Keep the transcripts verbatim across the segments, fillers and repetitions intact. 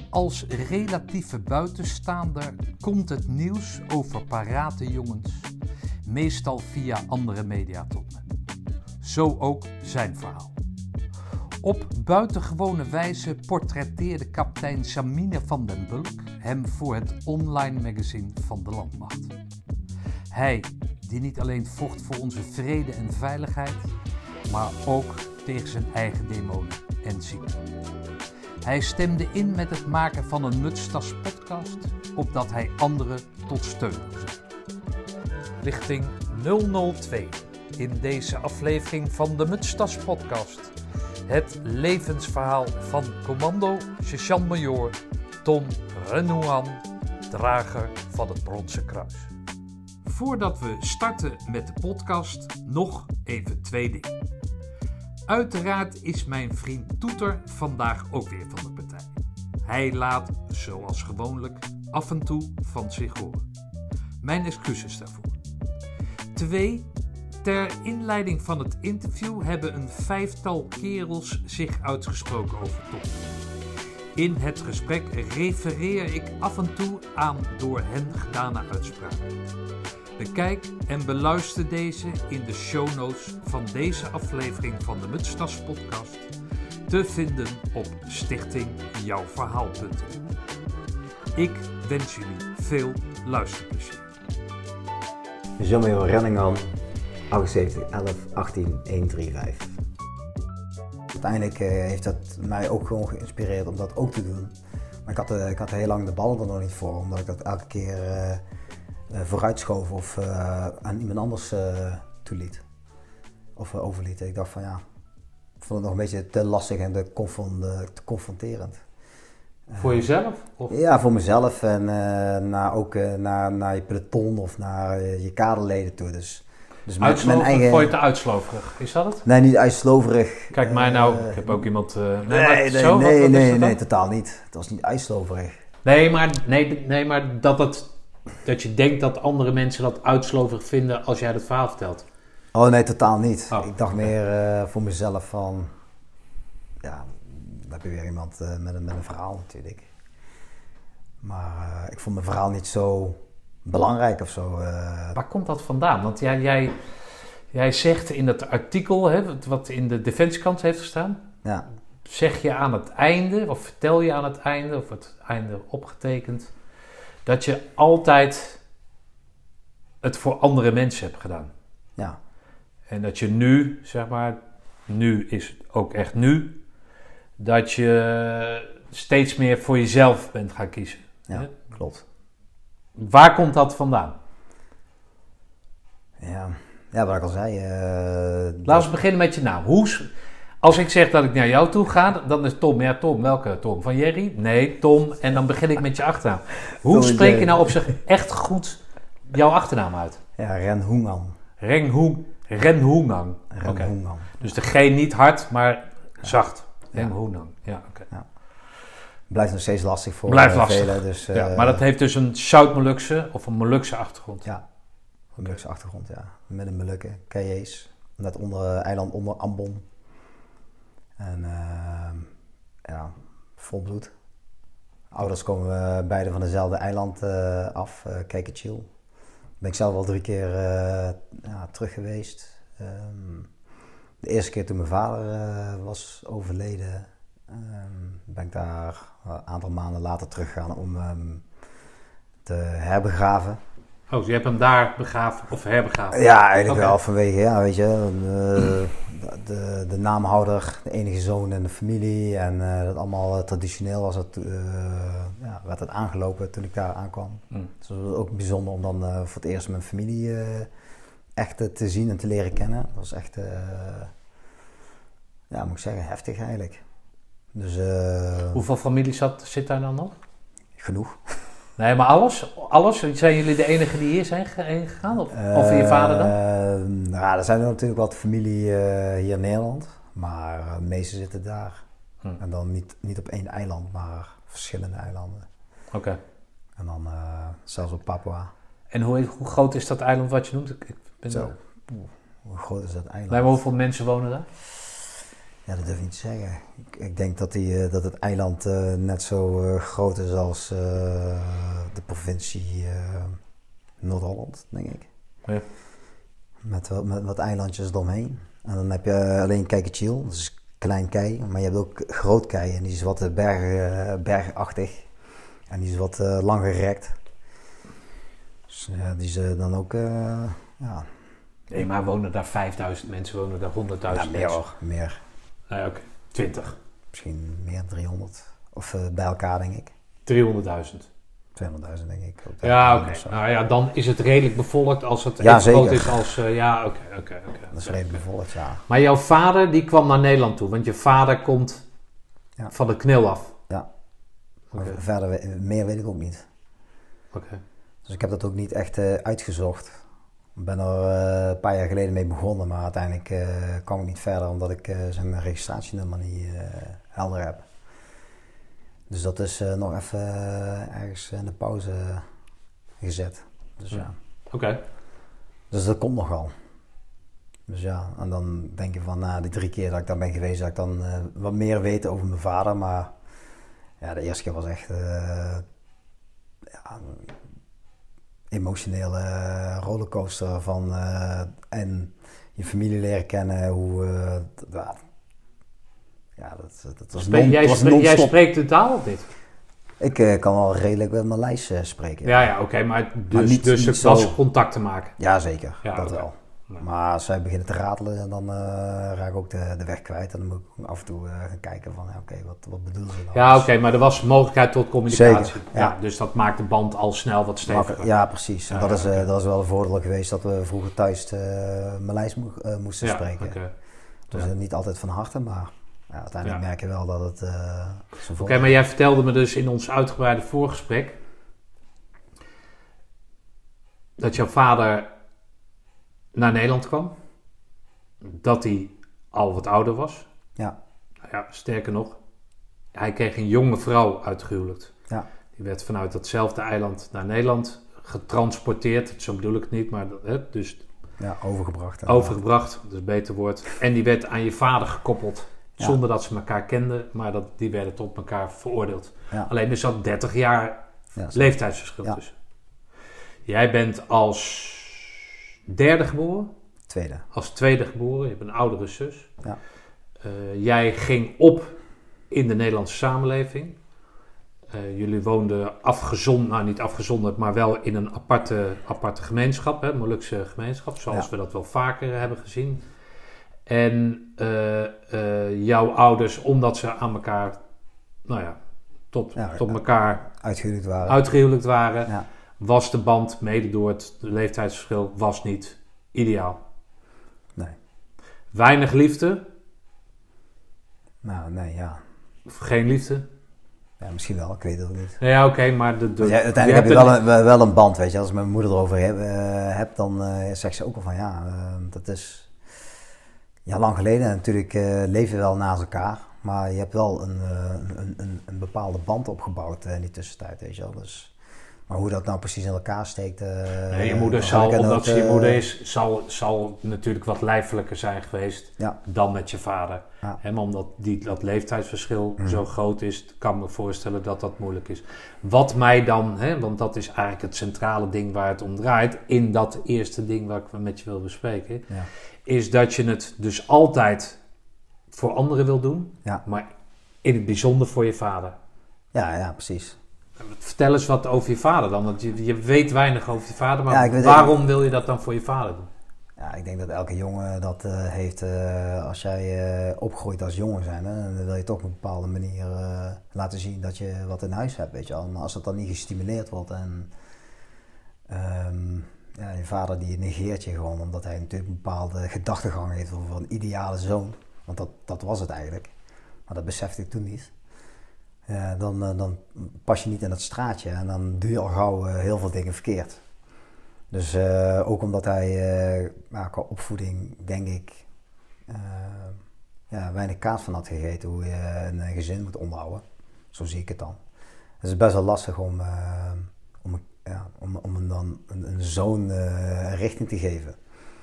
Als relatieve buitenstaander komt het nieuws over parate jongens meestal via andere media tot me. Zo ook zijn verhaal. Op buitengewone wijze portretteerde kapitein Samine van den Bulk hem voor het online magazine van de Landmacht. Hij, die niet alleen vocht voor onze vrede en veiligheid, maar ook tegen zijn eigen demonen en ziekte. Hij stemde in met het maken van een Mutstas podcast, opdat hij anderen tot steun zou zijn. Lichting nul nul twee in deze aflevering van de Mutstas podcast. Het levensverhaal van commando sergeant-majoor Tom Renouan, drager van het Bronzen Kruis. Voordat we starten met de podcast, nog even twee dingen. Uiteraard is mijn vriend Toeter vandaag ook weer van de partij. Hij laat, zoals gewoonlijk, af en toe van zich horen. Mijn excuses daarvoor. Twee. Ter inleiding van het interview hebben een vijftal kerels zich uitgesproken over Tom. In het gesprek refereer ik af en toe aan door hen gedane uitspraken. Bekijk en beluister deze in de show notes van deze aflevering van de Mutstas podcast, te vinden op stichting jouw verhaal punt n l. Ik wens jullie veel luisterplezier. Jean-Majoor Renningham, achtenzeventig elf achttien honderdvijfendertig. Uiteindelijk uh, heeft dat mij ook gewoon geïnspireerd om dat ook te doen. Maar ik had, uh, ik had heel lang de ballen er nog niet voor, omdat ik dat elke keer uh, uh, vooruitschoof of uh, aan iemand anders uh, toeliet. Of uh, overliet. Ik dacht van ja, ik vond het nog een beetje te lastig en te, confron- uh, te confronterend. Voor jezelf? Of? Ja, voor mezelf en uh, naar, ook uh, naar, naar je peloton of naar uh, je kaderleden toe. Dus, dus mijn, Uitsloverig, mijn eigen... vond je het te uitsloverig? Is dat het? Nee, niet uitsloverig. Kijk mij nou, uh, ik heb ook iemand... Uh, nee, nee, maar nee, zo, nee, wat, wat nee, nee, nee, totaal niet. Het was niet uitsloverig. Nee, maar, nee, nee, maar dat, het, dat je denkt dat andere mensen dat uitsloverig vinden als jij het verhaal vertelt. Oh nee, totaal niet. Oh, ik dacht okay. meer uh, voor mezelf van... Ja, dan heb je weer iemand uh, met, een, met een verhaal natuurlijk. Maar uh, ik vond mijn verhaal niet zo belangrijk of zo. Uh. Waar komt dat vandaan? Want jij, jij, jij zegt in dat artikel, hè, wat in de Defensiekant heeft gestaan... Ja. Zeg je aan het einde, of vertel je aan het einde, of het einde opgetekend... dat je altijd het voor andere mensen hebt gedaan. Ja. En dat je nu, zeg maar, nu is het ook echt nu... dat je steeds meer voor jezelf bent gaan kiezen. Ja, hè? Klopt. Waar komt dat vandaan? Ja, ja wat ik al zei... Uh, Laten we beginnen met je naam. Hoe, als ik zeg dat ik naar jou toe ga, dan is Tom. Ja, Tom. Welke Tom? Van Jerry? Nee, Tom. En dan begin ik met je achternaam. Hoe spreek je nou op zich echt goed jouw achternaam uit? Ja, Renhoengan. Renhoeng, Renhoengan. Renhoengan. Okay. Dus de G niet hard, maar ja. zacht. Renhoengan. Ja, oké. Okay. Ja. Blijft nog steeds lastig voor Blijft uh, lastig. velen. Dus, uh, ja, maar dat heeft dus een Zout-Molukse of een Molukse achtergrond. Ja, een Molukse achtergrond, ja. Met een Molukken, K J's. Net onder uh, eiland onder Ambon. En uh, ja, vol bloed. Ouders komen uh, beide van dezelfde eiland uh, af, uh, Kijkerchiel. Ben ik zelf al drie keer uh, ja, terug geweest. Um, de eerste keer toen mijn vader uh, was overleden, um, ben ik daar een aantal maanden later teruggegaan om um, te herbegraven. Oh, dus je hebt hem daar begraven of herbegraven? Ja, eigenlijk okay. wel vanwege, ja, weet je, de, de, de naamhouder, de enige zoon in de familie en uh, dat allemaal uh, traditioneel was het, uh, ja, werd het aangelopen toen ik daar aankwam. Mm. Dus het was ook bijzonder om dan uh, voor het eerst mijn familie uh, echt uh, te zien en te leren kennen. Dat was echt, uh, ja, moet ik zeggen, heftig eigenlijk. Dus, uh, hoeveel familie zat, zit daar dan nog? Genoeg. Nee, maar alles? Alles? Zijn jullie de enige die hier zijn gegaan? Of, uh, of je vader dan? Uh, nou, er zijn er natuurlijk wat familie uh, hier in Nederland. Maar uh, de meeste zitten daar. Hm. En dan niet, niet op één eiland, maar verschillende eilanden. Oké. Okay. En dan uh, zelfs op Papua. En hoe, hoe groot is dat eiland wat je noemt? Ik ben Zo, hoe groot is dat eiland? Nee, maar hoeveel mensen wonen daar? Ja, dat durf ik niet te zeggen. Ik, ik denk dat, die, uh, dat het eiland uh, net zo uh, groot is als uh, de provincie uh, Noord-Holland, denk ik. Ja. Met, met wat eilandjes eromheen. En dan heb je alleen Kijkertjiel, dat is klein kei, maar je hebt ook groot kei en die is wat berg, uh, bergachtig. En die is wat uh, lang gerekt. Dus ja, die is uh, dan ook, uh, ja... Nee, maar wonen daar vijfduizend mensen, wonen daar honderdduizend ja, meer mensen? hoor, meer. Nee, oké. Okay. twintig. Misschien meer, driehonderd. Of uh, bij elkaar, denk ik. driehonderdduizend. tweehonderdduizend, denk ik. Ja, oké. Okay. Nou ja, dan is het redelijk bevolkt als het ja, even groot is als... Uh, ja, oké, okay, oké, okay, oké. Okay. Dat is redelijk bevolkt, ja. Maar jouw vader, die kwam naar Nederland toe, want je vader komt ja. van de knil af. Ja. Okay. Verder, meer weet ik ook niet. Oké. Okay. Dus ik heb dat ook niet echt uh, uitgezocht. Ik ben er uh, een paar jaar geleden mee begonnen, maar uiteindelijk uh, kwam ik niet verder omdat ik uh, zijn registratienummer niet uh, helder heb. Dus dat is uh, nog even uh, ergens in de pauze uh, gezet. Dus ja. ja. Oké. Okay. Dus dat komt nog wel. Dus ja, en dan denk je van na uh, die drie keer dat ik daar ben geweest, dat ik dan uh, wat meer weet over mijn vader. Maar ja, de eerste keer was echt uh, ja, emotionele rollercoaster van uh, en je familie leren kennen, hoe uh, uh, ja, dat, dat was non, jij, was spreekt, jij spreekt de taal of niet? Ik uh, kan wel redelijk met mijn lijst uh, spreken. Ja, ja, oké, okay, maar dus, maar niet, dus het zo... was contact te maken? Ja, zeker, ja, dat okay. wel. Nee. Maar als zij beginnen te ratelen, dan uh, raak ik ook de, de weg kwijt. En dan moet ik af en toe uh, gaan kijken van, ja, oké, okay, wat, wat bedoelen ze nou? Ja, oké, okay, maar er was mogelijkheid tot communicatie. Zeker, ja. Ja, dus dat maakt de band al snel wat steviger. Ja, precies. En ja, dat, is, okay. uh, dat is wel een voordeel geweest dat we vroeger thuis uh, Maleis mo- uh, moesten ja, spreken. Okay. Dus ja. niet altijd van harte, maar ja, uiteindelijk ja. merk je wel dat het... Uh, Oké, okay, maar jij vertelde me dus in ons uitgebreide voorgesprek dat jouw vader naar Nederland kwam. Dat hij al wat ouder was. Ja. Nou ja, sterker nog, hij kreeg een jonge vrouw uitgehuwelijkt. Ja. Die werd vanuit datzelfde eiland naar Nederland getransporteerd. Zo bedoel ik het niet, maar hè, dus... Ja, overgebracht. Overgebracht, dat is een beter woord. En die werd aan je vader gekoppeld. Ja. Zonder dat ze elkaar kenden, maar dat, die werden tot elkaar veroordeeld. Ja. Alleen er zat dertig jaar ja, leeftijdsverschil ja. tussen. Jij bent als derde geboren? Tweede. Als tweede geboren, je hebt een oudere zus. Ja. Uh, jij ging op in de Nederlandse samenleving. Uh, jullie woonden afgezonderd, nou niet afgezonderd, maar wel in een aparte, aparte gemeenschap, hè, Molukse gemeenschap, zoals ja. we dat wel vaker hebben gezien. En uh, uh, jouw ouders, omdat ze aan elkaar, nou ja, tot, ja, tot elkaar uitgehuwelijkt waren, uitgehuwelijkt waren ja. was de band, mede door het leeftijdsverschil, was niet ideaal. Nee. Weinig liefde? Nou, nee, ja. Of geen liefde? Ja, misschien wel, ik weet het ook niet. Ja, oké, okay, maar... De, de, ja, uiteindelijk je heb je wel een, wel een band, weet je. Als mijn moeder erover heb, uh, heb dan uh, zegt ze ook wel van, ja, uh, dat is... Ja, lang geleden natuurlijk uh, leven we wel naast elkaar. Maar je hebt wel een, uh, een, een, een bepaalde band opgebouwd uh, in die tussentijd, weet je wel. Dus, maar hoe dat nou precies in elkaar steekt... Uh, nee, je moeder zal, omdat ook, ze je moeder is, zal, zal natuurlijk wat lijfelijker zijn geweest ja. dan met je vader. Ja. He, maar omdat die, dat leeftijdsverschil mm. zo groot is, kan ik me voorstellen dat dat moeilijk is. Wat mij dan, he, want dat is eigenlijk het centrale ding waar het om draait, in dat eerste ding waar ik met je wil bespreken, ja. is dat je het dus altijd voor anderen wil doen, ja. maar in het bijzonder voor je vader. Ja, ja, precies. Vertel eens wat over je vader dan, want je, je weet weinig over je vader, maar ja, waarom het. wil je dat dan voor je vader doen? Ja, ik denk dat elke jongen dat uh, heeft, uh, als jij uh, opgroeit als jongen zijn, hè, dan wil je toch op een bepaalde manier uh, laten zien dat je wat in huis hebt, weet je wel. Maar als dat dan niet gestimuleerd wordt en um, ja, je vader die negeert je gewoon, omdat hij natuurlijk een bepaalde gedachtegang heeft over een ideale zoon, want dat, dat was het eigenlijk, maar dat besefte ik toen niet. Ja, dan, uh, dan pas je niet in het straatje en dan doe je al gauw uh, heel veel dingen verkeerd. Dus uh, ook omdat hij uh, ja, qua opvoeding, denk ik, uh, ja, weinig kaas van had gegeten hoe je een gezin moet onderhouden. Zo zie ik het dan. Het is best wel lastig om, uh, om, ja, om, om hem dan een, een zoon uh, richting te geven.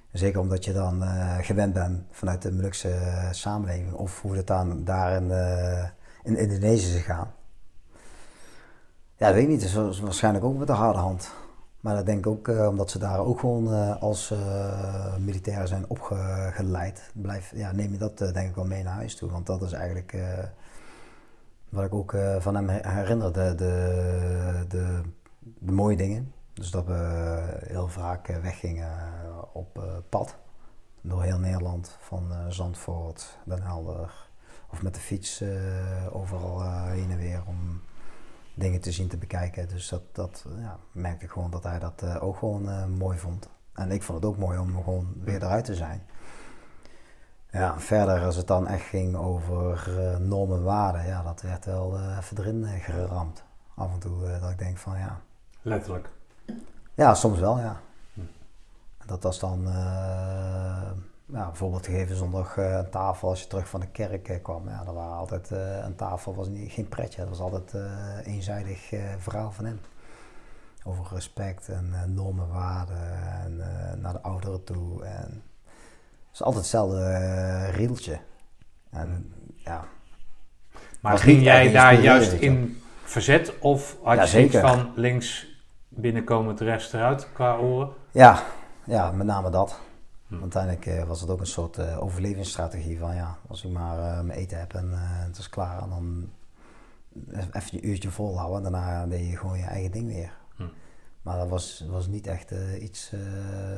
Zeker omdat je dan uh, gewend bent vanuit de Molukse uh, samenleving. Of hoe het dan daar in, uh, in Indonesië is gegaan. Ja, dat weet ik niet. Het is waarschijnlijk ook met de harde hand. Maar dat denk ik ook uh, omdat ze daar ook gewoon uh, als uh, militairen zijn opgeleid. Blijf, ja, neem je dat uh, denk ik wel mee naar huis toe. Want dat is eigenlijk uh, wat ik ook uh, van hem herinner. De, de, de, de mooie dingen. Dus dat we heel vaak uh, weggingen op uh, pad. Door heel Nederland. Van uh, Zandvoort, Den Helder. Of met de fiets uh, overal uh, heen en weer om dingen te zien, te bekijken. Dus dat, dat ja, merkte ik gewoon dat hij dat uh, ook gewoon uh, mooi vond. En ik vond het ook mooi om gewoon weer eruit te zijn. Ja, verder als het dan echt ging over uh, normen en waarden, ja, dat werd wel uh, even erin uh, geramd. Af en toe uh, dat ik denk van ja. Letterlijk? Ja, soms wel, ja. Hm. Dat was dan uh, ja, bijvoorbeeld gegeven zondag uh, een tafel als je terug van de kerk uh, kwam. Ja, dat waren altijd uh, een tafel, was niet, geen pretje. Dat was altijd uh, eenzijdig uh, verhaal van hem. Over respect en uh, normen, waarden en uh, naar de ouderen toe. En het is altijd hetzelfde uh, rieltje. En ja. Maar ging jij daar juist in verzet of had ja, je zoiets van links binnenkomend, rechts eruit qua oren? Ja, ja, met name dat. Hm. Uiteindelijk uh, was het ook een soort uh, overlevingsstrategie van ja, als ik maar uh, mijn eten heb en uh, het is klaar. En dan even een uurtje volhouden en daarna deed je gewoon je eigen ding weer. Hm. Maar dat was, was niet echt uh, iets uh,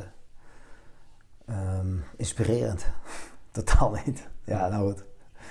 um, inspirerend. Totaal niet. Ja, nou goed.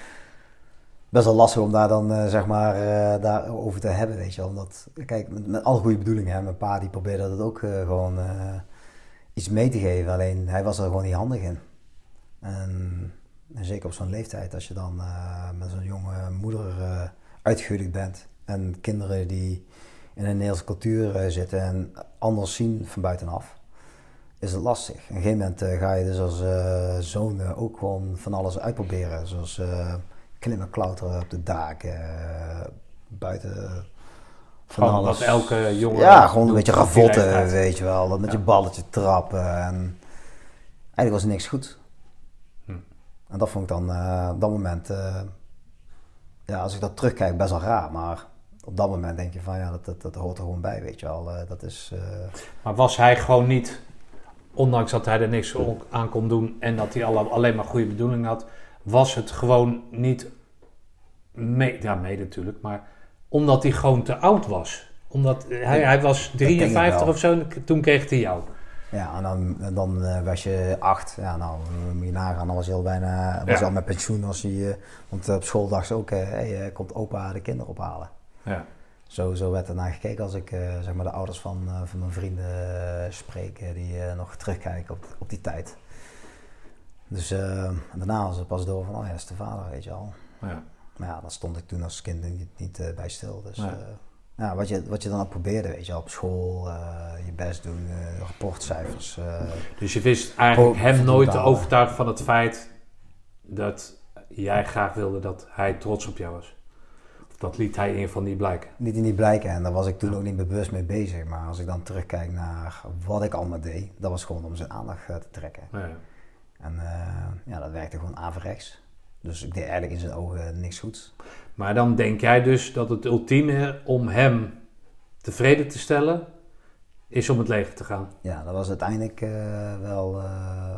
Best wel lastig om daar dan uh, zeg maar uh, daarover te hebben, weet je wel. Omdat, kijk, met, met alle goede bedoelingen, hè, mijn pa die probeerde dat ook uh, gewoon uh, iets mee te geven. Alleen hij was er gewoon niet handig in. En, en zeker op zo'n leeftijd, als je dan uh, met zo'n jonge moeder uh, uitgehuwelijkd bent. En kinderen die in een Nederlandse cultuur uh, zitten en anders zien van buitenaf. Is het lastig. Op een gegeven moment uh, ga je dus als uh, zoon uh, ook gewoon van alles uitproberen. Zoals uh, klimmen, klauteren op de daken, uh, buiten van gewoon alles. Wat elke jongen ja, gewoon een beetje ravotten, weet je wel. Dat met ja. je balletje trappen. En eigenlijk was niks goed. Hm. En dat vond ik dan uh, op dat moment, uh, ja, als ik dat terugkijk, best wel raar. Maar op dat moment denk je van ja, dat, dat, dat hoort er gewoon bij, weet je wel. Uh, dat is, uh... Maar was hij gewoon niet, ondanks dat hij er niks aan kon doen en dat hij alleen maar goede bedoelingen had, was het gewoon niet, mee, ja mede natuurlijk, maar omdat hij gewoon te oud was. Omdat hij, hij was drieënvijftig of zo, toen kreeg hij jou. Ja, en dan, en dan uh, was je acht. Ja, nou, moet je nagaan, dan was je al bijna was ja. je al met pensioen. Als je, uh, want op school dacht ze ook, uh, hey, uh, komt opa de kinderen ophalen. Ja. Zo, zo werd er naar gekeken als ik uh, zeg maar de ouders van, uh, van mijn vrienden uh, spreek, uh, die uh, nog terugkijken op, op die tijd. Dus uh, daarna was het pas door van, oh ja, dat is de vader, weet je al. Ja. Maar ja, daar stond ik toen als kind niet, niet uh, bij stil. Dus ja. Uh, ja, wat, je, wat je dan ook probeerde, weet je, op school, uh, je best doen, uh, rapportcijfers. Uh, dus je wist eigenlijk hem nooit te overtuigen van het feit dat jij graag wilde dat hij trots op jou was? Of dat liet hij in ieder geval niet blijken? Liet hij niet blijken en daar was ik toen ook niet bewust mee bezig. Maar als ik dan terugkijk naar wat ik allemaal deed, dat was gewoon om zijn aandacht uh, te trekken. Ja. En uh, ja, dat werkte gewoon averechts. Dus ik deed eigenlijk in zijn ogen niks goeds. Maar dan denk jij dus dat het ultieme om hem tevreden te stellen is om het leger te gaan? Ja, dat was uiteindelijk uh, wel uh,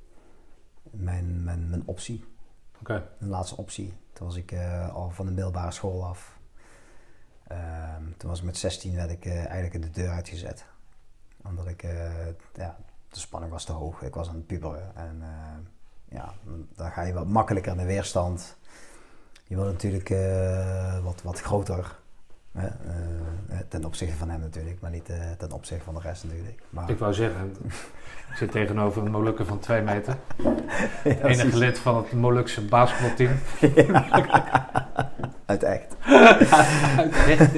mijn, mijn, mijn optie. Oké. Okay. Mijn laatste optie. Toen was ik uh, al van de middelbare school af. Uh, toen was ik met zestien werd ik uh, eigenlijk in de deur uitgezet. Omdat ik, uh, ja, de spanning was te hoog. Ik was aan het puberen en... Uh, ja, dan ga je wat makkelijker in de weerstand. Je wordt natuurlijk uh, wat, wat groter. Hè? Uh, ten opzichte van hem natuurlijk, maar niet uh, ten opzichte van de rest natuurlijk. Maar... Ik wou zeggen, ik zit tegenover een Molukker van twee meter. Ja, enige lid van het Molukse basketbalteam. Ja. Uit echt. Uit echt.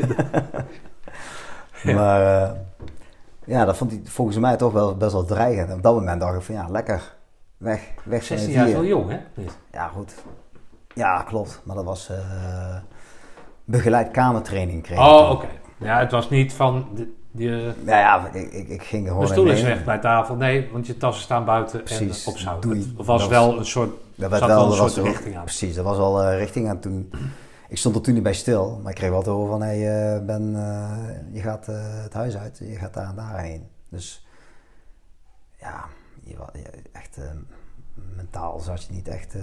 Ja. Maar uh, ja, dat vond hij volgens mij toch wel best wel dreigend. En op dat moment dacht ik van ja, lekker. Weg, weg van zestien jaar is wel jong, hè? Ja, goed. Ja, klopt. Maar dat was uh, begeleid kamertraining. Kreeg oh, oké. Okay. Ja, het was niet van... De, Die, uh, nou ja, ik, ik, ik ging er gewoon de stoel is mee. weg bij tafel. Nee, want je tassen staan buiten precies, en op zout. Doei. Het was dat wel was, een soort, dat werd zat wel, wel een dat soort was richting aan. Precies, dat was wel uh, richting aan toen. Ik stond er toen niet bij stil, maar ik kreeg wel te horen van, hé hey, uh, Ben, uh, je gaat uh, het huis uit, je gaat daar en daarheen. Dus ja, je, je, echt uh, mentaal zat je niet echt, uh,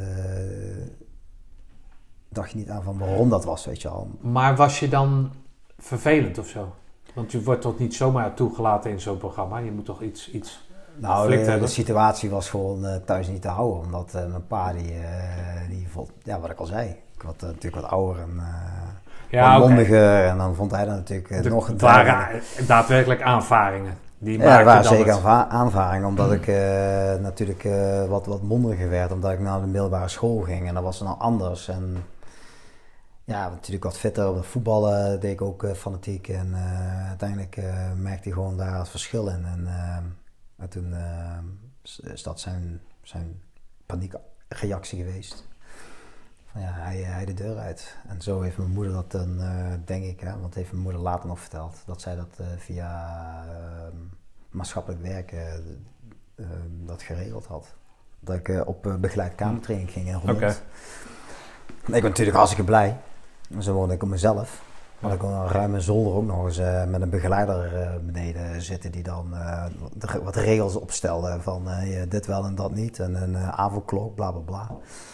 dacht je niet aan van waarom dat was, weet je al. Maar was je dan vervelend of zo? Want je wordt toch niet zomaar toegelaten in zo'n programma? Je moet toch iets, iets nou, de, de situatie was gewoon uh, thuis niet te houden, omdat uh, mijn pa die, uh, die vond, ja wat ik al zei, ik was uh, natuurlijk wat ouder en uh, ja, wat mondiger okay. En dan vond hij dat natuurlijk uh, de, nog... Het waren daadwerkelijk aanvaringen. Die ja, het waren dan zeker het... aanvaringen, omdat ik uh, natuurlijk uh, wat, wat monderiger werd, omdat ik naar de middelbare school ging en dat was dan anders. En ja, natuurlijk wat fitter op het voetballen deed ik ook uh, fanatiek en uh, uiteindelijk uh, merkte hij gewoon daar het verschil in. En, uh, en toen uh, is dat zijn, zijn paniekreactie geweest. Van ja, hij, hij de deur uit. En zo heeft mijn moeder dat dan, uh, denk ik, hè, want heeft mijn moeder later nog verteld, dat zij dat uh, via uh, maatschappelijk werken uh, uh, dat geregeld had. Dat ik uh, op uh, begeleid kamertraining ging in Roermond. Okay. Ik ben natuurlijk hartstikke blij. Zo woonde ik op mezelf. Maar ik kon een ruime zolder ook nog eens uh, met een begeleider uh, beneden zitten die dan uh, de, wat regels opstelde van uh, dit wel en dat niet. En een uh, avondklok, bla bla bla.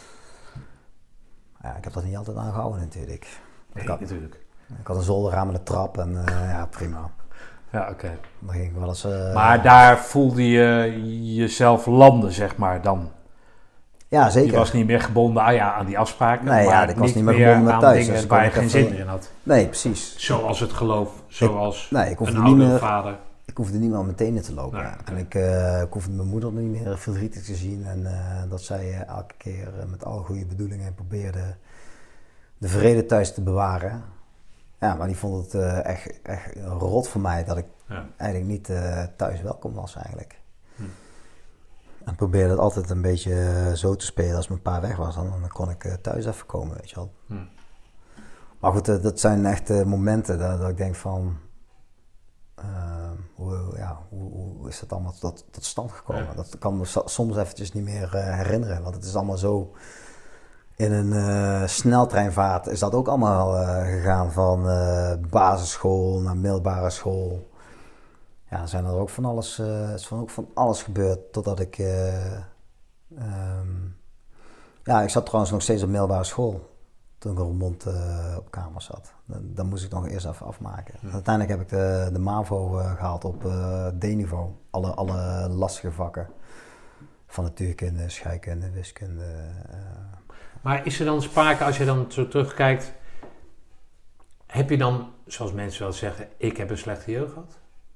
Ja, ik heb dat niet altijd aangehouden natuurlijk. Nee, ik had, natuurlijk. Ik had een zolderraam met een trap en uh, ja, prima. Ja, oké. Okay. Dan ging ik wel eens... Uh, maar daar voelde je jezelf landen, zeg maar, dan? Ja, zeker. Je was niet meer gebonden ah, ja, aan die afspraken, nee, maar ja, ik was niet niet meer meer gebonden aan thuis, dingen dus waar je geen zin meer in had. Nee, precies. Zoals het geloof, zoals ik, nee, ik een niet oude meer, vader. Ik hoefde niet meer aan mijn tenen te lopen. Nee, okay. En ik, uh, ik hoefde mijn moeder niet meer verdrietig te zien. En uh, dat zij uh, elke keer uh, met alle goede bedoelingen probeerde de vrede thuis te bewaren. Ja, maar die vond het uh, echt, echt rot voor mij dat ik ja. eigenlijk niet uh, thuis welkom was eigenlijk. Hm. En probeerde het altijd een beetje uh, zo te spelen als mijn pa weg was. Dan, dan kon ik uh, thuis even komen, weet je wel. Hm. Maar goed, uh, dat zijn echt uh, momenten dat, dat ik denk van... Uh, hoe, ja, hoe, hoe is dat allemaal tot, tot stand gekomen? Ja. Dat kan me soms eventjes niet meer uh, herinneren. Want het is allemaal zo... In een uh, sneltreinvaart is dat ook allemaal uh, gegaan. Van uh, basisschool naar middelbare school. Ja, zijn er ook van alles, uh, is van ook van alles gebeurd. Totdat ik... Uh, um, ja, ik zat trouwens nog steeds op middelbare school. Toen ik in Roermond uh, op kamer zat. Dan, dan moest ik nog eerst even afmaken. Ja. Uiteindelijk heb ik de, de MAVO uh, gehaald op uh, D-niveau. Alle, alle lastige vakken. Van natuurkunde, scheikunde, wiskunde. Uh. Maar is er dan sprake, als je dan zo terugkijkt... Heb je dan, zoals mensen wel zeggen... Ik heb een slechte jeugd gehad?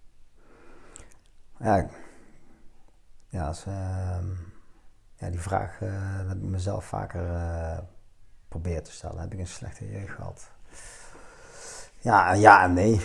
Ja, ja, als, uh, ja die vraag uh, heb ik mezelf vaker... Uh, probeer te stellen. Heb ik een slechte jeugd gehad? Ja, ja en nee.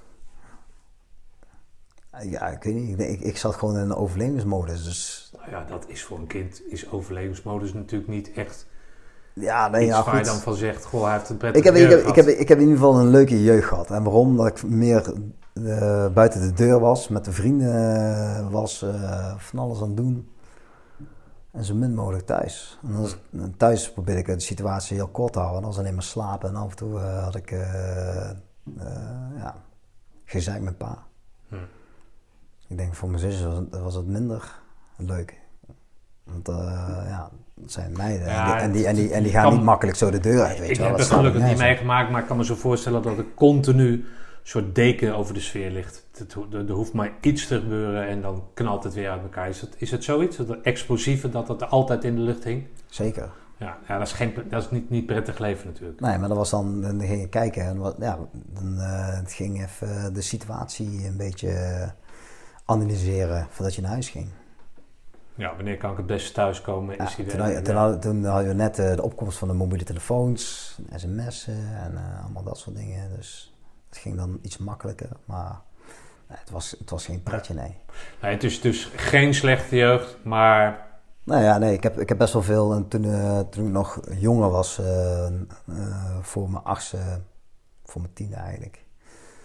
Ja, ik weet niet. Ik, ik zat gewoon in een overlevingsmodus. Dus... Nou ja, dat is voor een kind, is overlevingsmodus natuurlijk niet echt... Ja, nee, iets ja, waar goed. je dan van zegt, goh, hij heeft een prettige ik heb, jeugd ik, heb, ik, heb, ik heb in ieder geval een leuke jeugd gehad. En waarom? Dat ik meer uh, buiten de deur was, met de vrienden uh, was, uh, van alles aan het doen. En zo min mogelijk thuis. En als, thuis probeerde ik de situatie heel kort te houden. Dat was alleen maar slapen. En af en toe uh, had ik uh, uh, ja, gezeik met pa. Hm. Ik denk voor mijn zusjes was het, was het minder leuk. Want uh, ja, het zijn meiden. Ja, en, die, en, die, en, die, en die gaan kan, niet makkelijk zo de deur uit. Weet ik je heb wel. het gelukkig niet meegemaakt. Maar ik kan me zo voorstellen dat er continu een soort deken over de sfeer ligt. Er hoeft maar iets te gebeuren en dan knalt het weer uit elkaar. Is het, is het zoiets? Dat explosieve, dat het er altijd in de lucht hing? Zeker. Ja, ja dat is, geen, dat is niet, niet prettig leven natuurlijk. Nee, maar dat was dan, dan ging je kijken en wat, ja, dan uh, het ging even de situatie een beetje analyseren voordat je naar huis ging. Ja, wanneer kan ik het beste thuiskomen? Ja, is hij toen, had, toen, had, toen hadden we net uh, de opkomst van de mobiele telefoons, sms'en en uh, allemaal dat soort dingen. Dus het ging dan iets makkelijker, maar nee, het, was, het was geen pretje, nee. Nee, het is dus geen slechte jeugd, maar... Nou ja, nee, ik heb, ik heb best wel veel. En toen, uh, toen ik nog jonger was, uh, uh, voor mijn achtste, voor mijn tiende eigenlijk.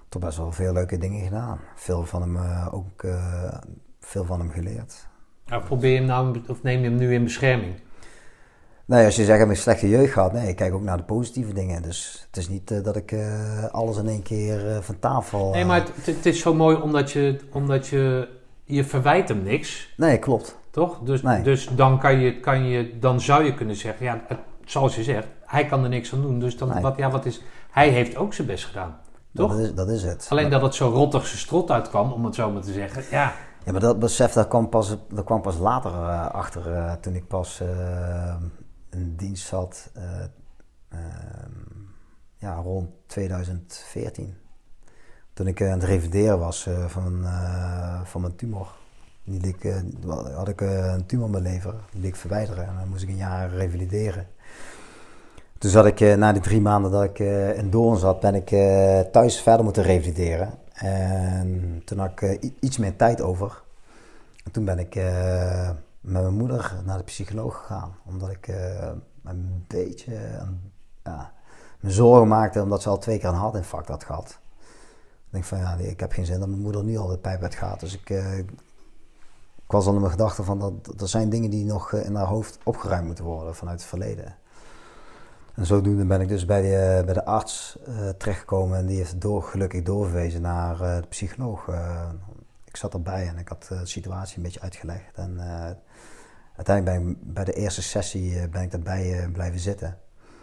toch best wel veel leuke dingen gedaan. Veel van hem uh, ook uh, veel van hem geleerd. Nou, probeer je hem nou, of neem je hem nu in bescherming? Nee, als je zegt, ik heb een slechte jeugd gehad. Nee, ik kijk ook naar de positieve dingen. Dus het is niet uh, dat ik uh, alles in één keer uh, van tafel... Uh... Nee, maar het, het is zo mooi omdat je, omdat je... Je verwijt hem niks. Nee, klopt. Toch? Dus, nee. dus dan, kan je, kan je, dan zou je kunnen zeggen... Ja, het, zoals je zegt, hij kan er niks aan doen. Dus dan, nee. wat, ja, wat is... Hij heeft ook zijn best gedaan. Toch? Dat is, dat is het. Alleen dat het zo rottig zijn strot uitkwam, om het zo maar te zeggen. Ja, ja maar dat besef dat kwam pas, dat kwam pas later uh, achter. Uh, toen ik pas uh, in dienst zat. Uh, uh, ja, rond tweeduizend veertien. Toen ik uh, aan het revalideren was uh, van, uh, van mijn tumor. Die liet ik, uh, had ik uh, een tumor in mijn lever. Die liet ik verwijderen. En dan moest ik een jaar revalideren. Toen zat ik, uh, na die drie maanden dat ik uh, in Doorn zat, ben ik uh, thuis verder moeten revalideren. En toen had ik uh, iets meer tijd over. En toen ben ik uh, met mijn moeder naar de psycholoog gegaan. Omdat ik uh, een beetje uh, ja, me zorgen maakte, omdat ze al twee keer een hartinfarct had gehad. Ik denk van ja, ik heb geen zin dat mijn moeder nu al de pijp uit gaat. Dus ik, uh, ik was al in mijn gedachten van dat er zijn dingen die nog in haar hoofd opgeruimd moeten worden vanuit het verleden. En zodoende ben ik dus bij de, bij de arts uh, terechtgekomen en die heeft door, gelukkig doorverwezen naar uh, de psycholoog. Uh, ik zat erbij en ik had uh, de situatie een beetje uitgelegd. En uh, uiteindelijk ben ik bij de eerste sessie uh, ben ik daarbij uh, blijven zitten.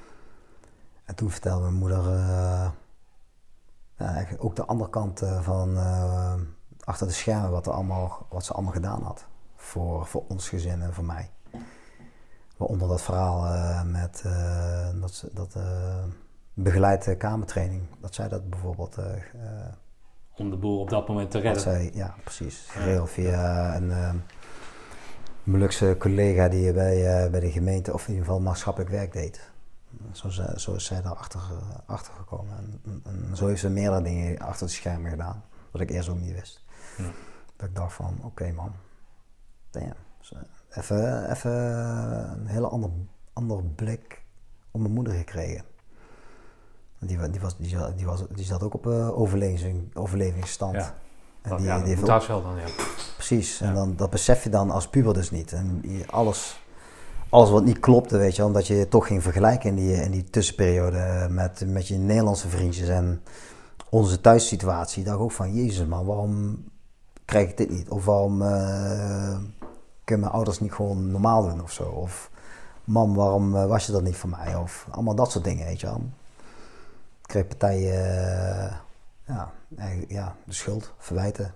En toen vertelde mijn moeder uh, ja, eigenlijk ook de andere kant uh, van uh, achter de schermen wat, er allemaal, wat ze allemaal gedaan had. Voor, voor ons gezin en voor mij. Waaronder dat verhaal uh, met uh, dat, dat uh, begeleide kamertraining. Dat zij dat bijvoorbeeld... Uh, uh, om de boel op dat moment te redden. Zij, ja, precies. Geregeld via een uh, Molukse collega die bij, uh, bij de gemeente of in ieder geval maatschappelijk werk deed. Zo, zo is zij daar achter, uh, achter gekomen. En, en zo heeft ze meerdere dingen achter de schermen gedaan. Wat ik eerst ook niet wist. Ja. Dat ik dacht van, oké okay, man. Damn. So, Even, even een hele ander, ander blik op mijn moeder gekregen. Die, die, was, die, die, was, die zat ook op uh, overleving, overlevingsstand. Ja, en dat, die, ja, die dat moet wel dan, ja. Precies, ja. En dan, dat besef je dan als puber dus niet. En je, alles, alles wat niet klopte, weet je, omdat je toch ging vergelijken in die, in die tussenperiode met, met je Nederlandse vriendjes en onze thuissituatie. Dacht ik ook van, jezus man, waarom krijg ik dit niet? Of waarom... Uh, kunnen mijn ouders niet gewoon normaal doen of zo? Of, mam, waarom uh, was je dat niet voor mij? Of allemaal dat soort dingen, weet je wel. Ik kreeg partijen, uh, ja, ja, de schuld, verwijten.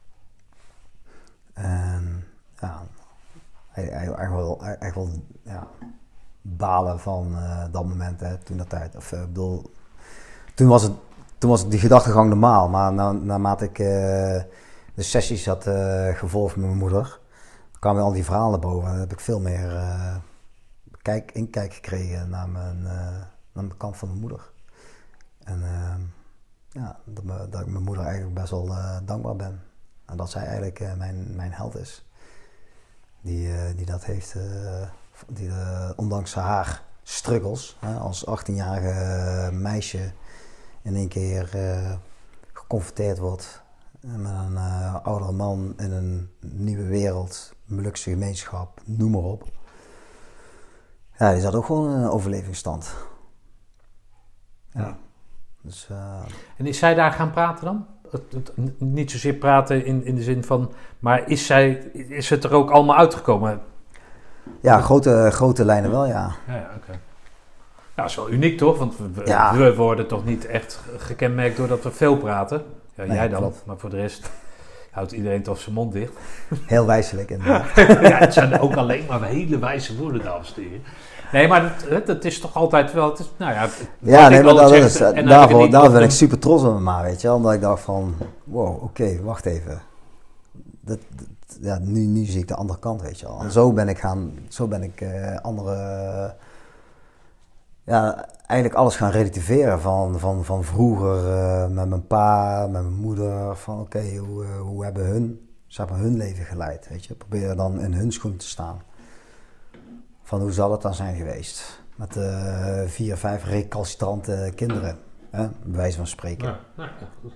En ja, echt wel, echt wel ja, balen van uh, dat moment, hè, toen dat tijd. Of, uh, ik bedoel, toen was het, toen was het die gedachtegang normaal, maar na, naarmate ik uh, de sessies had uh, gevolgd met mijn moeder, kwamen al die verhalen boven. Dan heb ik veel meer uh, kijk, inkijk gekregen naar mijn, uh, naar mijn kant van mijn moeder. En uh, ja, dat, me, dat ik mijn moeder eigenlijk best wel uh, dankbaar ben. En dat zij eigenlijk uh, mijn, mijn held is. Die, uh, die dat heeft, uh, die uh, ondanks haar struggles, hè, als achttienjarige meisje in één keer uh, geconfronteerd wordt met een uh, oudere man in een nieuwe wereld, Molukse gemeenschap, noem maar op. Ja, die zat ook gewoon in een overlevingsstand. Ja. ja. Dus, uh... En is zij daar gaan praten dan? Het, het, niet zozeer praten in, in de zin van, maar is, zij, is het er ook allemaal uitgekomen? Ja, grote, grote lijnen wel, ja. Ja, ja oké. Okay. Ja, dat is wel uniek toch? Want we, ja. we worden toch niet echt gekenmerkt doordat we veel praten. Ja, nee, jij dan, klopt. Maar voor de rest houdt iedereen toch zijn mond dicht. Heel wijselijk. Inderdaad. Ja, het zijn ook alleen maar hele wijze woorden, dames en heren. Nee, maar het, het is toch altijd wel... Het is, nou ja, ja nee, maar dat is, en daarvoor, daarvoor ben ik super trots op me maar, weet je wel. Omdat ik dacht van, wow, oké, okay, wacht even. Dat, dat, ja, nu, nu zie ik de andere kant, weet je wel. En zo ben ik gaan, zo ben ik uh, andere... Uh, ja, eigenlijk alles gaan relativeren van, van, van vroeger uh, met mijn pa, met mijn moeder. Van oké, okay, hoe, uh, hoe hebben hun, ze hebben hun leven geleid, weet je. Probeer dan in hun schoen te staan. Van hoe zal het dan zijn geweest? Met uh, vier, vijf recalcitrante kinderen, hè? Bij wijze van spreken. Ja, nou, ja.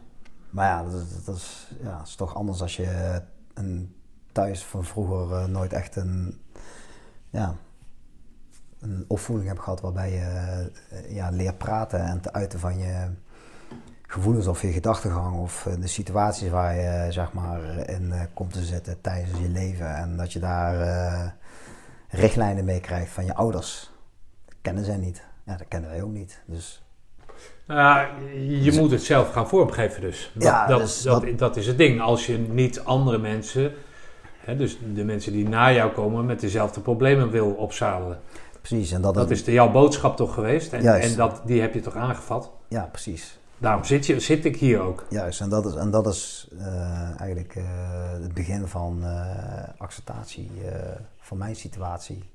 maar ja, dat, is- dat is, ja, is toch anders als je een, thuis van vroeger uh, nooit echt een, ja, een opvoeding hebt gehad waarbij je uh, ja, leert praten en te uiten van je gevoelens of je gedachtegang of uh, de situaties waar je uh, zeg maar in uh, komt te zitten tijdens je leven en dat je daar uh, richtlijnen mee krijgt van je ouders. Dat kennen zij niet. Ja, dat kennen wij ook niet. Dus... Nou, je dus, moet het zelf gaan vormgeven dus. Dat, ja, dat, dus dat, dat, dat is het ding. Als je niet andere mensen, hè, dus de mensen die na jou komen, met dezelfde problemen wil opzadelen. Precies. En dat dat is de, jouw boodschap toch geweest? En, en dat, die heb je toch aangevat? Ja, precies. Daarom zit, je, zit ik hier ook. Juist, en dat is, en dat is uh, eigenlijk uh, het begin van uh, acceptatie uh, van mijn situatie.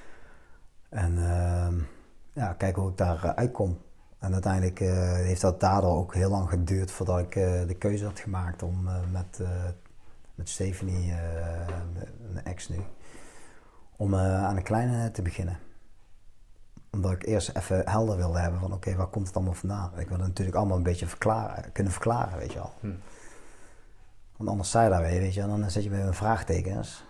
En uh, ja, kijken hoe ik daar uh, uitkom. En uiteindelijk uh, heeft dat daardoor ook heel lang geduurd voordat ik uh, de keuze had gemaakt om uh, met, uh, met Stephanie, uh, mijn ex nu, om uh, aan de kleine te beginnen. Omdat ik eerst even helder wilde hebben van oké, okay, waar komt het allemaal vandaan? Ik wilde natuurlijk allemaal een beetje verklaren, kunnen verklaren, weet je wel. Hm. Want anders sta je daar weer, weet je, en dan zit je met een vraagtekens.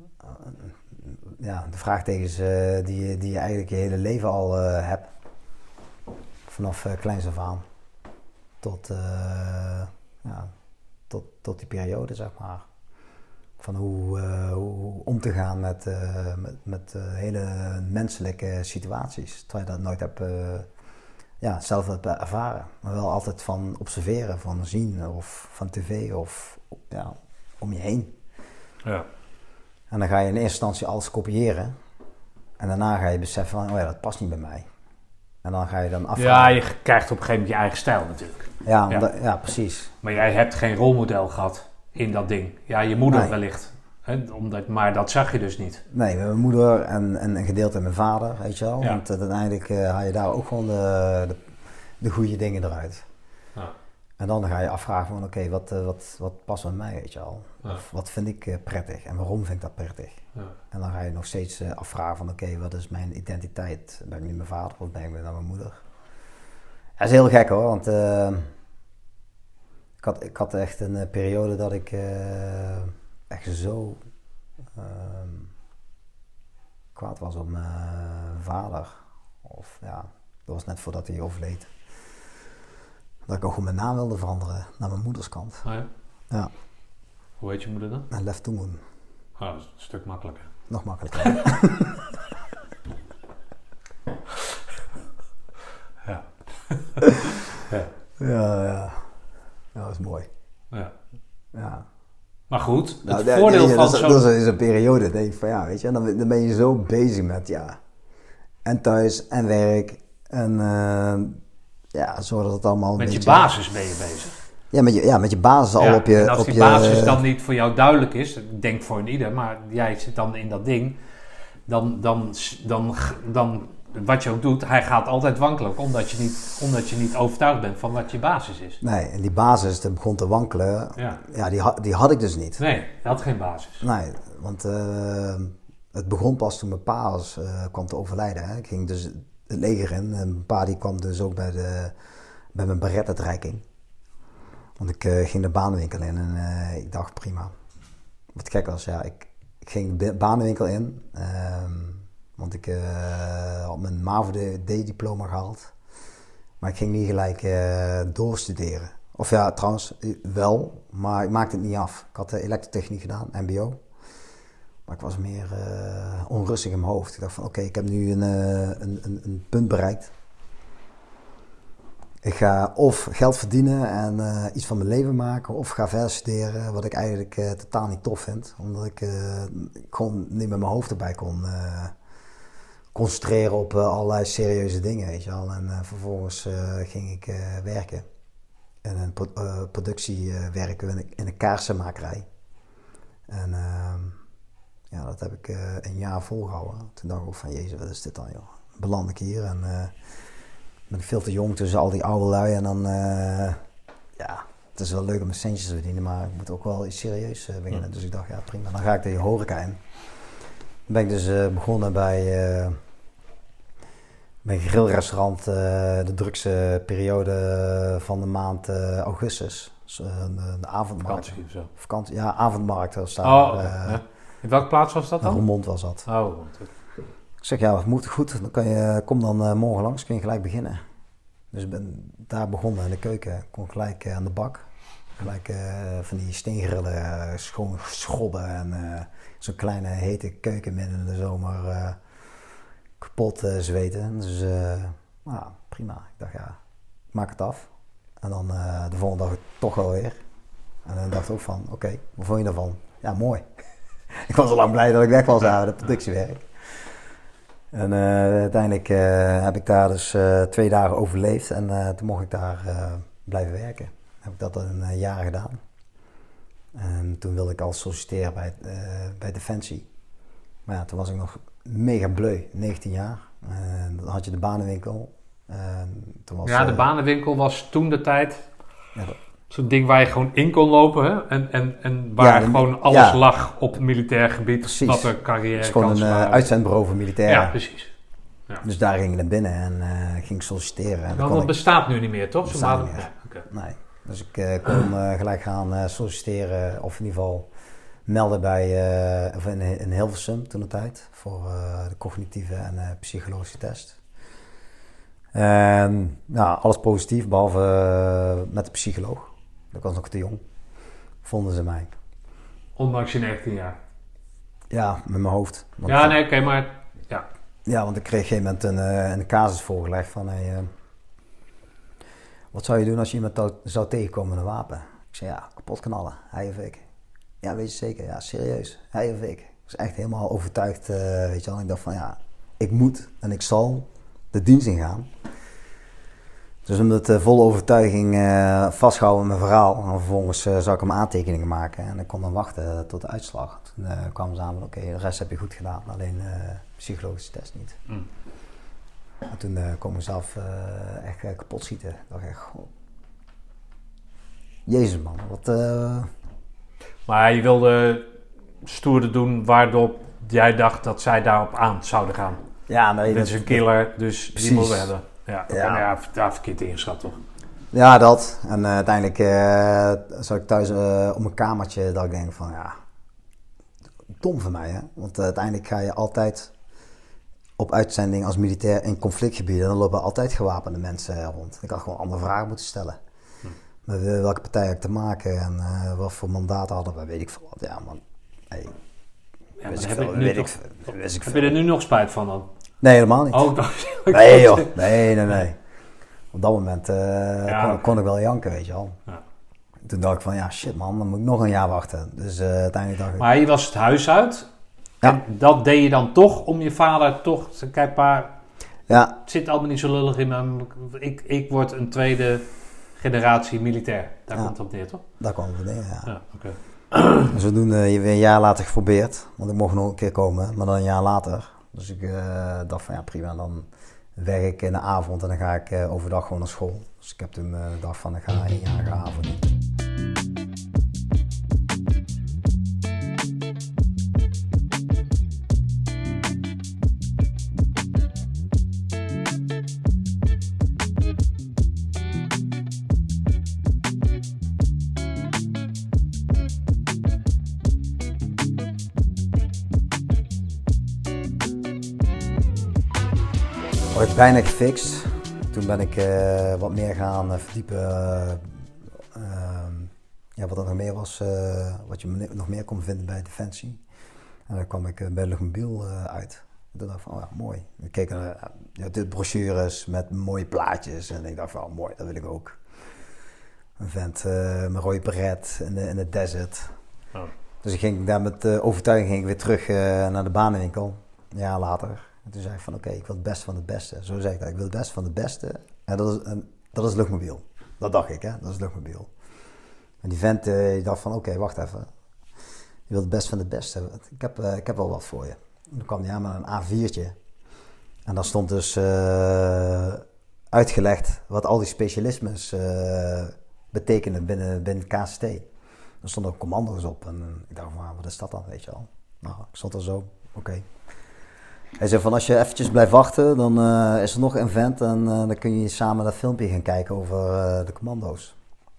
Ja, de vraagtekens uh, die, die je eigenlijk je hele leven al uh, hebt. Vanaf uh, kleins af aan tot, uh, ja, tot, tot die periode, zeg maar. Van hoe, uh, hoe om te gaan met, uh, met, met uh, hele menselijke situaties. Terwijl je dat nooit hebt, uh, ja, zelf hebt ervaren. Maar wel altijd van observeren, van zien of van tv of ja, om je heen. Ja. En dan ga je in eerste instantie alles kopiëren. En daarna ga je beseffen van, oh ja, dat past niet bij mij. En dan ga je dan afvragen. Ja, je krijgt op een gegeven moment je eigen stijl natuurlijk. Ja, ja. Da- ja precies. Maar jij hebt geen rolmodel gehad in dat ding. Ja, je moeder nee. wellicht. Hè? Omdat, maar dat zag je dus niet. Nee, mijn moeder en, en een gedeelte mijn vader, weet je wel. Ja. Want uh, uiteindelijk uh, haal je daar ook gewoon de, de, de goede dingen eruit. Ja. En dan ga je afvragen van oké, okay, wat, uh, wat, wat past bij mij, weet je wel. Ja. Of wat vind ik uh, prettig en waarom vind ik dat prettig. Ja. En dan ga je nog steeds uh, afvragen van oké, okay, wat is mijn identiteit? Ben ik nu mijn vader of ben ik dan mijn moeder? Dat is heel gek hoor, want uh, ik, had, ik had echt een uh, periode dat ik uh, echt zo uh, kwaad was op mijn uh, vader. Of ja, dat was net voordat hij overleed. Dat ik ook mijn naam wilde veranderen naar mijn moeders kant. Oh ja? Ja. Hoe heet je moeder dan? Naar Lef Toemoen. Oh, dat is een stuk makkelijker. Nog makkelijker. ja. ja. Ja, ja. Ja, dat is mooi. Ja. Ja. Maar goed, het nou, voordeel ja, ja, van dat, zo'n... Dat is een periode, denk ik van ja, weet je, dan, dan ben je zo bezig met ja, en thuis en werk en uh, ja, zodat het allemaal een met beetje... je basis ben je bezig. Ja, met je, ja, met je basis ja, al op je... En als op die je, basis dan niet voor jou duidelijk is, ik denk voor een ieder, maar jij zit dan in dat ding, dan, dan, dan, dan wat je ook doet, hij gaat altijd wankelen, omdat je niet, omdat je niet overtuigd bent van wat je basis is. Nee, en die basis, die begon te wankelen, ja, ja die, die had ik dus niet. Nee, je had geen basis. Nee, want uh, het begon pas toen mijn pa was, uh, kwam te overlijden. Hè. Ik ging dus het leger in en mijn pa die kwam dus ook bij, de, bij mijn baretuitreiking. Want ik uh, ging de banenwinkel in en uh, ik dacht prima. Wat gek was, ja, ik, ik ging de banenwinkel in, um, want ik uh, had mijn MAVO D-diploma gehaald. Maar ik ging niet gelijk uh, doorstuderen. Of ja, trouwens wel, maar ik maakte het niet af. Ik had uh, elektrotechniek gedaan, M B O. Maar ik was meer uh, onrustig in mijn hoofd. Ik dacht van oké, okay, ik heb nu een, uh, een, een, een punt bereikt. Ik ga of geld verdienen en uh, iets van mijn leven maken, of ga verder studeren, wat ik eigenlijk uh, totaal niet tof vind. Omdat ik uh, gewoon niet met mijn hoofd erbij kon uh, concentreren op uh, allerlei serieuze dingen, weet je wel. En uh, vervolgens uh, ging ik uh, werken. In een pro- uh, productie uh, werken in, in een kaarsenmakerij. En uh, ja, dat heb ik uh, een jaar volgehouden. Toen dacht ik ook van, jezus, wat is dit dan, joh? Beland ik hier en... Uh, ben ik veel te jong tussen al die oude lui en dan, uh, ja, het is wel leuk om mijn centjes te verdienen, maar ik moet ook wel iets serieus uh, beginnen. Ja. Dus ik dacht, ja prima, dan ga ik de horeca in. Dan ben ik dus uh, begonnen bij, uh, bij een grillrestaurant, uh, de drukste periode van de maand uh, augustus. Dus, uh, de, de avondmarkt. Vakantie of zo? Vakantie, ja, avondmarkt. Dat staat, Oh, okay. uh, ja. In welke plaats was dat dan? Roermond was dat. Oh, ik zeg, ja, dat moet goed. Dan kan je, kom dan uh, morgen langs, kun je gelijk beginnen. Dus ik ben daar begonnen in de keuken. Ik kon gelijk uh, aan de bak. Gelijk uh, van die steengrillen uh, schoon schrobben. En uh, zo'n kleine hete keuken midden in de zomer uh, kapot uh, zweten. Dus uh, nou, prima. Ik dacht, ja, ik maak het af. En dan uh, de volgende dag toch wel weer. En dan dacht ik ook van, oké, okay, wat vond je daarvan? Ja, mooi. Ik was al lang blij dat ik weg was aan het productiewerk. En uh, uiteindelijk uh, heb ik daar dus uh, twee dagen overleefd. En uh, toen mocht ik daar uh, blijven werken. Heb ik dat een uh, jaar gedaan. En toen wilde ik al solliciteren bij, uh, bij Defensie. Maar ja, toen was ik nog mega bleu, negentien jaar. Uh, dan had je de banenwinkel. Uh, toen was, ja, de uh, banenwinkel was toen de tijd ja, dat, zo'n ding waar je gewoon in kon lopen. Hè? En, en, en waar ja, gewoon alles ja. lag op militair gebied. Precies. Wat er carrière het is gewoon een uh, uitzendbureau voor militairen. Ja, precies. Ja. Dus daar ging ik naar binnen en uh, ging solliciteren. En dat ik... bestaat nu niet meer, toch? Bestaat niet meer. Okay. Nee. Dus ik uh, kon uh, gelijk gaan uh, solliciteren, of in ieder geval melden bij uh, of in, in Hilversum toen de tijd. Voor uh, de cognitieve en uh, psychologische test. En nou, alles positief, behalve uh, met de psycholoog. Ik was nog te jong. Vonden ze mij. Ondanks je negentien jaar? Ja, met mijn hoofd. Want ja, nee, oké, okay, maar ja. Ja, want ik kreeg op een gegeven moment een, een casus voorgelegd van... Hey, uh, wat zou je doen als je iemand zou tegenkomen met een wapen? Ik zei, ja, kapot knallen. Hij of ik. Ja, weet je zeker? Ja, serieus. Hij of ik. Ik was echt helemaal overtuigd, uh, weet je wel. En ik dacht van, ja, ik moet en ik zal de dienst ingaan. Dus om dat uh, volle overtuiging uh, vasthouden in mijn verhaal. En vervolgens uh, zou ik hem aantekeningen maken. En ik kon dan wachten tot de uitslag. Toen uh, kwamen ze aan van, oké, okay, de rest heb je goed gedaan. Alleen uh, psychologische test niet. Mm. En toen uh, kon ik mezelf uh, echt uh, kapot schieten. Ik dacht echt, goh. Jezus man, wat... Uh... Maar je wilde stoerder doen waardoor jij dacht dat zij daarop aan zouden gaan. Ja, nee. Dit is een killer, dus precies. Die moeten we hebben. Ja, ja. ja, ja verkeerd ingeschat toch? Ja, dat. En uh, uiteindelijk uh, zat ik thuis uh, op mijn kamertje dat ik denk van ja, dom van mij hè. Want uh, uiteindelijk ga je altijd op uitzending als militair in conflictgebieden. Dan lopen altijd gewapende mensen rond. Ik had gewoon andere vragen moeten stellen. Hm. Met welke partij heb ik te maken en uh, wat voor mandaat hadden we, weet ik veel wat. Ja man, hey, ja, maar heb, veel, ik nu toch, ik, ik heb je er nu nog spijt van dan? Nee, helemaal niet. Oh, dat, nee joh, nee, nee, nee. Op dat moment uh, ja, kon, kon ik wel janken, weet je wel. Ja. Toen dacht ik van, ja shit man, dan moet ik nog een jaar wachten. Dus uh, uiteindelijk dacht ik... Maar je was het huis uit. Ja. En dat deed je dan toch om je vader toch... Kijk pa, ja. Het zit allemaal niet zo lullig in me. Ik, ik word een tweede generatie militair. Daar ja. komt het op neer, toch? Daar kwam het op neer, ja. ja okay. Dus we doen uh, je weer een jaar later geprobeerd. Want ik mocht nog een keer komen, maar dan een jaar later. Dus ik uh, dacht van ja prima, dan werk ik in de avond en dan ga ik uh, overdag gewoon naar school. Dus ik heb toen uh, de dag van ik ga één jaar avond doen. Word ik bijna gefixt. Toen ben ik uh, wat meer gaan uh, verdiepen. Uh, uh, ja, wat er nog meer was, uh, wat je nog meer kon vinden bij Defensie. En dan kwam ik uh, bij Luchtmobiel uh, uit. En toen dacht ik van, oh ja, mooi. Ik keek naar uh, de brochures met mooie plaatjes. En ik dacht van, oh, mooi, dat wil ik ook. Een vent uh, met rode beret in de, in de desert. Oh. Dus ik ging daar met uh, overtuiging ging ik weer terug uh, naar de banenwinkel. Een jaar later. En toen zei ik van oké, okay, ik wil het beste van het beste. Zo zei ik dat, ik wil het beste van het beste. En dat is, en dat is Luchtmobiel. Dat dacht ik, hè. Dat is Luchtmobiel. En die vent, uh, die dacht van oké, okay, wacht even. Je wilt het beste van het beste. Ik heb, uh, ik heb wel wat voor je. En toen kwam hij aan met een A viertje. En daar stond dus uh, uitgelegd wat al die specialismes uh, betekenen binnen, binnen het K C T. Er stonden ook commando's op. En ik dacht van, wat is dat dan, weet je wel. Nou, ik stond er zo, oké. Okay. Hij zei van als je eventjes blijft wachten, dan uh, is er nog een vent en uh, dan kun je samen dat filmpje gaan kijken over uh, de commando's.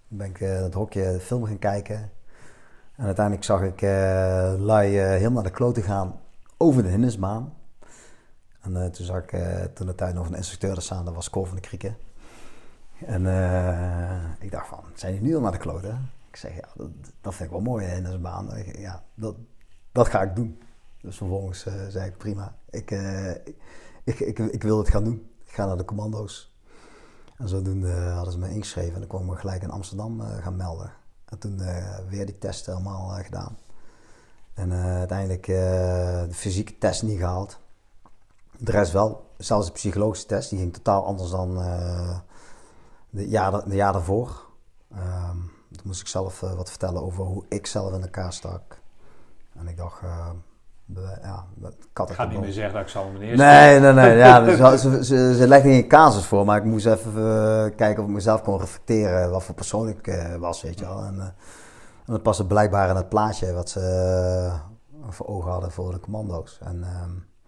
ben ik uh, het hokje de film gaan kijken. En uiteindelijk zag ik uh, lui uh, helemaal naar de kloten gaan over de hindersbaan. En uh, toen zag ik uh, toen de tijd nog een instructeur er staan, dat was Cor van de Krieken. En uh, ik dacht van, zijn die nu al naar de kloten? Ik zeg, ja, dat, dat vind ik wel mooi, de hindersbaan. Ja, dat, dat ga ik doen. Dus vervolgens uh, zei ik, prima, ik, uh, ik, ik, ik, ik wil het gaan doen. Ik ga naar de commando's. En zodoende hadden ze me ingeschreven en dan kon ik me gelijk in Amsterdam uh, gaan melden. En toen uh, weer die testen allemaal uh, gedaan. En uh, uiteindelijk uh, de fysieke test niet gehaald. De rest wel. Zelfs de psychologische test, die ging totaal anders dan uh, de, jaar, de jaar daarvoor. Um, toen moest ik zelf uh, wat vertellen over hoe ik zelf in elkaar stak. En ik dacht... Uh, Ja, ik ga niet meer zeggen dat ik zal meneer Nee, nee, nee. Ja, dus ze, ze, ze legden geen casus voor, maar ik moest even uh, kijken of ik mezelf kon reflecteren wat voor persoon ik uh, was, weet je wel. En, uh, en dat paste blijkbaar in het plaatje wat ze uh, voor ogen hadden voor de commando's. En, uh,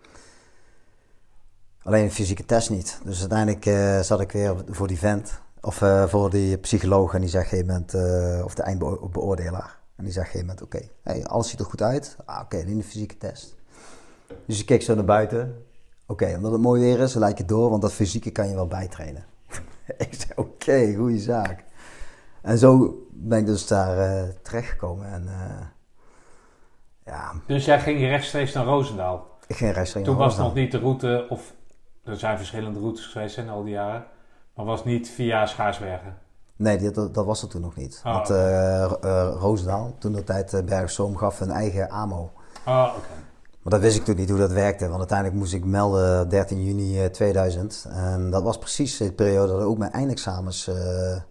alleen een fysieke test niet. Dus uiteindelijk uh, zat ik weer voor die vent, of uh, voor die psycholoog en die zegt op een gegeven moment, uh, of de eindbeoordelaar. En die zegt op een gegeven moment, oké, okay, hey, alles ziet er goed uit. Ah, oké, okay, in de fysieke test. Dus ik keek zo naar buiten. Oké, okay, omdat het mooi weer is, lijkt het door, want dat fysieke kan je wel bijtrainen. Ik zei, oké, okay, goede zaak. En zo ben ik dus daar uh, terechtgekomen. En, uh, ja. Dus jij ging rechtstreeks naar Roosendaal? Ik ging rechtstreeks Toen naar was Roosendaal. nog niet de route, of er zijn verschillende routes geweest in al die jaren, maar was niet via Schaarsbergen? Nee, dat, dat was er toen nog niet. Oh, Want okay. uh, uh, Roosendaal, toen de tijd uh, Berg-op-Zoom gaf een eigen A M O. Oh, oké. Okay. Maar dat wist ik toen niet hoe dat werkte, want uiteindelijk moest ik melden dertien juni tweeduizend. En dat was precies de periode dat ik ook mijn eindexamens, uh,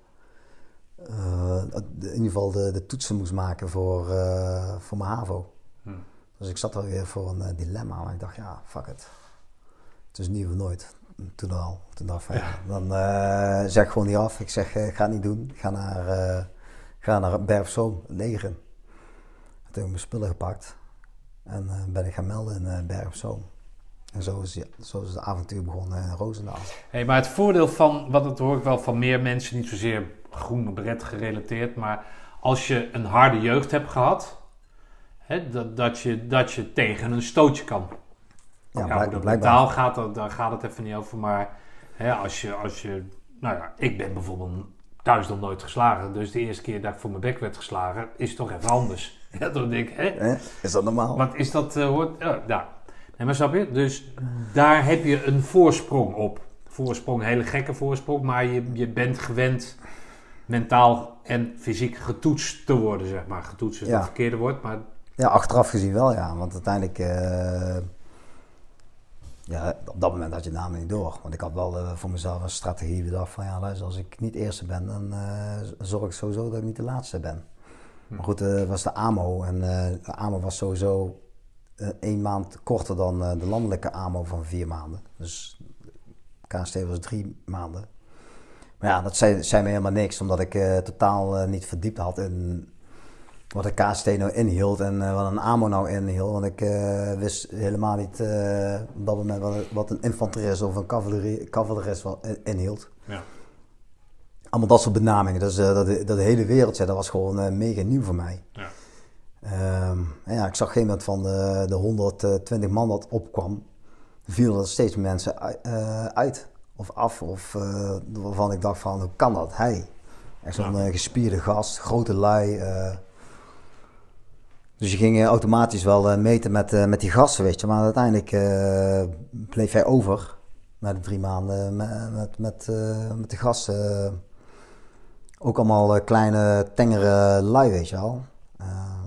uh, in ieder geval de, de toetsen moest maken voor, uh, voor mijn HAVO. Hmm. Dus ik zat er weer voor een uh, dilemma, maar ik dacht, ja, fuck it. Het is nieuw of nooit. Toen al. Toen dacht ik van, ja. Ja, dan uh, zeg ik gewoon niet af. Ik zeg, uh, ik ga het niet doen. Ik ga naar, uh, ga naar Berg-op-Zoom, legeren. Toen heb ik mijn spullen gepakt. En uh, ben ik gaan melden in uh, Berg-op-Zoom. En zo is, ja, zo is het avontuur begonnen in Roosendaal. Hey, maar het voordeel van, wat dat hoor ik wel van meer mensen, niet zozeer groen beret gerelateerd, maar als je een harde jeugd hebt gehad, hè, dat, dat, je, dat je tegen een stootje kan. Ja, ja blijk, hoe dat mentaal gaat, dat, daar gaat het even niet over. Maar hè, als, je, als je... Nou ja, ik ben bijvoorbeeld thuis nog nooit geslagen. Dus de eerste keer dat ik voor mijn bek werd geslagen, is toch even anders. Ja, dan denk ik, hè? Eh, is dat normaal? Wat is dat? Uh, hoort, ja, nou. Nee, maar snap je? Dus daar heb je een voorsprong op. Voorsprong, een hele gekke voorsprong. Maar je, je bent gewend mentaal en fysiek getoetst te worden, zeg maar. Getoetst is ja. Het verkeerde woord, maar... Ja, achteraf gezien wel, ja. Want uiteindelijk... Uh... Ja, op dat moment had je het namelijk niet door. Want ik had wel uh, voor mezelf een strategie bedacht van... Ja, luister, als ik niet eerste ben, dan uh, zorg ik sowieso dat ik niet de laatste ben. Hm. Maar goed, het uh, was de A M O. En uh, de A M O was sowieso uh, één maand korter dan uh, de landelijke A M O van vier maanden. Dus K S T was drie maanden. Maar ja, dat zei, zei me helemaal niks. Omdat ik uh, totaal uh, niet verdiept had in... wat een K S T nou inhield en uh, wat een A M O nou inhield. Want ik uh, wist helemaal niet uh, op dat moment wat, wat een infanterist of een cavalerie, cavalerist inhield. Ja. Allemaal dat soort benamingen. Dus uh, dat, dat hele wereldje, dat was gewoon uh, mega nieuw voor mij. Ja. Um, en ja, ik zag op een gegeven moment van de, de honderdtwintig man dat opkwam, vielen er steeds mensen uh, uit of af. Of uh, waarvan ik dacht van, hoe kan dat? Hij. Echt zo'n ja. uh, gespierde gast, grote lui... Uh, Dus je ging automatisch wel uh, meten met, uh, met die gasten, weet je. Maar uiteindelijk uh, bleef hij over na de drie maanden met, met, met, uh, met de gasten. Uh, ook allemaal uh, kleine, tengere lui, weet je wel. Uh,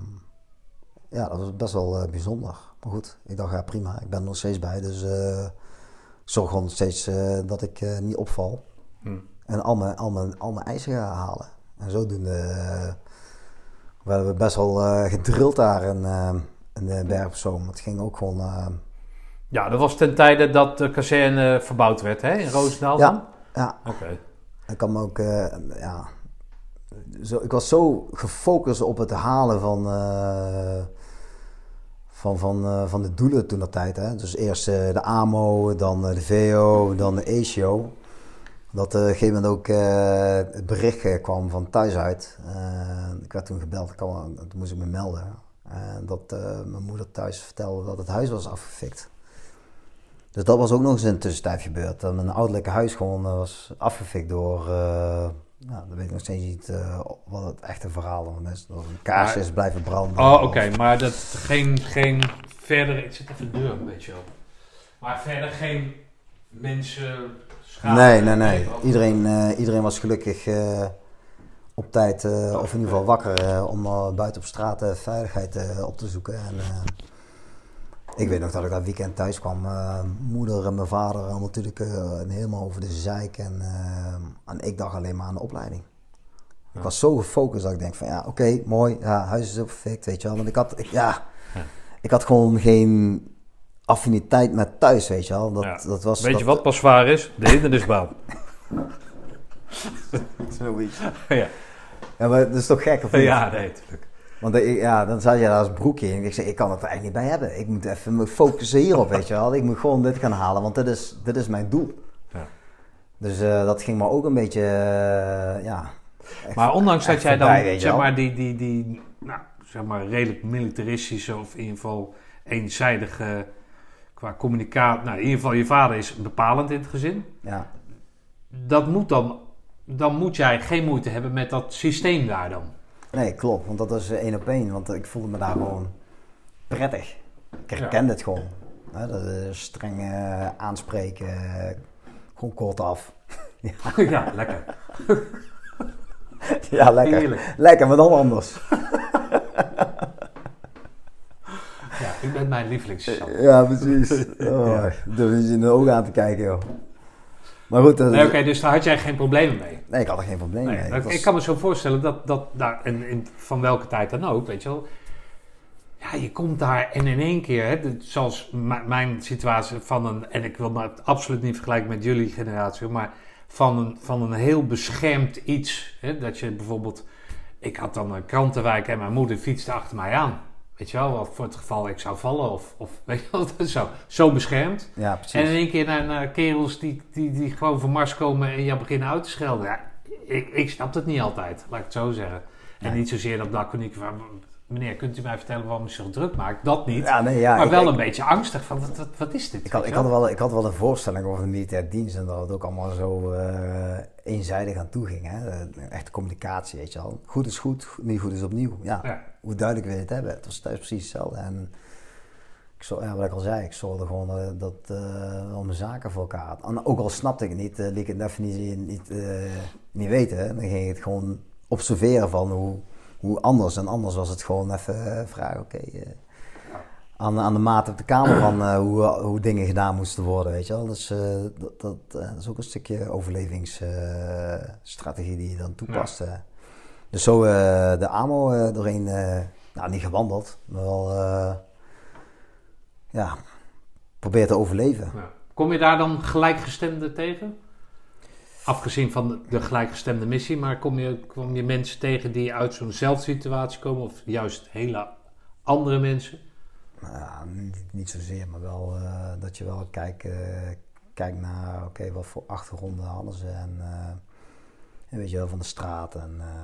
ja, dat was best wel uh, bijzonder. Maar goed, ik dacht, ja prima, ik ben er nog steeds bij. Dus uh, ik zorg gewoon steeds uh, dat ik uh, niet opval. Hmm. En al mijn, al, mijn, al mijn eisen ga halen. En zodoende... Uh, We hebben best wel uh, gedrild daar in, uh, in de Berg-op-Zoom. Het ging ook gewoon... Uh... Ja, dat was ten tijde dat de kazerne verbouwd werd, hè? In Roosendaal? Ja, ja. Oké. Okay. Ik kan me ook... Uh, ja, zo, ik was zo gefocust op het halen van... Uh, van, van, uh, van de doelen toen dat tijd, hè. Dus eerst uh, de A M O, dan uh, de V O, dan de A C O. Dat uh, op een gegeven moment ook uh, het bericht uh, kwam van thuis uit. Uh, ik werd toen gebeld, ik kwam, toen moest ik me melden. Uh, dat uh, mijn moeder thuis vertelde dat het huis was afgefikt. Dus dat was ook nog eens in de tussentijd gebeurd. Dat mijn ouderlijke huis gewoon uh, was afgefikt door... Uh, nou, dan weet ik nog steeds niet uh, wat het echte verhaal is. Dat een kaarsje is blijven branden. Oh, oké, okay, maar dat geen, geen verder... Ik zet even de deur een beetje open. Maar verder geen mensen... Schade, nee, nee, nee. Iedereen, uh, iedereen was gelukkig uh, op tijd, uh, oh, of in ieder geval wakker, uh, om uh, buiten op straat uh, veiligheid uh, op te zoeken. En, uh, ik weet nog dat ik dat weekend thuis kwam. Uh, moeder en mijn vader allemaal natuurlijk uh, helemaal over de zeik. En, uh, en ik dacht alleen maar aan de opleiding. Ja. Ik was zo gefocust dat ik denk van ja, oké, okay, mooi. Ja, huis is ook perfect, weet je wel. Want ik had, ik, ja, ja. ik had gewoon geen affiniteit met thuis, weet je wel. Dat, ja. dat was, weet dat, je wat pas zwaar is? De hindernisbaan. Zoiets. Ja. Ja, maar dat is toch gek, of niet? Ja, nee, natuurlijk. Want ik, ja, dan zat je daar als broekje in. Ik zei, ik kan het er eigenlijk niet bij hebben. Ik moet even me focussen hierop, weet je wel. Ik moet gewoon dit gaan halen, want dit is, dit is mijn doel. Ja. Dus uh, dat ging me ook een beetje, uh, ja... Echt, maar ondanks dat jij voorbij, dan, zeg maar, die, die, die, nou, zeg maar, redelijk militaristische of in ieder geval eenzijdige qua communicatie... Nou, in ieder geval, je vader is bepalend in het gezin. Ja. Dat moet dan... Dan moet jij geen moeite hebben met dat systeem daar dan. Nee, klopt. Want dat is één op één. Want ik voelde me daar gewoon prettig. Ik herkende ja. het gewoon. Hè, dat is streng uh, aanspreken. Uh, gewoon kort af. ja. ja, lekker. ja, lekker. Heerlijk. Lekker, maar dan anders. ja, u bent mijn lievelings. Ja, precies. Oh, ja. Durf je in de ogen aan te kijken, joh. Maar goed, nee, oké, okay, dus daar had jij geen problemen mee? Nee, ik had er geen probleem nee, mee. Dat, was... Ik kan me zo voorstellen dat, dat daar, en, en van welke tijd dan ook, weet je wel. Ja, je komt daar en in één keer, hè, zoals m- mijn situatie van een, en ik wil het absoluut niet vergelijken met jullie generatie, maar van een, van een heel beschermd iets. Hè, dat je bijvoorbeeld, ik had dan een krantenwijk en mijn moeder fietste achter mij aan. Weet je wel, voor het geval ik zou vallen of, of weet je wel, zo, zo beschermd. Ja, precies. En in één keer naar, naar kerels die, die, die gewoon van Mars komen en jou beginnen uit te schelden. Ja, ik, ik snap het niet altijd, laat ik het zo zeggen. En nee. Niet zozeer dat laconiek van, meneer, kunt u mij vertellen waarom u zich druk maakt? Dat niet, ja, nee, ja, maar ik, wel ik, een beetje angstig van, wat, wat, wat is dit? Ik had, ik, had wel, ik had wel een voorstelling over de militaire dienst en dat het ook allemaal zo uh, eenzijdig aan toe ging. Hè? Echte communicatie, weet je wel. Goed is goed, niet goed is opnieuw. Ja. Ja. Hoe duidelijk wil je het hebben? Het was thuis precies hetzelfde. En ik zo, ja, wat ik al zei, ik zorgde gewoon uh, dat uh, al mijn zaken voor elkaar had. En ook al snapte ik het niet, uh, liet ik het even niet, niet, uh, niet weten. Hè? Dan ging ik het gewoon observeren van hoe, hoe anders. En anders was het gewoon even uh, vragen, oké... Okay, uh, aan, aan de maat op de kamer van uh, hoe, hoe dingen gedaan moesten worden, weet je wel. Dus uh, dat, dat, uh, dat is ook een stukje overlevingsstrategie uh, die je dan toepast. Ja. Uh. Dus zo uh, de A M O uh, doorheen, uh, nou niet gewandeld, maar wel, uh, ja, probeer te overleven. Ja. Kom je daar dan gelijkgestemden tegen? Afgezien van de, de gelijkgestemde missie, maar kom je, kom je mensen tegen die uit zo'nzelfde situatie komen of juist hele andere mensen? Ja, niet, niet zozeer, maar wel uh, dat je wel kijkt, uh, kijkt naar oké, okay, wat voor achtergronden hadden ze en, uh, en weet je wel, van de straat en uh,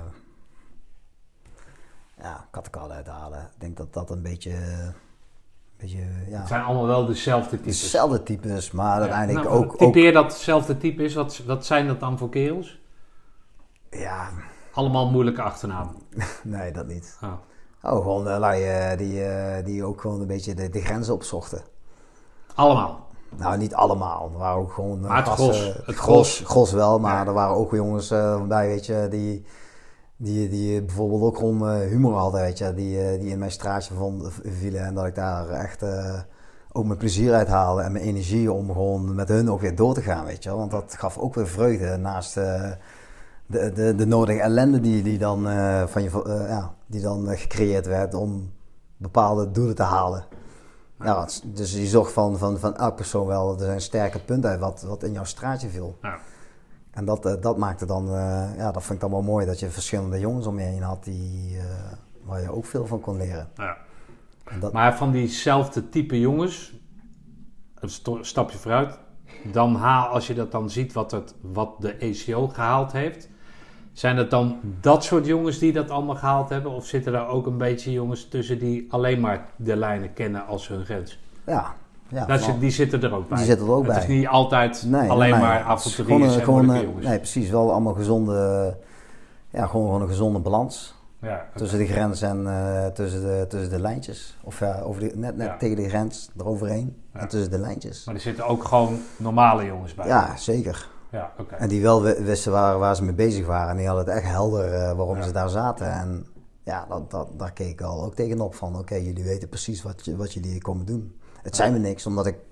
ja, kattenkade uithalen. Ik denk dat dat een beetje, een beetje ja. Het zijn allemaal wel dezelfde types. Dezelfde types, maar ja, uiteindelijk nou, ook... Typeer ook, dat hetzelfde type is, wat, wat zijn dat dan voor kerels? Ja. Allemaal moeilijke achternamen. Nee, dat niet. Oh. Oh, gewoon uh, lui, die, uh, die ook gewoon een beetje de, de grenzen opzochten. Allemaal? Nou, niet allemaal. Er waren ook gewoon... Maar het gasten, gros. Het gros, gros wel, maar ja. Er waren ook jongens uh, bij, weet je, die, die, die bijvoorbeeld ook gewoon uh, humor hadden, weet je. Die, uh, die in mijn straatje vond, vielen en dat ik daar echt uh, ook mijn plezier uit haalde en mijn energie om gewoon met hun ook weer door te gaan, weet je. Want dat gaf ook weer vreugde naast... Uh, De, de, de nodige ellende die, die dan, uh, van je, uh, ja, die dan uh, gecreëerd werd om bepaalde doelen te halen. Ja. Ja, dus je zorgt van, van, van elk persoon wel, er zijn sterke punten uit wat, wat in jouw straatje viel. Ja. En dat, uh, dat maakte dan, uh, ja, dat vond ik dan wel mooi, dat je verschillende jongens om je heen had die, uh, waar je ook veel van kon leren. Ja. Dat... Maar van diezelfde type jongens, een sto- stapje vooruit, dan haal, als je dat dan ziet wat, het, wat de E C O gehaald heeft, zijn het dan dat soort jongens die dat allemaal gehaald hebben? Of zitten daar ook een beetje jongens tussen die alleen maar de lijnen kennen als hun grens? Ja. Ja, dat zit, die zitten er ook bij. Die zitten er ook het bij. is niet altijd nee, alleen nee, maar avonturiers en moeilijke jongens. Nee, precies. Wel allemaal gezonde, ja, gewoon, gewoon een gezonde balans. Ja, okay. Tussen de grens en uh, tussen, de, tussen de lijntjes. Of ja, over de, net, net ja. tegen de grens, eroverheen. Ja. En tussen de lijntjes. Maar er zitten ook gewoon normale jongens bij. Ja, zeker. Ja, okay. En die wel wisten waar, waar ze mee bezig waren. En die hadden het echt helder uh, waarom ja. ze daar zaten. En ja, dat, dat, daar keek ik al ook tegenop van. Oké, okay, jullie weten precies wat, je, wat jullie komen doen. Het zei me niks, omdat ik...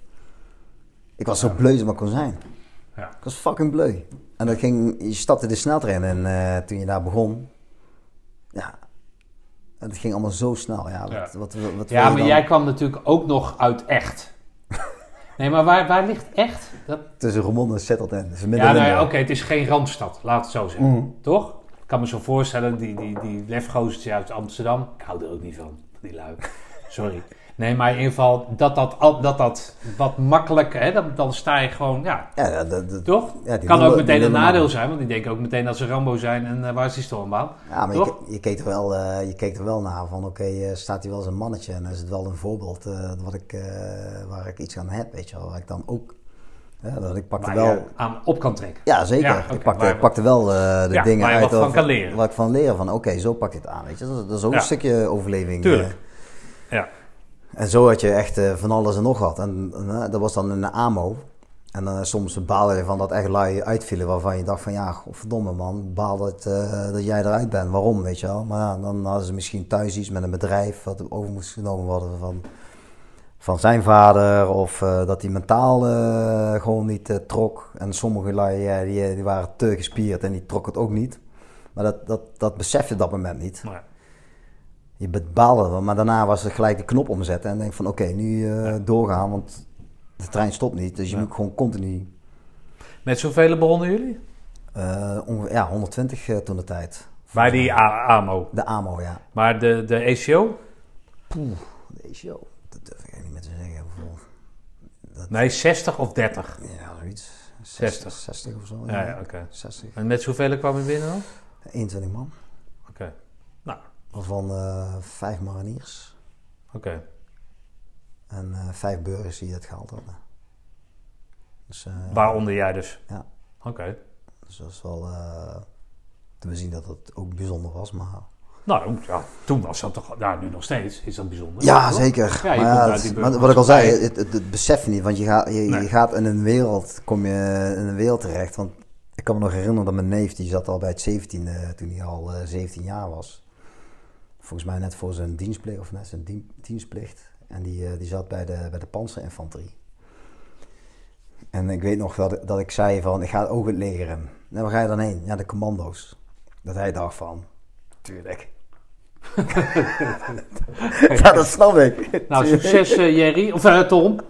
Ik was zo bleu als maar kon zijn. Ja. Ik was fucking bleu. En dat ging... Je stapte de sneltrein en uh, toen je daar begon... Ja... Het ging allemaal zo snel. Ja, wat, ja. wat, wat, wat ja maar dan? Jij kwam natuurlijk ook nog uit Echt. Nee, maar waar, waar ligt Echt? Dat... Tussen Roermond en Sittard. Ja, nou ja, oké, okay, het is geen Randstad, laat het zo zeggen. Mm. Toch? Ik kan me zo voorstellen, die, die, die lefgozertje uit Amsterdam... Ik hou er ook niet van, van die lui. Sorry. Nee, maar in ieder geval, dat dat, dat, dat wat makkelijker, hè, dan, dan sta je gewoon, ja, ja dat, dat, toch? Ja, kan willen, ook meteen een nadeel man. zijn, want die denken ook meteen dat ze Rambo zijn en uh, waar is die stormbaan? Ja, maar toch? je, je, keek er wel, uh, je keek er wel naar van, oké, okay, uh, staat hij wel als een mannetje en is het wel een voorbeeld uh, wat ik, uh, waar ik iets aan heb, weet je wel, waar ik dan ook, uh, dat ik pakte waar wel... je aan op kan trekken. Ja, zeker. Ja, okay, ik pakte, waar, pakte wel uh, de ja, dingen waar je uit wat van kan leren. Waar ik van leren, van oké, okay, zo pak je het aan, weet je, dat, dat is ook ja. een stukje overleving. Tuurlijk, uh, ja. En zo had je echt uh, van alles en nog wat. En uh, dat was dan in de A M O. En uh, soms baalde je van dat echt lui uitvielen waarvan je dacht van ja, verdomme man, baal dat, uh, dat jij eruit bent. Waarom, weet je wel? Maar ja, dan hadden ze misschien thuis iets met een bedrijf wat over moest genomen worden van, van zijn vader. Of uh, dat hij mentaal uh, gewoon niet uh, trok. En sommige lui uh, die, die waren te gespierd en die trok het ook niet. Maar dat, dat, dat besef je op dat moment niet. Nee. Je baalde, maar daarna was er gelijk de knop omzetten en denk van oké, okay, nu uh, ja. doorgaan, want de trein stopt niet. Dus je ja. moet gewoon continu... Met zoveel begonnen jullie? Uh, ongeveer, ja, honderdtwintig uh, toen de tijd. Bij die A M O? De A M O, ja. Maar de, de E C O? Poeh, de E C O, dat durf ik niet meer te zeggen. Hoeveel. Dat... Nee, zestig of dertig? Ja, zoiets. zestig. zestig of zo. Ja, ja, ja oké. Okay. zestig. En met zoveel kwam je binnen dan? eenentwintig man. Oké. Okay. Nou... Waarvan uh, vijf mariniers. Oké. Okay. En uh, vijf burgers die het gehaald hadden. Dus, uh, Waaronder jij dus? Ja. Oké. Okay. Dus dat is wel... Uh, te zien dat het ook bijzonder was, maar... Nou, ja, toen was dat toch... Nou, nu nog steeds is dat bijzonder. Ja, zeker. Ja, je maar komt ja, het, wat ik al zei, het, het, het besef niet. Want je gaat, je, nee. je gaat in een wereld... Kom je in een wereld terecht. Want ik kan me nog herinneren dat mijn neef... Die zat al bij het zeventiende... Toen hij al uh, zeventien jaar was. Volgens mij net voor zijn dienstplicht, of net zijn dien, dienstplicht. En die, uh, die zat bij de, bij de panzerinfanterie. En ik weet nog dat, dat ik zei van, ik ga ook het leger in. En waar ga je dan heen? Ja, de commando's. Dat hij dacht van, tuurlijk. Ja, dat snap ik. Nou, succes uh, Jerry, of uh, Tom.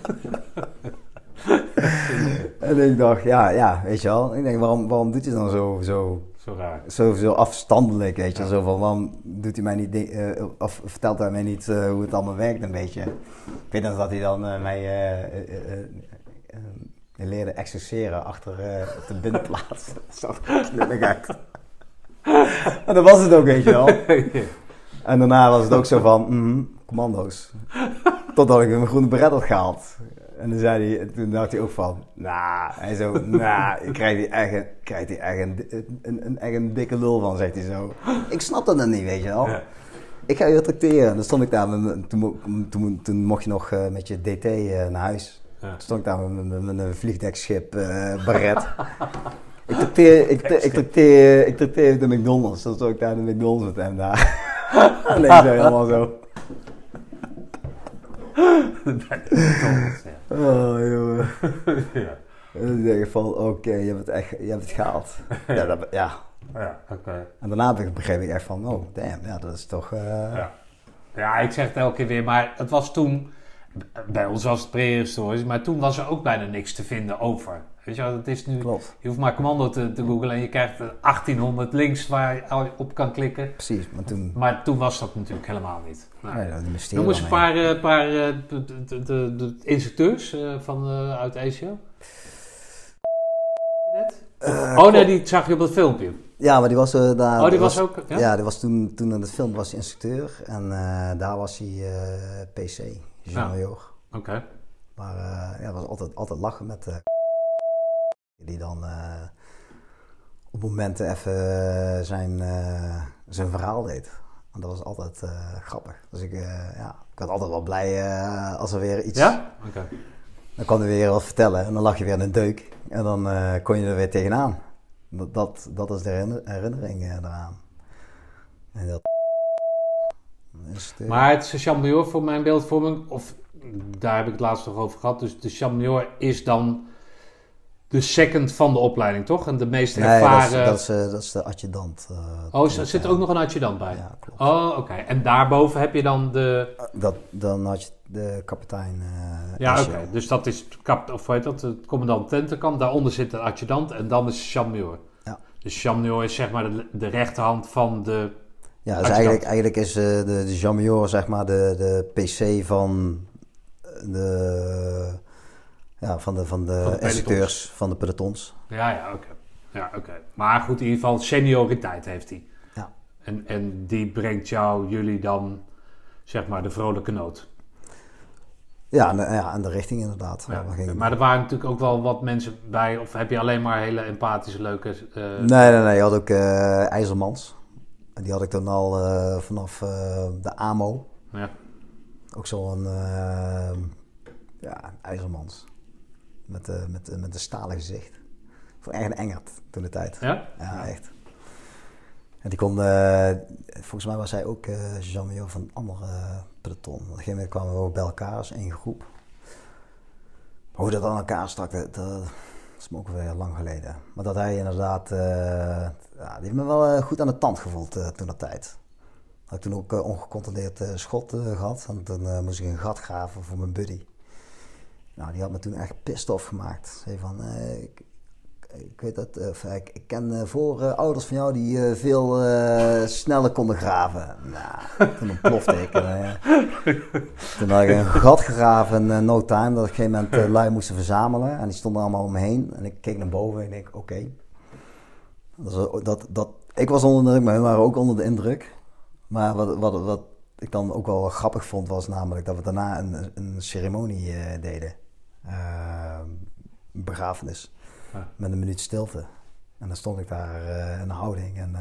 En ik dacht, ja, ja, weet je wel. Ik denk, waarom, waarom doet hij dan zo... zo Zo raar. Zo, zo afstandelijk, weet je. Ja. Zo van, waarom doet hij mij niet... Uh, of vertelt hij mij niet uh, hoe het allemaal werkt een beetje. Ik weet nog dat hij dan uh, mij uh, uh, uh, uh, leerde exerceren achter uh, op de binnenplaats. Dat zag er knullig uit. En dat was het ook, weet je wel. En daarna was het ook zo van, mm, commando's. Totdat ik een groene beret had gehaald. En dan zei hij, toen dacht hij ook van, nou, hij zo, nou, ik krijg hier echt, een, krijg hier echt een, een, een, echt een dikke lul van, zegt hij zo. Ik snap dat dan niet, weet je wel. Ja. Ik ga je tracteren. En dan stond ik daar, met, toen, toen, toen mocht je nog uh, met je D T uh, naar huis. Ja. Toen stond ik daar met, met, met een vliegdekschip uh, baret. ik tracteer, ik, ik tracteer, ik tracteer de McDonald's. Dan stond ik daar in de McDonald's met hem daar. En ik zo helemaal zo. Oh, jongen. Ja. En dan denk ik van, oké, okay, je hebt het echt, je hebt het gehaald. Ja, dat, ja. Ja, oké. Okay. En daarna begreep ik echt van, oh, damn, ja, dat is toch... Uh... Ja. Ja, ik zeg het elke keer weer, maar het was toen, bij ons was het prehistorisch, maar toen was er ook bijna niks te vinden over. Weet je wel, het is nu, Klopt. Je hoeft maar commando te, te googlen en je krijgt achttienhonderd links waar je op kan klikken. Precies, maar toen... Maar toen was dat natuurlijk helemaal niet. Nou, nee, noem eens een paar, uh, paar uh, de, de, de, de instructeurs uh, van, uh, uit E C O. Uh, oh nee, die zag je op het filmpje. Ja, maar die was uh, daar... Oh, die was, was ook... Ja, ja die was toen, toen in het film was hij instructeur. En uh, daar was hij uh, P C, Jean-Major. Oké. Okay. Maar uh, ja, het was altijd, altijd lachen met... Uh, die dan uh, op momenten even uh, zijn, uh, zijn verhaal deed. En dat was altijd uh, grappig. Dus ik, uh, ja, ik was altijd wel blij uh, als er weer iets... Ja? Oké. Okay. Dan kon hij weer wat vertellen en dan lag je weer in een deuk. En dan uh, kon je er weer tegenaan. Dat, dat, dat is de herinnering uh, eraan. En dat... Uh... Maar het Jean-Major voor mijn beeldvorming, of daar heb ik het laatst nog over gehad. Dus de Jean-Major is dan de second van de opleiding, toch? En de meest ervaren... Nee, dat is, dat is, uh, dat is de adjudant. Uh, oh, er zit er ook nog een adjudant bij? Ja, klopt. Oh, oké. Okay. En daarboven heb je dan de... Uh, dat, dan had je de kapitein... Uh, ja, oké. Okay. Dus dat is kap, of hoe heet dat? Het commandantentenkamp. Daaronder zit de adjudant en dan is Jean-Major. Ja. Dus Jean-Major is zeg maar de, de rechterhand van de... Ja, dus eigenlijk, eigenlijk is uh, de, de Jean-Major zeg maar de, de P C van de... Ja, van de, van de, van de instructeurs, van de pelotons. Ja, ja, oké. Okay. Ja, oké. Okay. Maar goed, in ieder geval senioriteit heeft hij. Ja. En, en die brengt jou, jullie dan, zeg maar, de vrolijke noot. Ja, en, ja, en de richting inderdaad. Ja, okay. Maar er waren natuurlijk ook wel wat mensen bij, of heb je alleen maar hele empathische, leuke... Uh... Nee, nee, nee. Je had ook uh, IJzermans. En die had ik toen al uh, vanaf uh, de A M O. Ja. Ook zo'n uh, ja, IJzermans. Met, uh, met, uh, met een stalen gezicht. Voor echt een engert toen de tijd. Ja? Ja, echt. En die kon... Uh, volgens mij was hij ook uh, Jean-Major van een andere uh, peloton. Op een gegeven moment kwamen we ook bij elkaar als één groep. Maar hoe dat aan elkaar stak, dat, dat is me ook weer lang geleden. Maar dat hij inderdaad... Uh, ja, die heeft me wel uh, goed aan de tand gevoeld uh, toen dat tijd. Had ik toen ook uh, ongecontroleerd uh, schot uh, gehad. En toen uh, moest ik een gat graven voor mijn buddy. Nou, die had me toen echt pissed off gemaakt. Zei van, uh, ik, ik weet dat, uh, ik, ik ken uh, voor uh, ouders van jou die uh, veel uh, sneller konden graven. Nou, toen ontplofte ik. Uh, toen had ik een gat gegraven in uh, no time, dat ik op een gegeven moment uh, lui moesten verzamelen. En die stonden allemaal om me heen. En ik keek naar boven en ik denk, oké. Okay. Dat, dat, dat, ik was onder de indruk, maar hun waren ook onder de indruk. Maar wat, wat, wat ik dan ook wel grappig vond, was namelijk dat we daarna een, een ceremonie uh, deden. Uh, een begrafenis. Ja. Met een minuut stilte. En dan stond ik daar uh, in een houding. En uh,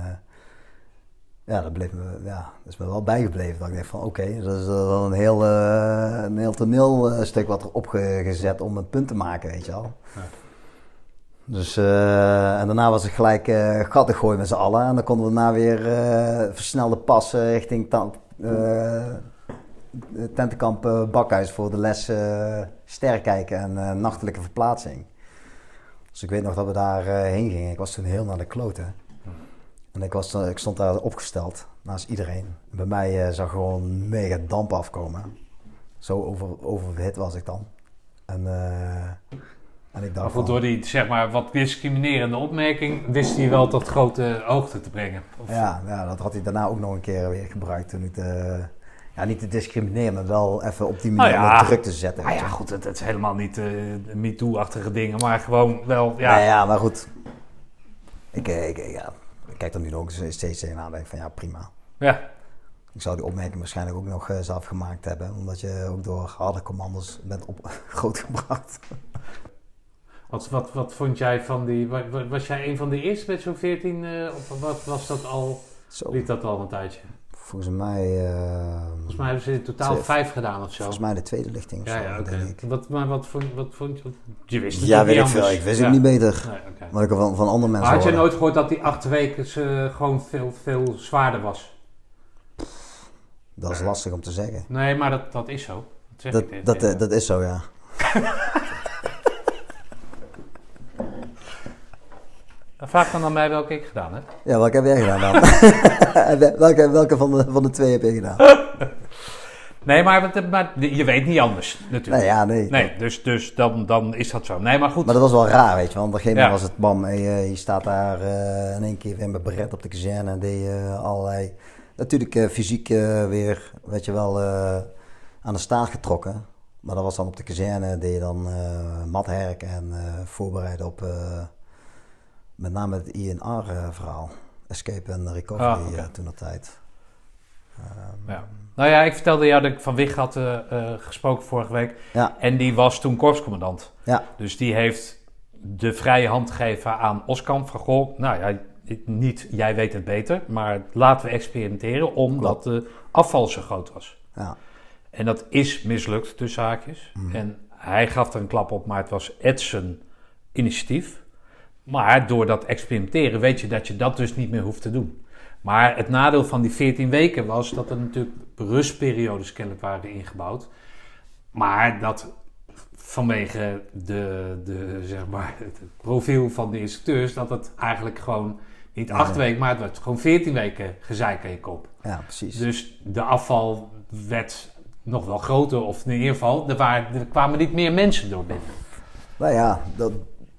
ja, dat, bleef me, ja, dat is me wel bijgebleven. Dat ik dacht van oké, okay, dat is wel een heel, uh, een heel toneelstuk wat er opgezet om een punt te maken, weet je wel. Ja. Dus, uh, en daarna was het gelijk uh, gatten gooien met z'n allen. En dan konden we daarna weer uh, versnelde passen richting ta- uh, tentenkamp uh, Bakhuis voor de les uh, sterkijken en uh, nachtelijke verplaatsing. Dus ik weet nog dat we daar uh, heen gingen. Ik was toen heel naar de kloten. En ik, was, uh, ik stond daar opgesteld naast iedereen. En bij mij uh, zag gewoon mega damp afkomen. Zo over, overhit was ik dan. En... Uh, En ik dacht maar goed, door die zeg maar, wat discriminerende opmerking wist hij wel tot grote hoogte te brengen. Of... Ja, ja, dat had hij daarna ook nog een keer weer gebruikt. Toen ik de, ja, niet te discrimineren, maar wel even op die manier nou ja, druk te zetten. Nou ja, goed, het, het is helemaal niet uh, MeToo-achtige dingen, maar gewoon wel... Ja, nee, ja maar goed. Ik, ik, ja, ik kijk er nu ook steeds tegenaan en denk van ja, prima. Ja. Ik zou die opmerking waarschijnlijk ook nog uh, zelf gemaakt hebben, omdat je ook door harde commando's bent op, grootgebracht. Wat, wat, wat vond jij van die... Was jij een van de eerste met zo'n veertien? Uh, of wat was dat al... Zo. Liep dat al een tijdje? Volgens mij... Uh, volgens mij hebben ze in totaal twee, vijf gedaan of zo. Volgens mij de tweede lichting of ja, zo, ja, okay. denk ik. Wat, maar wat vond, wat vond je... Je wist het ja, niet weet anders. ik veel. Ik wist ja. het niet beter. Nee, okay. Maar ik van, van andere mensen maar had je hoorde. nooit gehoord dat die acht weken uh, gewoon veel, veel zwaarder was? Dat is lastig om te zeggen. Nee, maar dat, dat is zo. Dat, zeg dat, ik dat, uh, dat is zo, ja. Vraag dan aan mij welke ik gedaan heb. Ja, welke heb jij gedaan dan? welke welke van, de, van de twee heb je gedaan? Nee, maar, maar je weet niet anders natuurlijk. Nee, ja, nee. Nee, dus, dus dan, dan is dat zo. Nee, maar goed. Maar dat was wel raar, weet je. Want op een gegeven moment ja. was het bam. En je, je staat daar uh, in één keer weer met beret op de kazerne. En deed uh, allerlei... Natuurlijk uh, fysiek uh, weer, weet je wel, uh, aan de staart getrokken. maar dat was dan op de kazerne, deed je dan uh, matherk en uh, voorbereiden op uh, met name het I N R-verhaal. Escape and Recovery ah, okay. uh, toen dat tijd. Um, ja. Nou ja, ik vertelde jou dat ik van Wig had uh, uh, gesproken vorige week. Ja. En die was toen korpscommandant. Ja. Dus die heeft de vrije hand gegeven aan Oskamp. Van goh, nou ja, niet jij weet het beter. Maar laten we experimenteren omdat de afval zo groot was. Ja. En dat is mislukt tussen haakjes. Mm. En hij gaf er een klap op, maar het was Ed zijn initiatief. Maar door dat experimenteren weet je dat je dat dus niet meer hoeft te doen. Maar het nadeel van die veertien weken was dat er natuurlijk rustperiodes kennelijk waren ingebouwd. Maar dat vanwege de, de, zeg maar, het profiel van de instructeurs, dat het eigenlijk gewoon niet acht ja, weken, maar het werd gewoon veertien weken gezeik aan je kop. Ja, precies. Dus de afval werd nog wel groter, of in ieder geval, er, waren, er kwamen niet meer mensen door binnen. Nou ja, dat,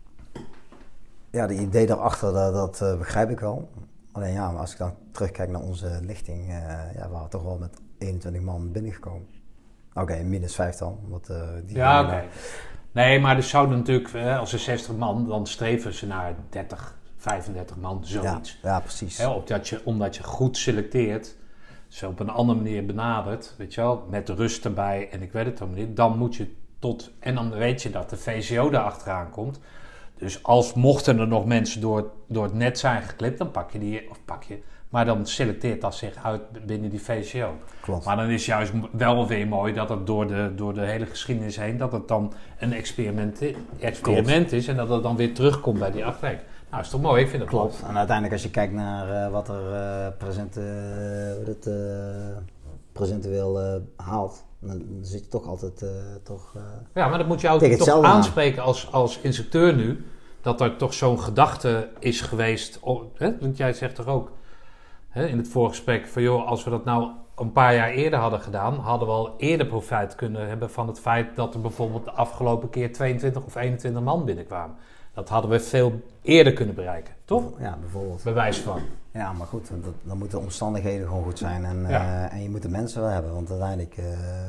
ja, de idee daarachter, dat, dat uh, begrijp ik wel. Alleen ja, maar als ik dan terugkijk naar onze lichting, uh, ja, we waren toch wel met eenentwintig man binnengekomen. Oké, okay, minus vijf dan. Want, uh, die ja, oké. Okay. Nee, maar er zouden natuurlijk, uh, als er zestig man, dan streven ze naar dertig, vijfendertig man, zoiets. Ja, ja precies. Hè, omdat, je, omdat je goed selecteert, ze op een andere manier benadert, weet je wel, met rust erbij en ik weet het allemaal niet, dan moet je tot, en dan weet je dat de V C O daar achteraan komt. Dus als mochten er nog mensen door, door het net zijn geklipt, dan pak je die, of pak je, maar dan selecteert dat zich uit binnen die V C O. Klopt. Maar dan is juist wel weer mooi dat het door de, door de hele geschiedenis heen, dat het dan een experiment, experiment is en dat het dan weer terugkomt bij die acht weken. Nou, is toch mooi, ik vind het klopt. En uiteindelijk als je kijkt naar uh, wat er uh, present, uh, het, uh, presentueel uh, haalt, dan zit je toch altijd uh, toch... Uh, ja, maar dat moet je ook toch aanspreken als, als instructeur nu, dat er toch zo'n gedachte is geweest, oh, hè? Want jij zegt toch ook hè, in het voorgesprek van joh, als we dat nou een paar jaar eerder hadden gedaan, hadden we al eerder profijt kunnen hebben van het feit dat er bijvoorbeeld de afgelopen keer tweeëntwintig of eenentwintig man binnenkwamen. Dat hadden we veel eerder kunnen bereiken, toch? Ja, bijvoorbeeld. Bewijs van. Ja, maar goed, dat, dan moeten de omstandigheden gewoon goed zijn en, ja. uh, en je moet de mensen wel hebben, want uiteindelijk uh,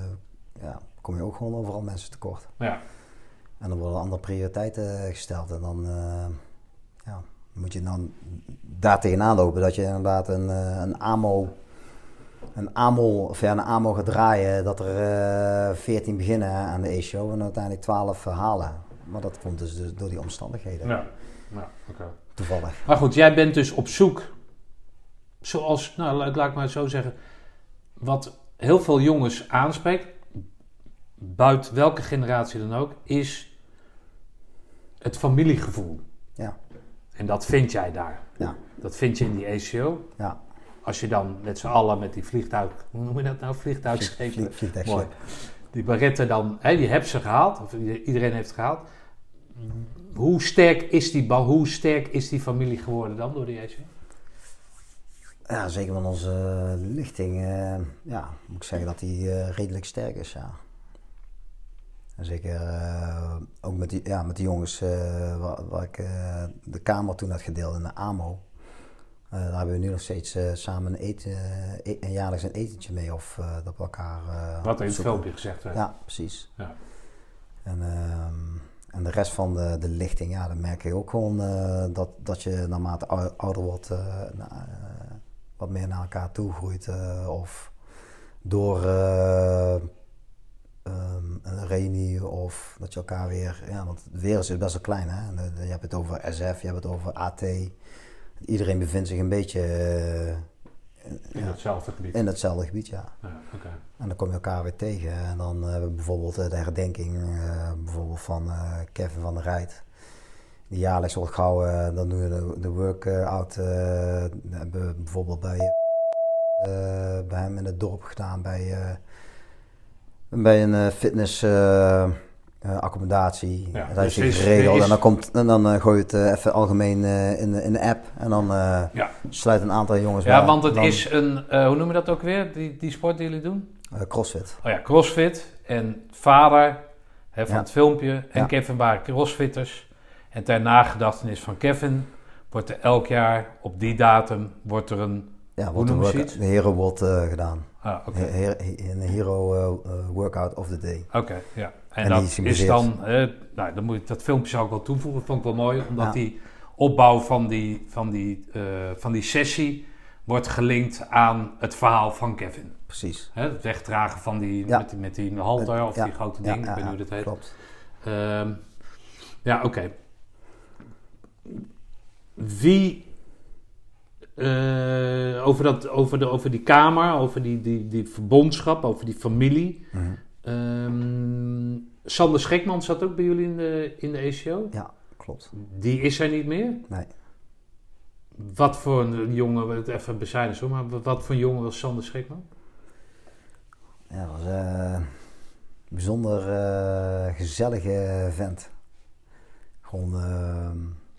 ja, kom je ook gewoon overal mensen tekort. Ja. En dan worden andere prioriteiten gesteld en dan uh, ja, moet je dan daar tegenaan lopen dat je inderdaad een, uh, een AMO, een AMO, of ja, een AMO gaat draaien, dat er veertien uh, beginnen aan de E-show en uiteindelijk twaalf uh, halen. Maar dat komt dus, dus door die omstandigheden. Ja, ja oké. Okay. Toevallig. Maar goed, jij bent dus op zoek, zoals, nou laat ik maar zo zeggen, wat heel veel jongens aanspreekt, buiten welke generatie dan ook, is het familiegevoel. Ja. En dat vind jij daar. Ja. Dat vind je in die E C O. Ja. Als je dan met z'n allen met die vliegtuig, hoe noem je dat nou, vliegtuigschepen? Vlieg, vliegtuigschepen. Die barretten dan, hè, die hebben ze gehaald, of iedereen heeft gehaald. Hoe sterk is die, hoe sterk is die familie geworden dan door die E C O? Ja, zeker van onze uh, lichting, uh, ja, moet ik zeggen dat die uh, redelijk sterk is, ja. En zeker uh, ook met die, ja, met die jongens uh, waar, waar ik uh, de kamer toen had gedeeld in de AMO. Uh, daar hebben we nu nog steeds uh, samen een, eten, uh, een jaarlijks een etentje mee of uh, dat we elkaar uh, wat in het filmpje gezegd werd. Ja, precies. Ja. En, uh, en de rest van de, de lichting, ja, dan merk je ook gewoon uh, dat, dat je naarmate ouder wordt uh, na, uh, wat meer naar elkaar toe groeit. Uh, of door uh, um, een reunie of dat je elkaar weer... Ja, want het wereld is best wel klein, hè. En, uh, je hebt het over S F, je hebt het over A T. Iedereen bevindt zich een beetje... Uh, in ja, hetzelfde gebied. In hetzelfde gebied, ja. ja okay. En dan kom je elkaar weer tegen. En dan hebben uh, we bijvoorbeeld uh, de herdenking uh, bijvoorbeeld van uh, Kevin van der Rijt. Die jaarlijks wordt gehouden. Dan doen we de, de workout. Uh, hebben we bijvoorbeeld bij, uh, bij hem in het dorp gedaan. Bij, uh, bij een uh, fitness... Uh, Uh, accommodatie, ja, dat dus heeft is, geregeld is, en dan, komt, en dan uh, gooi je het uh, even algemeen uh, in, in de app en dan uh, ja. sluit een aantal jongens Ja, bij, want het dan, is een, uh, hoe noem je dat ook weer, die, die sport die jullie doen? Uh, crossfit. Oh ja, crossfit en vader hè, van ja. het filmpje en ja. Kevin waren crossfitters en ter nagedachtenis van Kevin wordt er elk jaar op die datum wordt er een, ja, hoe wordt noem je een het? De herenbod uh, gedaan. Ah, Ah, oké. He- he- Een hero uh, uh, workout of the day. Oké, okay, ja. En, En dat die is symboliseert- dan, eh, nou, dan moet ik, dat filmpje zou ik wel toevoegen, vond ik wel mooi, omdat Ja. die opbouw van die, van, die, uh, van die sessie wordt gelinkt aan het verhaal van Kevin. Precies. Hè, het wegdragen van die, Ja. met, die met die halter of Ja. die grote Ja, ding, ja, ik weet ja, niet hoe dat heet. Klopt. Um, ja, oké. Okay. Wie uh, over, dat, over, de, over die kamer, over die, die, die verbondschap, over die familie. Mm-hmm. Um, Sander Schekman zat ook bij jullie in de, in de A C O? Ja, klopt. Die is er niet meer? Nee. Wat voor een jongen, het even bescheiden zo, maar wat voor een jongen was Sander Schekman? Ja, dat was uh, een bijzonder uh, gezellige vent. Gewoon, uh,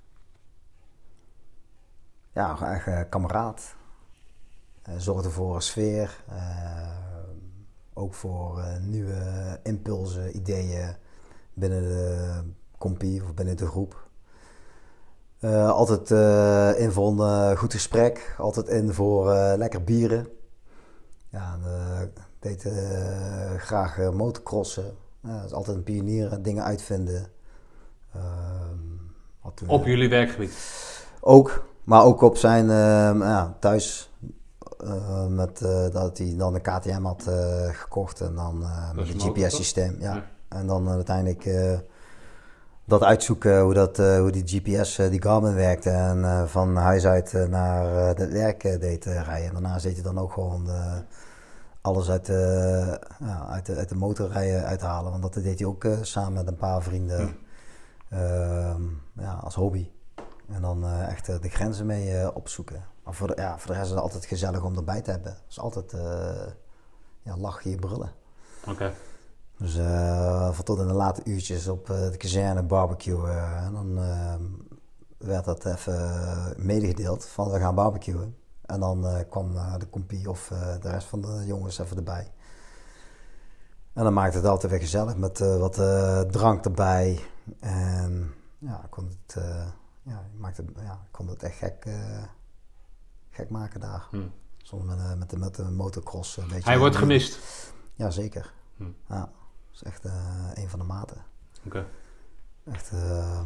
ja, gewoon echt uh, kameraad. Uh, zorgde voor een sfeer. Uh, ook voor uh, nieuwe impulsen, ideeën binnen de compie of binnen de groep. Uh, altijd uh, in voor een uh, goed gesprek. Altijd in voor uh, lekker bieren. Ja, en, uh, deed uh, graag uh, motocrossen. Uh, is altijd een pionier, dingen uitvinden. Uh, had, uh, op jullie werkgebied? Ook, maar ook op zijn uh, ja, thuis. Uh, met, uh, dat hij dan een K T M had uh, gekocht en dan uh, met een G P S-systeem. Ja. Ja. En dan uh, uiteindelijk uh, dat uitzoeken hoe, dat, uh, hoe die G P S, uh, die Garmin werkte. En uh, van huis uit uh, naar uh, het werk uh, deed uh, rijden. En daarna deed hij dan ook gewoon uh, alles uit, uh, ja, uit, de, uit de motorrijden uithalen. Want dat deed hij ook uh, samen met een paar vrienden hm. uh, ja, als hobby. En dan uh, echt uh, de grenzen mee uh, opzoeken. Maar voor de, ja, voor de rest is het altijd gezellig om erbij te hebben. Het is altijd uh, ja, lachen, brullen. Oké. Okay. Dus uh, van tot in de late uurtjes op uh, de kazerne barbecue. Uh, en dan uh, werd dat even medegedeeld van we gaan barbecuen. En dan uh, kwam uh, de compie of uh, de rest van de jongens even erbij. En dan maakte het altijd weer gezellig met uh, wat uh, drank erbij. En ja, kon het, uh, ja, maakte, ja, kon het echt gek, uh, gek maken daar. Hmm. Soms met, uh, met, de, met de motocross. Een beetje. Hij wordt gemist? Ja, zeker. Hmm. Ja, dat is echt uh, een van de maten. Oké. Okay. Echt, uh,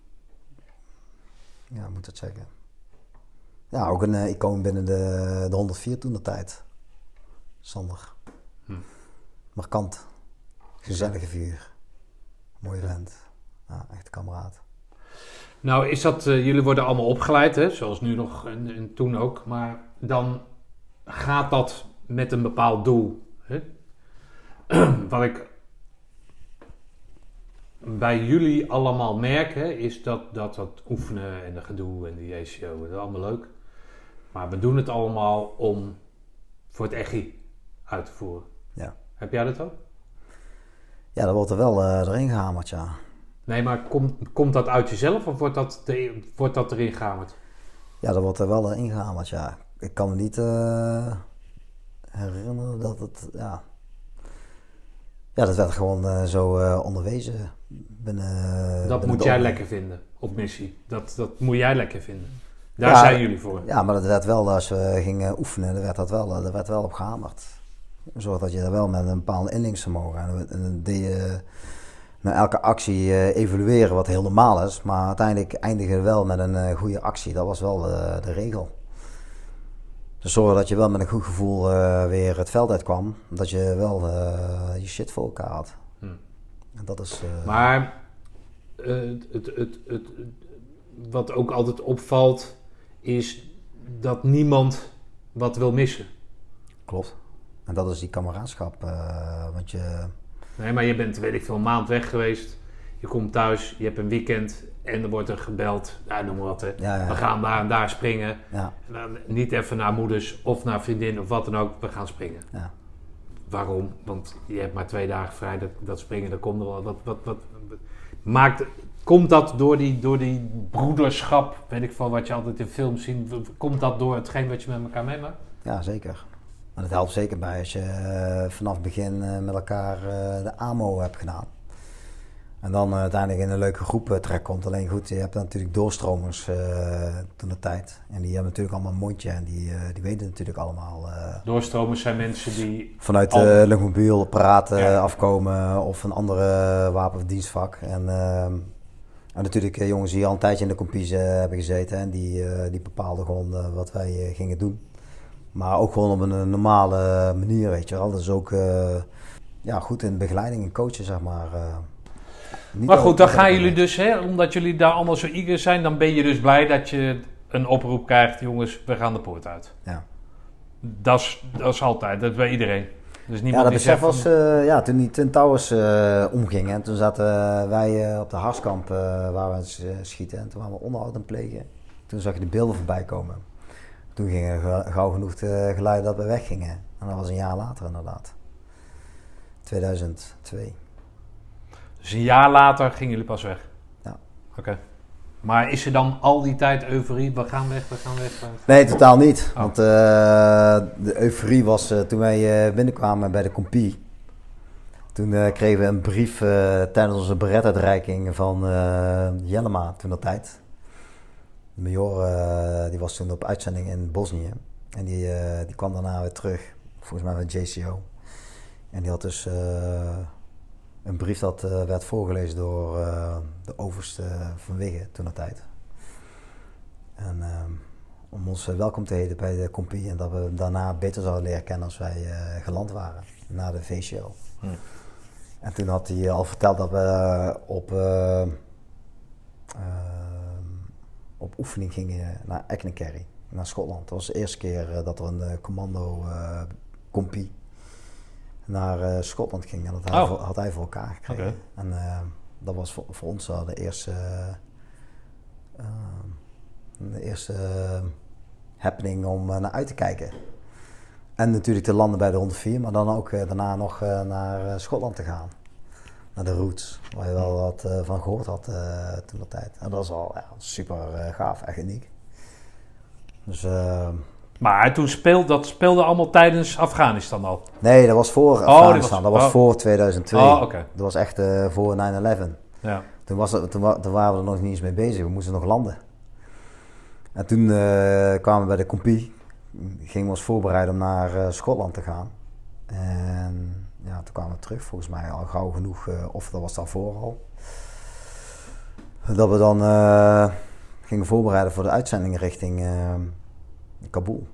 ja, moet het zeggen. Ja, ook een uh, icoon binnen de, de honderdvier toen de tijd. Sander. Hm. Markant. Gezellige figuur. Mooie vent. Ja, echt kameraad. Nou is dat, uh, jullie worden allemaal opgeleid, hè? Zoals nu nog en, en toen ook. Maar dan gaat dat met een bepaald doel. Hè? Wat ik bij jullie allemaal merk, hè, is dat, dat dat oefenen en de gedoe en die A C O, dat is allemaal leuk. Maar we doen het allemaal om voor het echi uit te voeren. Ja. Heb jij dat ook? Ja, dat wordt er wel uh, erin gehamerd, ja. Nee, maar komt, komt dat uit jezelf of wordt dat, de, wordt dat erin gehamerd? Ja, dat wordt er wel uh, ingehamerd, ja. Ik kan me niet uh, herinneren dat het, ja... Ja, dat werd gewoon uh, zo uh, onderwezen binnen... Dat binnen moet de jij op... lekker vinden op missie. Dat, dat moet jij lekker vinden. Daar ja, zijn jullie voor. Ja, maar dat werd wel, als we gingen oefenen, daar werd dat wel, daar werd wel op gehamerd. Zorg dat je daar wel met een bepaald inlingsvermogen en, en dan deed je na elke actie uh, evalueren, wat heel normaal is. Maar uiteindelijk eindigen we wel met een uh, goede actie. Dat was wel uh, de regel. Dus zorg dat je wel met een goed gevoel uh, weer het veld uitkwam. Dat je wel uh, je shit voor elkaar had. Hm. En dat is... Uh, maar uh, het, het, het, het, wat ook altijd opvalt is dat niemand wat wil missen. Klopt. En dat is die kameraadschap. Uh, want je... Nee, maar je bent, weet ik veel, een maand weg geweest. Je komt thuis, je hebt een weekend en er wordt er gebeld. Ja, noem maar wat, hè. Ja, ja. We gaan daar en daar springen. Ja. Dan niet even naar moeders of naar vriendin of wat dan ook. We gaan springen. Ja. Waarom? Want je hebt maar twee dagen vrij. Dat, dat springen, dat komt er wel. Wat, wat, wat, wat maakt... Komt dat door die, door die broederschap, weet ik veel, wat je altijd in films ziet, komt dat door hetgeen wat je met elkaar meemaakt? Ja, zeker. Maar dat helpt zeker bij als je uh, vanaf het begin uh, met elkaar uh, de A M O hebt gedaan. En dan uh, uiteindelijk in een leuke groep uh, terechtkomt. Alleen goed, je hebt natuurlijk doorstromers uh, toen de tijd. En die hebben natuurlijk allemaal een mondje en die, uh, die weten natuurlijk allemaal. Uh, doorstromers zijn mensen die... Vanuit de al... uh, luchtmobiel, apparaten ja. afkomen of een andere wapen- of dienstvak. En, uh, en natuurlijk uh, jongens die al een tijdje in de compie uh, hebben gezeten. En die, uh, die bepaalden gewoon uh, wat wij uh, gingen doen. Maar ook gewoon op een normale manier, weet je wel. Dus ook uh, ja, goed in begeleiding en coachen, zeg maar. Uh, Niet maar goed, dan gaan jullie dus, hè, omdat jullie daar allemaal zo eager zijn, dan ben je dus blij dat je een oproep krijgt, jongens, we gaan de poort uit. Ja. Dat is, dat is altijd, dat is bij iedereen. Dus niemand ja, dat die besef zegt was, van... uh, ja, toen die Twin Towers uh, omging en toen zaten uh, wij uh, op de Harskamp uh, waar we uh, schieten en toen waren we onderhoud aan het plegen. Toen zag je de beelden voorbij komen. Toen gingen we gauw genoeg de geluiden dat we weggingen. En dat was een jaar later inderdaad. tweeduizend twee. Dus een jaar later gingen jullie pas weg? Ja. Oké. Okay. Maar is er dan al die tijd euforie? We gaan weg, we gaan weg? Nee, totaal niet. Oh. Want uh, de euforie was uh, toen wij uh, binnenkwamen bij de compie. Toen uh, kregen we een brief uh, tijdens onze beretuitreiking van uh, Jellema toen dat tijd. De major uh, die was toen op uitzending in Bosnië. En die, uh, die kwam daarna weer terug. Volgens mij van J C O. En die had dus... Uh, Een brief dat uh, werd voorgelezen door uh, de overste van Wigge toen dat tijd. En uh, om ons uh, welkom te heten bij de compie en dat we daarna beter zouden leren kennen als wij uh, geland waren na de V-show. Hm. En toen had hij al verteld dat we uh, op, uh, uh, op oefening gingen naar Echnacarry, naar Schotland. Dat was de eerste keer uh, dat er een uh, commando uh, compie naar uh, Schotland ging en dat hij oh. voor, had hij voor elkaar gekregen. Okay. En uh, dat was voor, voor ons al de eerste, uh, de eerste uh, happening om uh, naar uit te kijken. En natuurlijk te landen bij de honderdvier, maar dan ook uh, daarna nog uh, naar uh, Schotland te gaan. Naar de Roots, waar je wel wat uh, van gehoord had uh, toen de tijd. En dat was al ja, super uh, gaaf, echt uniek. Dus... Uh, Maar toen speelde dat speelde allemaal tijdens Afghanistan al? Nee, dat was voor oh, Afghanistan. Dat was, dat was oh. voor tweeduizend twee. Oh, okay. Dat was echt uh, voor nine eleven. Ja. Toen, was het, toen, wa- toen waren we er nog niet eens mee bezig. We moesten nog landen. En toen uh, kwamen we bij de compie. Gingen we ons voorbereiden om naar uh, Schotland te gaan. En ja, toen kwamen we terug. Volgens mij al gauw genoeg. Uh, of dat was daarvoor al. Dat we dan uh, gingen voorbereiden voor de uitzending richting uh, Kabul.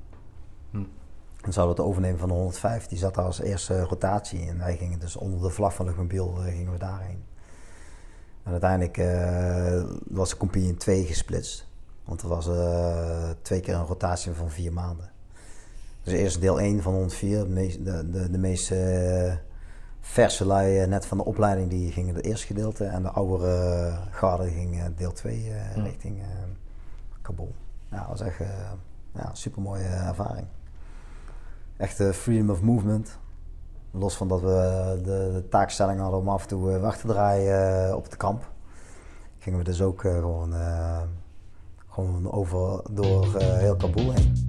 En zouden we het overnemen van de honderdvijf. Die zat daar als eerste rotatie. En wij gingen dus onder de vlag van de luchtmobiel uh, gingen we daarheen. En uiteindelijk uh, was de compie in twee gesplitst. Want er was uh, twee keer een rotatie van vier maanden. Dus eerst deel één van honderdvier. De, meest, de, de, de meest uh, verse lui uh, net van de opleiding die gingen het eerste gedeelte. En de oudere uh, garde ging uh, deel twee uh, hmm. richting uh, Kabul. Ja, dat was echt uh, ja, een super mooie uh, ervaring. Echte freedom of movement. Los van dat we de, de taakstelling hadden om af en toe uh, weg te draaien uh, op het kamp. Gingen we dus ook uh, gewoon, uh, gewoon over door uh, heel Kabul heen.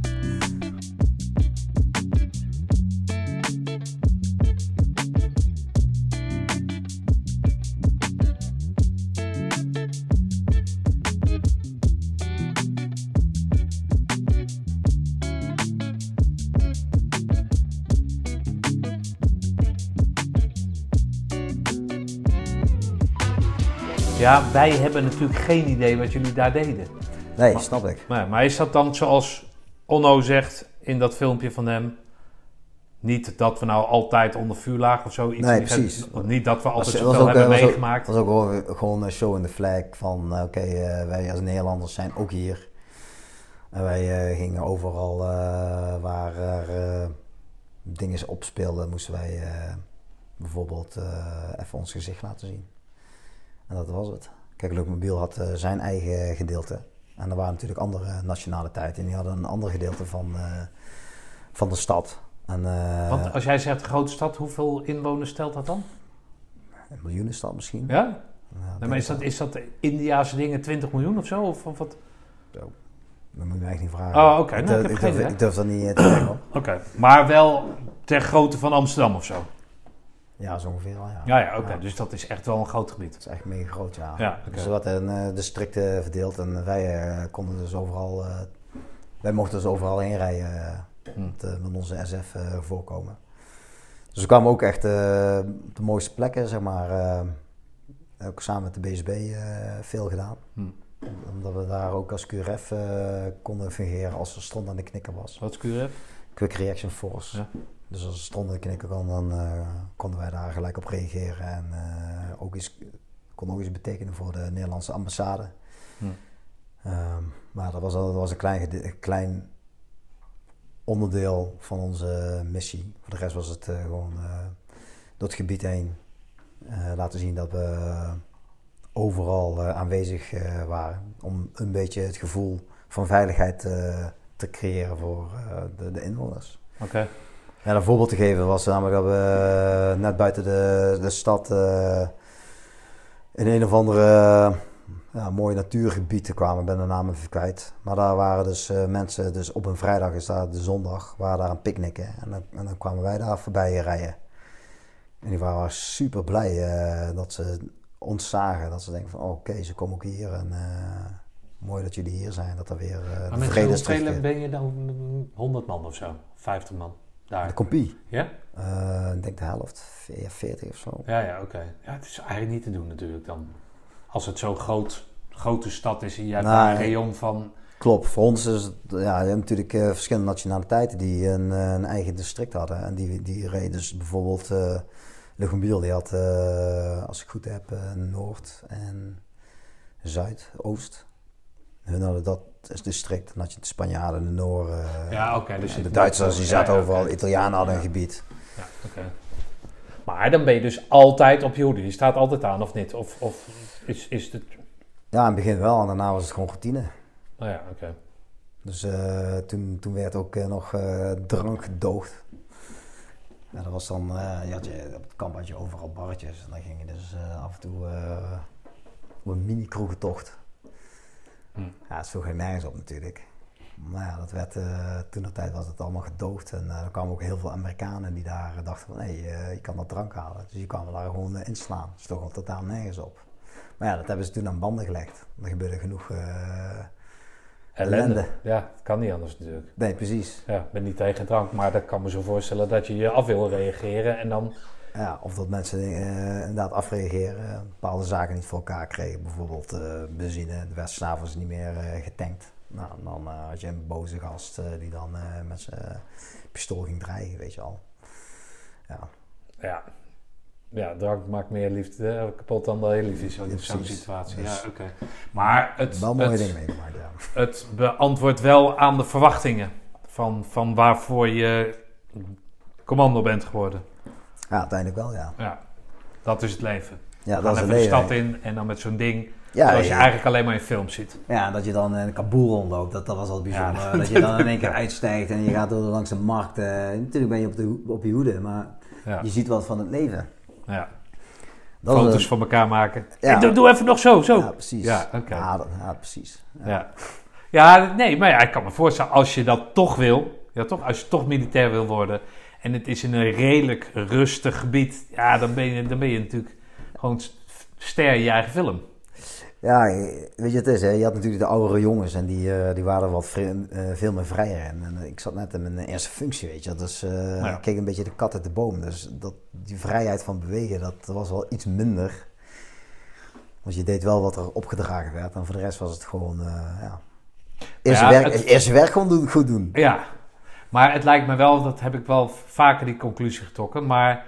Ja, wij hebben natuurlijk geen idee wat jullie daar deden. Nee, maar, snap ik. Maar, maar is dat dan zoals Onno zegt in dat filmpje van hem? Niet dat we nou altijd onder vuur lagen of zo. Iets nee, precies. Het, niet dat we altijd was, zoveel was ook, hebben was meegemaakt. Het was ook gewoon een show in de flag van oké, okay, uh, wij als Nederlanders zijn ook hier. En wij uh, gingen overal uh, waar er uh, dingen opspeelden, moesten wij uh, bijvoorbeeld uh, even ons gezicht laten zien. En dat was het. Kijk, Luchtmobiel had uh, zijn eigen gedeelte. En er waren natuurlijk andere nationaliteiten. En die hadden een ander gedeelte van, uh, van de stad. En, uh, Want als jij zegt grote stad, hoeveel inwoners stelt dat dan? Een miljoenenstad misschien. Ja? ja nee, maar is dat, is dat Indiase dingen twintig miljoen of zo? Of, of wat? Zo. Dat moet je mij echt niet vragen. Oh, oké. Okay. Nou, ik, ik, ik, durf, durf, ik durf dat niet te zeggen. Oké. Okay. Maar wel ter grootte van Amsterdam of zo? Ja, zo ongeveer wel, ja. Ja, ja, oké. Ja. Dus dat is echt wel een groot gebied. Het is echt mega groot, ja. Ja, oké. Dus er werd in uh, districten verdeeld en wij uh, konden dus overal, uh, wij mochten dus overal heen rijden uh, Hmm. met, uh, met onze S F uh, voorkomen. Dus we kwamen ook echt uh, op de mooiste plekken, zeg maar. Uh, ook samen met de B S B uh, veel gedaan. Hmm. Omdat we daar ook als Q R F uh, konden fungeren als er stront aan de knikker was. Wat is Q R F? Quick Reaction Force. Ja. Dus als er stront aan de knikker kwam, dan uh, konden wij daar gelijk op reageren. En uh, ook iets, kon ook iets betekenen voor de Nederlandse ambassade. Hmm. Um, maar dat was, dat was een klein, een klein onderdeel van onze missie. Voor de rest was het uh, gewoon uh, door het gebied heen uh, laten zien dat we uh, overal uh, aanwezig uh, waren. Om een beetje het gevoel van veiligheid uh, te creëren voor uh, de, de inwoners. Oké. Okay. Ja, een voorbeeld te geven was namelijk dat we uh, net buiten de, de stad uh, in een of andere uh, ja, mooi natuurgebied kwamen. Ik ben de naam even kwijt. Maar daar waren dus uh, mensen, dus op een vrijdag is daar de zondag, waren daar aan picknicken. En dan, en dan kwamen wij daar voorbij rijden. En die waren super blij uh, dat ze ons zagen. Dat ze denken van, oh, oké, okay, ze komen ook hier. En uh, mooi dat jullie hier zijn. Dat er weer uh, maar de met vrede is hoeveel terug. ben je dan honderd man of zo? vijftig man? Daar. De compie? Ja? Uh, ik denk de helft, veertig of zo. Ja, ja, oké. Okay. Ja, het is eigenlijk niet te doen natuurlijk dan. Als het zo'n groot, grote stad is en je hebt nou, een rayon van... Klopt, voor ons is het, ja, je hebt natuurlijk uh, verschillende nationaliteiten die een, uh, een eigen district hadden. En die, die reden dus bijvoorbeeld, uh, Le Gombiel, die had, uh, als ik goed heb, uh, Noord en Zuid, Oost. Hun hadden dat district, dan had je de Spanjaarden, de Nooren, uh, ja, okay, dus de Duitsers, die zaten ja, ja, overal, okay. Italianen hadden ja. een gebied. Ja, oké. Okay. Maar dan ben je dus altijd op je hoede, je staat altijd aan of niet? Of, of is, is het... Ja, in het begin wel en daarna was het gewoon routine. Oh ja, oké. Okay. Dus uh, toen, toen werd ook uh, nog uh, drank gedoogd. Ja, dat was dan, uh, je had je, op het kamp had je overal barretjes. En dan ging je dus uh, af en toe uh, op een mini-kroegentocht. Hm. Ja, het sloeg geen nergens op natuurlijk. Maar ja, dat werd, uh, toen de tijd was het allemaal gedoogd. En uh, er kwamen ook heel veel Amerikanen die daar uh, dachten van, hé, hey, uh, je kan dat drank halen. Dus die kwamen daar gewoon uh, inslaan. Dat sloeg gewoon totaal nergens op. Maar ja, dat hebben ze toen aan banden gelegd. Er gebeurde genoeg uh, ellende. ellende. Ja, het kan niet anders natuurlijk. Nee, precies. Ja, ik ben niet tegen drank, maar dat kan me zo voorstellen dat je je af wil reageren en dan... Ja, of dat mensen uh, inderdaad afreageren, bepaalde zaken niet voor elkaar kregen. Bijvoorbeeld uh, benzine, er werd 's avonds niet meer uh, getankt. Nou, dan uh, had je een boze gast uh, die dan uh, met zijn uh, pistool ging dreigen, weet je al. Ja. Ja. Ja, drank maakt meer liefde uh, kapot dan dat je lief is in ja, zo'n situatie. Dus ja, oké. Okay. Maar het... Wel mooie het, dingen meegemaakt, ja. Het beantwoordt wel aan de verwachtingen van, van waarvoor je commando bent geworden. Ja, uiteindelijk wel, ja. Ja, dat is het leven. Ja, we dat gaan is even het de leven. stad in en dan met zo'n ding, ja, zoals je ja. eigenlijk alleen maar in films ziet. Ja, dat je dan in Kabul rondloopt, dat, dat was al bijzonder. Ja. Dat je dan in één keer uitstijgt en je gaat door langs de markt. Uh, natuurlijk ben je op, de, op je hoede, maar ja. je ziet wat van het leven. Ja. Dat Foto's een... van elkaar maken. Ja. Hey, doe, doe even nog zo, zo. Ja, precies. Ja, okay. ja, dat, ja precies. Ja. Ja. ja, nee, maar ja, ik kan me voorstellen, als je dat toch wil, ja, toch, als je toch militair wil worden en het is in een redelijk rustig gebied, ja, dan ben je, dan ben je natuurlijk gewoon ster in je eigen film. Ja, weet je, het is, hè? Je had natuurlijk de oudere jongens en die, uh, die waren wat vre- uh, veel meer vrijer. En, en ik zat net in mijn eerste functie, weet je. Dus uh, ja. ik keek een beetje de kat uit de boom. Dus dat, die vrijheid van bewegen, dat was wel iets minder. Want je deed wel wat er opgedragen werd. En voor de rest was het gewoon, uh, ja... Eerste, ja, werk, het... eerste werk gewoon doen, goed doen. Ja, maar het lijkt me wel, dat heb ik wel vaker die conclusie getrokken, maar...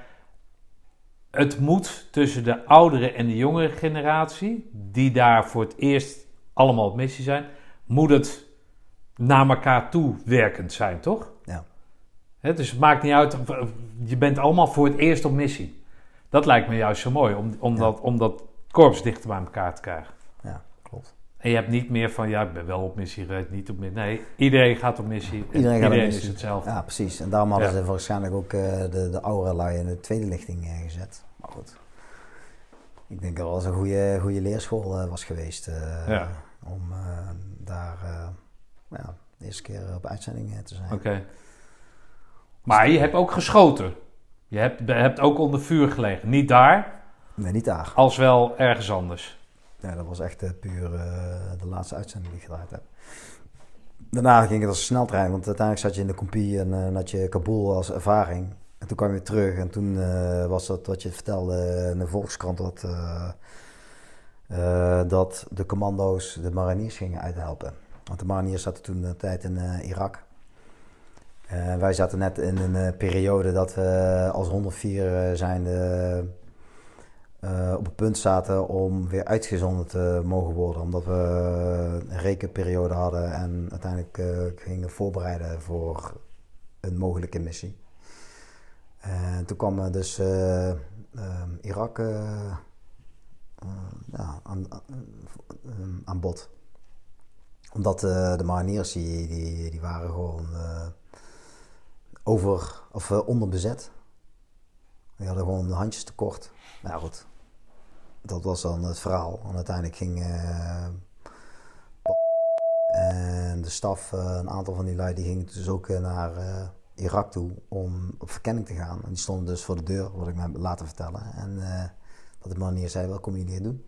Het moet tussen de oudere en de jongere generatie, die daar voor het eerst allemaal op missie zijn, moet het naar elkaar toe werkend zijn, toch? Ja. He, dus het maakt niet uit, je bent allemaal voor het eerst op missie. Dat lijkt me juist zo mooi, om, om, ja. dat, om dat korps dichter bij elkaar te krijgen. Ja, klopt. En je hebt niet meer van, ja, ik ben wel op missie geweest, niet op missie. Nee, iedereen gaat op missie. Iedereen, gaat iedereen op missie. is hetzelfde. Ja, precies. En daarom hadden ja. ze waarschijnlijk ook uh, de, de oudere lui in de tweede lichting uh, gezet. Maar goed. Ik denk dat het wel een goede, goede leerschool uh, was geweest. Uh, ja. Om uh, daar uh, ja, de eerste keer op uitzending uh, te zijn. Oké. Okay. Maar je hebt ook geschoten. Je hebt, je hebt ook onder vuur gelegen. Niet daar, Nee, niet daar. als wel ergens anders. Ja, dat was echt uh, puur uh, de laatste uitzending die ik gedraaid heb. Daarna ging het als een sneltrein, want uiteindelijk zat je in de compie en uh, had je Kabul als ervaring. En toen kwam je weer terug en toen uh, was dat wat je vertelde in de Volkskrant, dat, uh, uh, dat de commando's de mariniers gingen uithelpen. Want de mariniers zaten toen de tijd in uh, Irak. Uh, wij zaten net in een uh, periode dat we als honderdvier uh, zijnde uh, op het punt zaten om weer uitgezonden te mogen worden. Omdat we een rekenperiode hadden en uiteindelijk uh, gingen voorbereiden voor een mogelijke missie. En toen kwam dus uh, uh, Irak uh, uh, ja, aan, aan, aan bod. Omdat uh, de mariniers die, die, die waren gewoon uh, over, of, uh, onderbezet. Die hadden gewoon de handjes tekort. Nou goed, dat was dan het verhaal. En uiteindelijk ging uh, en de staf, uh, een aantal van die lui, die gingen dus ook uh, naar uh, Irak toe om op verkenning te gaan. En die stonden dus voor de deur, wat ik me heb laten vertellen. En uh, dat de marinier zei, wat komen jullie hier doen?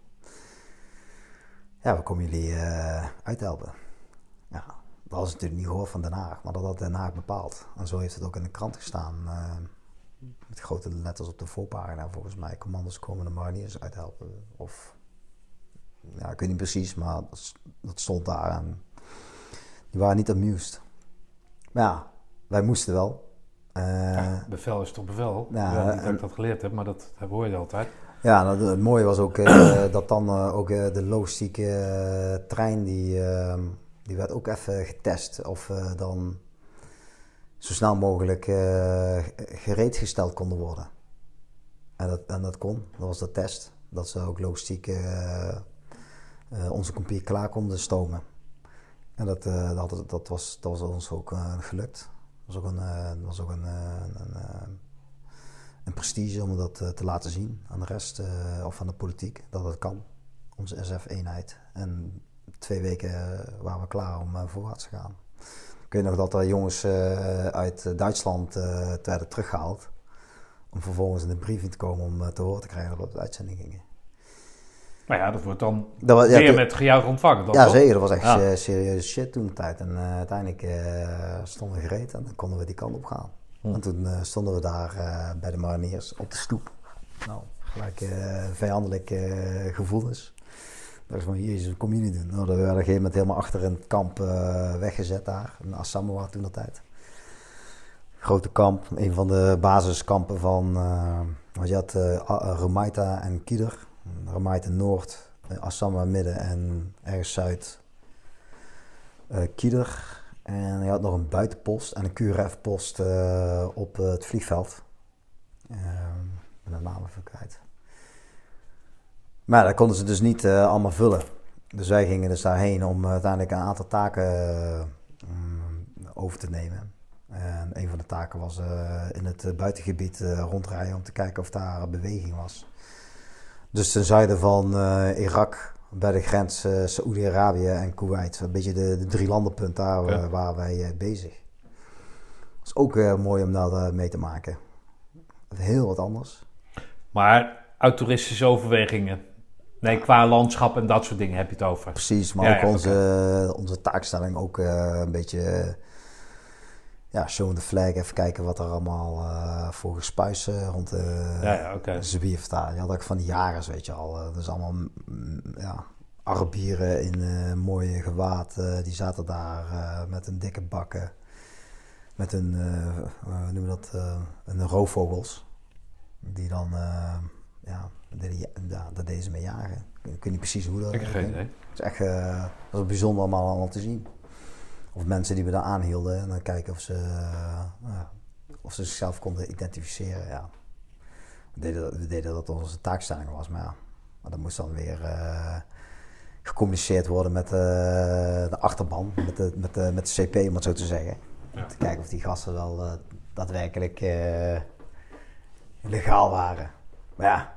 Ja, we komen jullie uh, uithelpen. Ja, dat was natuurlijk niet gehoord van Den Haag, maar dat had Den Haag bepaald. En zo heeft het ook in de krant gestaan. Uh, met grote letters op de voorpagina, volgens mij. Commando's komen de mariniers uithelpen. Of, ja, ik weet niet precies, maar dat, dat stond daar. En die waren niet amused. Maar ja, wij moesten wel. Uh, Ja, bevel is toch bevel? Ja, Ja, niet dat en- ik dat geleerd heb, maar dat, dat hoor je altijd. Ja, nou, het mooie was ook uh, dat dan uh, ook uh, de logistieke uh, trein, die, uh, die werd ook even getest of uh, dan zo snel mogelijk uh, gereedgesteld konden worden. En dat, en dat kon, dat was de test. Dat ze ook logistiek uh, uh, onze compie klaar konden stomen. En dat, uh, dat, dat, was, dat was ons ook uh, gelukt. Dat was ook een, uh, dat was ook een, uh, een, uh, een prestige om dat uh, te laten zien aan de rest, uh, of aan de politiek, dat het kan. Onze S F-eenheid. En twee weken uh, waren we klaar om uh, voorwaarts te gaan. Ik weet nog dat er jongens uh, uit Duitsland uh, werden teruggehaald. Om vervolgens in de briefing te komen om uh, te horen te krijgen dat we op de uitzending gingen. Maar ja, dat wordt dan Dat was, ja, weer toen- met gejuich ontvangen. Dan ja, toch? zeker. Dat was echt Ja. uh, serieuze shit toen de tijd. En uh, uiteindelijk uh, stonden we gereed en dan konden we die kant op gaan. Hm. En toen uh, stonden we daar uh, bij de mariniers op de stoep. Nou, gelijk uh, vijandelijke uh, gevoelens. Ik dacht van, jezus, wat kom je nu doen? Nou, dan werden we op een gegeven moment helemaal achter in het kamp uh, weggezet daar. In Assamwa toen de tijd. Grote kamp, een van de basiskampen van, uh, want je had uh, Rumaita en Kider. Rumaita Noord, uh, Assamwa Midden en ergens Zuid uh, Kider. En je had nog een buitenpost en een Q R F-post uh, op uh, het vliegveld. Uh, ik ben de naam even kwijt. Maar ja, dat konden ze dus niet uh, allemaal vullen. Dus wij gingen dus daarheen om uh, uiteindelijk een aantal taken uh, um, over te nemen. En een van de taken was uh, in het uh, buitengebied uh, rondrijden om te kijken of daar beweging was. Dus ten zuiden van uh, Irak, bij de grens uh, Saoedi-Arabië en Kuwait. Een beetje de, de drie landenpunt daar uh, Ja. waren wij uh, bezig. Dat is ook uh, mooi om daar uh, mee te maken. Heel wat anders. Maar uit toeristische overwegingen. Nee, qua landschap en dat soort dingen heb je het over. Precies, maar Ja, ook ja, onze, onze taakstelling ook uh, een beetje... Uh, ja, show the flag, even kijken wat er allemaal uh, voor gespuis uh, rond de Ja, ja, oké. Zwier staat. Je had ook van die jagers, weet je al. Uh, dus allemaal mm, ja, Arabieren in uh, mooie gewaad. Uh, die zaten daar uh, met een dikke bakken. Met een, uh, hoe noemen we dat, uh, een roofvogels. Die dan, uh, ja, deden, ja, daar deden ze mee jagen. Ik weet niet precies hoe dat Ik heb geen ging. idee. Het is echt uh, dat is bijzonder allemaal, allemaal te zien. Of mensen die we daar aanhielden en dan kijken of ze, uh, ja, of ze zichzelf konden identificeren. Ja. We, deden dat, we deden dat onze taakstelling was, maar ja, maar dat moest dan weer uh, gecommuniceerd worden met uh, de achterban, met de, met, de, met de C P om het zo te zeggen. Ja. Om te kijken of die gasten wel uh, daadwerkelijk uh, legaal waren. Maar ja,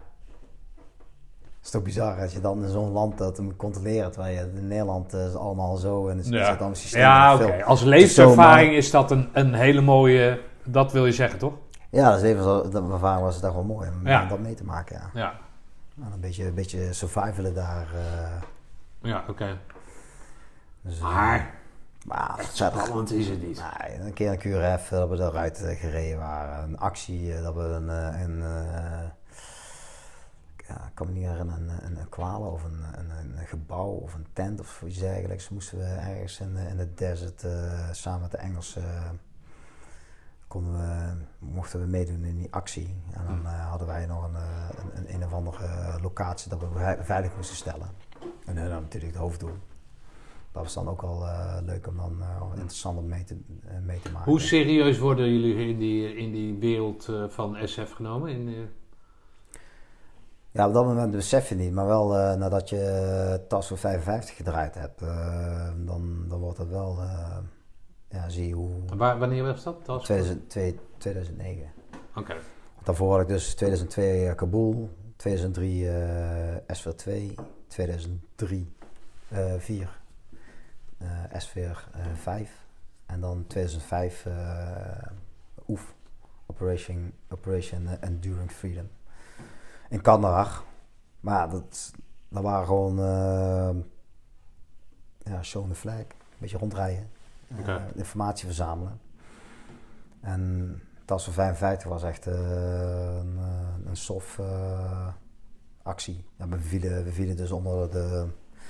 het is toch bizar als je dan in zo'n land dat moet controleren, terwijl je in Nederland uh, is allemaal zo en het is Ja, allemaal systeem. ja veel. oké. Als Het is levenservaring zo, is dat een, een hele mooie... Dat wil je zeggen, toch? Ja, dat is even zo, dat, mijn vader was het echt wel mooi om Ja. dat mee te maken. Ja. Ja, En een beetje, een beetje survivalen daar. eh, ja oké. Okay. dus, eh, Maar, maar echt verder- spannend is het niet. Nee, een keer een Q R F dat we eruit eh, gereden waren. Een actie eh, dat we een, eh, een uh, ja, ik kan me niet herinneren, een, een, een kwalen of een, een, een gebouw of een tent of iets dergelijks. Moesten we ergens in, in de desert uh, samen met de Engelsen uh, konden we, mochten we meedoen in die actie. En dan uh, hadden wij nog een, een, een, een of andere locatie dat we veilig moesten stellen. En dan natuurlijk het hoofddoel. Dat was dan ook wel uh, leuk om dan uh, interessant om mee te, uh, mee te maken. Hoe serieus worden jullie in die, in die wereld uh, van S F genomen? In, uh... Ja, op dat moment besef je niet, maar wel uh, nadat je uh, Task vijfenvijftig gedraaid hebt, uh, dan, dan wordt het wel, uh, ja, zie je hoe... Waar, wanneer was dat? dat was tweeduizend twee, tweeduizend negen. Oké. Okay. Daarvoor had ik dus tweeduizend twee uh, Kabul, tweeduizend drie uh, S V twee, tweeduizend drie uh, vier. Uh, S V vijf en dan tweeduizend vijf uh, O E F, Operation, Operation Enduring Freedom in Kandahar. Maar dat, dat waren gewoon uh, ja, show the flag, een beetje rondrijden, uh, okay. informatie verzamelen. En Task vijfenvijftig was echt uh, een, een soft uh, actie. Ja, we, vielen, we vielen dus onder de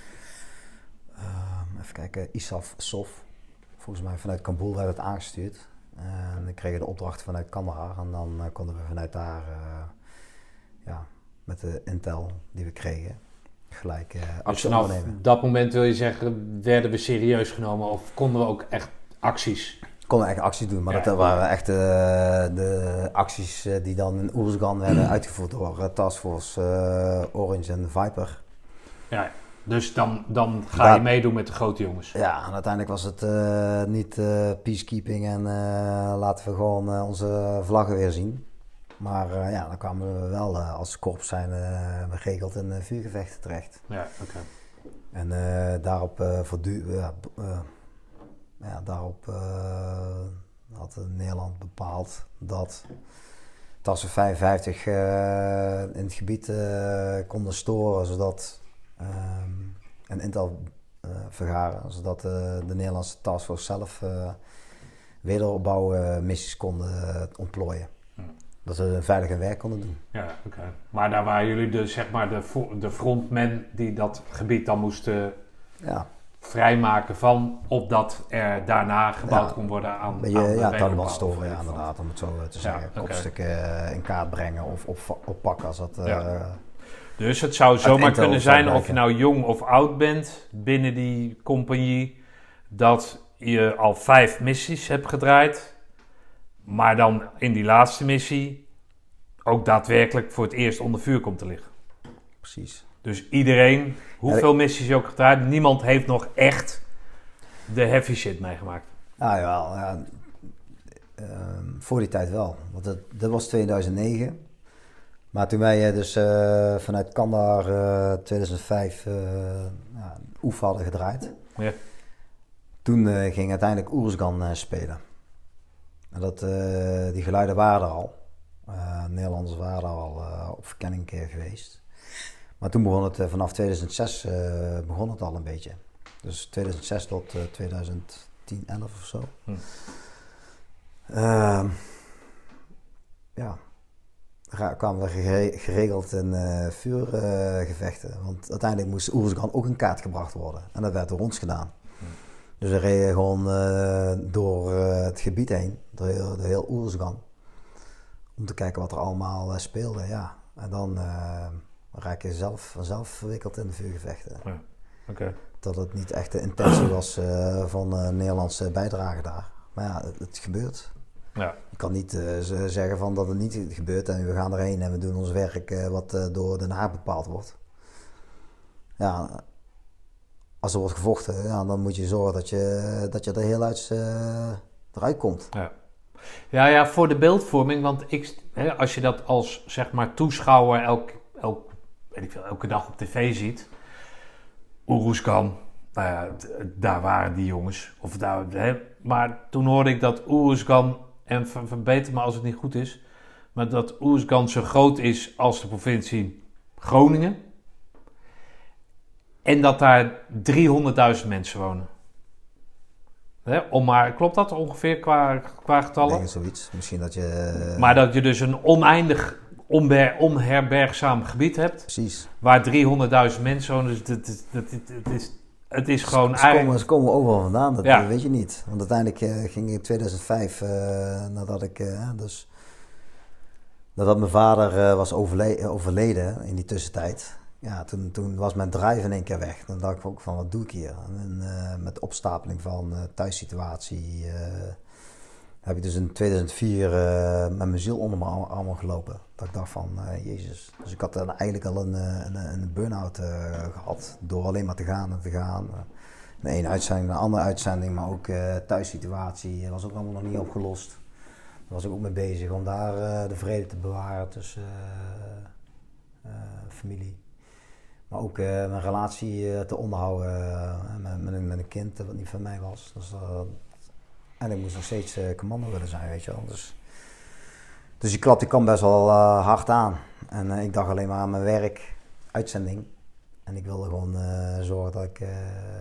Uh, even kijken, I S A F Sof. Volgens mij vanuit Kabul werd het aangestuurd. En we kregen de opdracht vanuit Kandahar. En dan uh, konden we vanuit daar, uh, ja, met de intel die we kregen, gelijk uh, actie dus ondernemen. Op dat moment wil je zeggen, werden we serieus genomen of konden we ook echt acties? Konden we echt acties doen, maar ja, dat waren echt uh, de acties uh, die dan in Oeruzgan werden uitgevoerd door uh, Taskforce uh, Orange en Viper. Ja. Dus dan, dan ga Daar, je meedoen met de grote jongens. Ja, en uiteindelijk was het uh, niet uh, peacekeeping en uh, laten we gewoon uh, onze vlaggen weer zien. Maar uh, ja, dan kwamen we wel uh, als korps zijn uh, geregeld in uh, vuurgevechten terecht. Ja, oké. Okay. En uh, daarop, uh, voortdu- uh, uh, ja, daarop uh, had Nederland bepaald dat Task vijfenvijftig uh, in het gebied uh, konden storen, zodat... Um, en intel uh, vergaren, zodat uh, de Nederlandse taskforce zelf uh, wederopbouwmissies konden uh, ontplooien. Hm. Dat ze een veilige werk konden doen. Ja, oké. Okay. Maar daar waren jullie de, zeg maar de, de frontmen die dat gebied dan moesten ja. vrijmaken van, opdat er daarna gebouwd ja. kon worden aan, beetje, aan de ja, Taliban storen, ja, inderdaad, om het zo te zeggen. Ja, okay. Kopstukken uh, in kaart brengen of op, oppakken als dat... Uh, ja. Dus het zou zomaar kunnen zijn, of je nou jong of oud bent binnen die compagnie, dat je al vijf missies hebt gedraaid, maar dan in die laatste missie ook daadwerkelijk voor het eerst onder vuur komt te liggen. Precies. Dus iedereen, hoeveel missies je ook gedraaid, niemand heeft nog echt de heavy shit meegemaakt. Nou ja, ja uh, voor die tijd wel, want dat, dat was tweeduizend negen. Maar toen wij dus uh, vanuit Kandahar uh, tweeduizend vijf uh, ja, O E F hadden gedraaid, ja. toen uh, ging uiteindelijk Oeruzgan uh, spelen. En dat, uh, die geluiden waren er al. Uh, Nederlanders waren al uh, op verkenning een keer geweest. Maar toen begon het, uh, vanaf tweeduizend zes uh, begon het al een beetje. Dus tweeduizend zes tot uh, tweeduizend tien, elf of zo. Hm. Uh, ja. kwamen we geregeld in uh, vuurgevechten. Uh, Want uiteindelijk moest Oeruzgan ook in kaart gebracht worden. En dat werd door ons gedaan. Hmm. Dus we reden gewoon uh, door uh, het gebied heen, door heel, door heel Oeruzgan. Om te kijken wat er allemaal uh, speelde, ja. En dan uh, raak je zelf, vanzelf verwikkeld in de vuurgevechten. Ja. Okay. Dat het niet echt de intentie was uh, van uh, Nederlandse bijdrage daar. Maar ja, het, het gebeurt. Ja. Je kan niet uh, zeggen van dat het niet gebeurt en we gaan erheen en we doen ons werk uh, wat uh, door Den Haag bepaald wordt. Ja, als er wordt gevochten, ja, dan moet je zorgen dat je, dat je er heel uit, uh, eruit komt. Ja. Ja, ja, voor de beeldvorming, want ik, hè, als je dat als zeg maar toeschouwer elk, elk, weet ik veel, elke dag op tv ziet, Oeruzgan, nou ja, daar waren die jongens. Of daar, hè, maar toen hoorde ik dat Oeruzgan, en ver, verbeter me als het niet goed is, maar dat Oersgan zo groot is als de provincie Groningen. En dat daar driehonderdduizend mensen wonen. Hè, om maar, klopt dat ongeveer qua, qua getallen? Ik denk zoiets. Misschien dat je... Maar dat je dus een oneindig onber, onherbergzaam gebied hebt. Precies. Waar driehonderdduizend mensen wonen. Dus het, het, het, het, het is, het is gewoon Ze eigenlijk... komen, ze komen overal vandaan, dat Ja. weet je niet. Want uiteindelijk uh, ging ik in tweeduizend vijf, uh, nadat ik... Uh, dus, nadat mijn vader uh, was overle- overleden in die tussentijd... Ja, toen, toen was mijn drive in één keer weg. Dan dacht ik ook van, wat doe ik hier? En uh, met opstapeling van uh, thuissituatie... Uh, heb ik dus in tweeduizend vier uh, met mijn ziel onder mijn armen gelopen. Dat ik dacht van, uh, jezus. Dus ik had dan eigenlijk al een, een, een burn-out uh, gehad. Door alleen maar te gaan en te gaan. Uh, de ene uitzending naar de andere uitzending. Maar ook uh, thuissituatie was ook allemaal nog niet opgelost. Daar was ik ook mee bezig om daar uh, de vrede te bewaren tussen uh, uh, familie. Maar ook uh, mijn relatie uh, te onderhouden uh, met, met, een, met een kind wat niet van mij was. Dus, uh, en ik moest nog steeds uh, commando willen zijn, weet je wel. Dus, dus die klap die kwam best wel uh, hard aan. En uh, ik dacht alleen maar aan mijn werk, uitzending. En ik wilde gewoon uh, zorgen dat ik uh,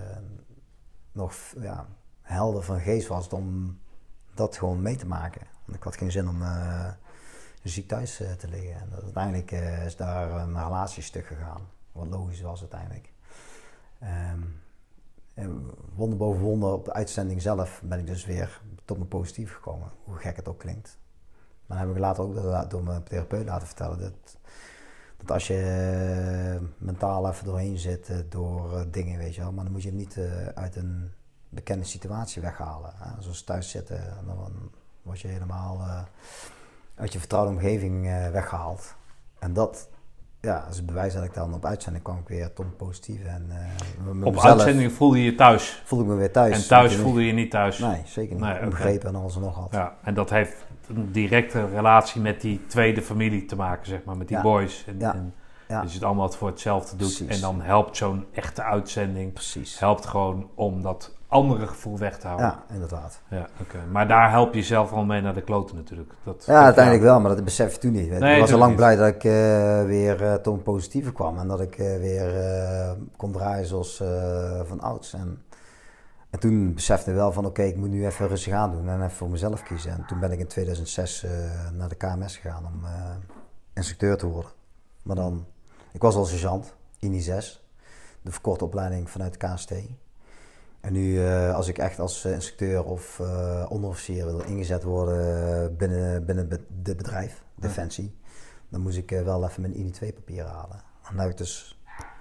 nog ja, helder van geest was om dat gewoon mee te maken. Want ik had geen zin om uh, ziek thuis uh, te liggen. En dat, uiteindelijk uh, is daar uh, mijn relatie stuk gegaan. Wat logisch was uiteindelijk. Um, en wonder boven wonder op de uitzending zelf ben ik dus weer tot mijn positief gekomen. Hoe gek het ook klinkt. Maar dan heb ik later ook door mijn therapeut laten vertellen. Dat, dat als je mentaal even doorheen zit door dingen, weet je wel. Maar dan moet je het niet uit een bekende situatie weghalen. Hè? Zoals thuis zitten, dan word je helemaal uh, uit je vertrouwde omgeving uh, weggehaald. En dat... Ja, als het bewijs dat ik dan op uitzending kwam ik weer tot positief. En, uh, op uitzending voelde je je thuis. Voelde ik me weer thuis. En thuis voelde je je niet thuis. Nee, zeker niet. Nee, Onbegrepen okay. En alles en nog wat. Ja, en dat heeft een directe relatie met die tweede familie te maken, zeg maar, met die ja. boys. En, ja. en ja. Dus je het allemaal voor hetzelfde doet. Precies. En dan helpt zo'n echte uitzending. Precies. Helpt gewoon om dat andere gevoel weg te houden. Ja, inderdaad. Ja, oké. Okay. Maar daar help je zelf wel mee naar de kloten natuurlijk. Dat, ja, uiteindelijk ja. wel, maar dat besef je toen niet. Weet. Nee, ik was al lang niet. blij dat ik uh, weer uh, tot een positieve kwam. En dat ik uh, weer uh, kon draaien zoals uh, van ouds. En, en toen besefte ik wel van oké, okay, ik moet nu even rustig aan doen en even voor mezelf kiezen. En toen ben ik in tweeduizend zes uh, naar de K M S gegaan om uh, instructeur te worden. Maar dan, ik was al sergeant, I N I zes, de verkorte opleiding vanuit de K S T. En nu, uh, als ik echt als uh, instructeur of uh, onderofficier wil ingezet worden binnen, binnen be- het bedrijf, Defensie, ja. dan moest ik uh, wel even mijn I N I twee papieren halen. En dan heb ik dus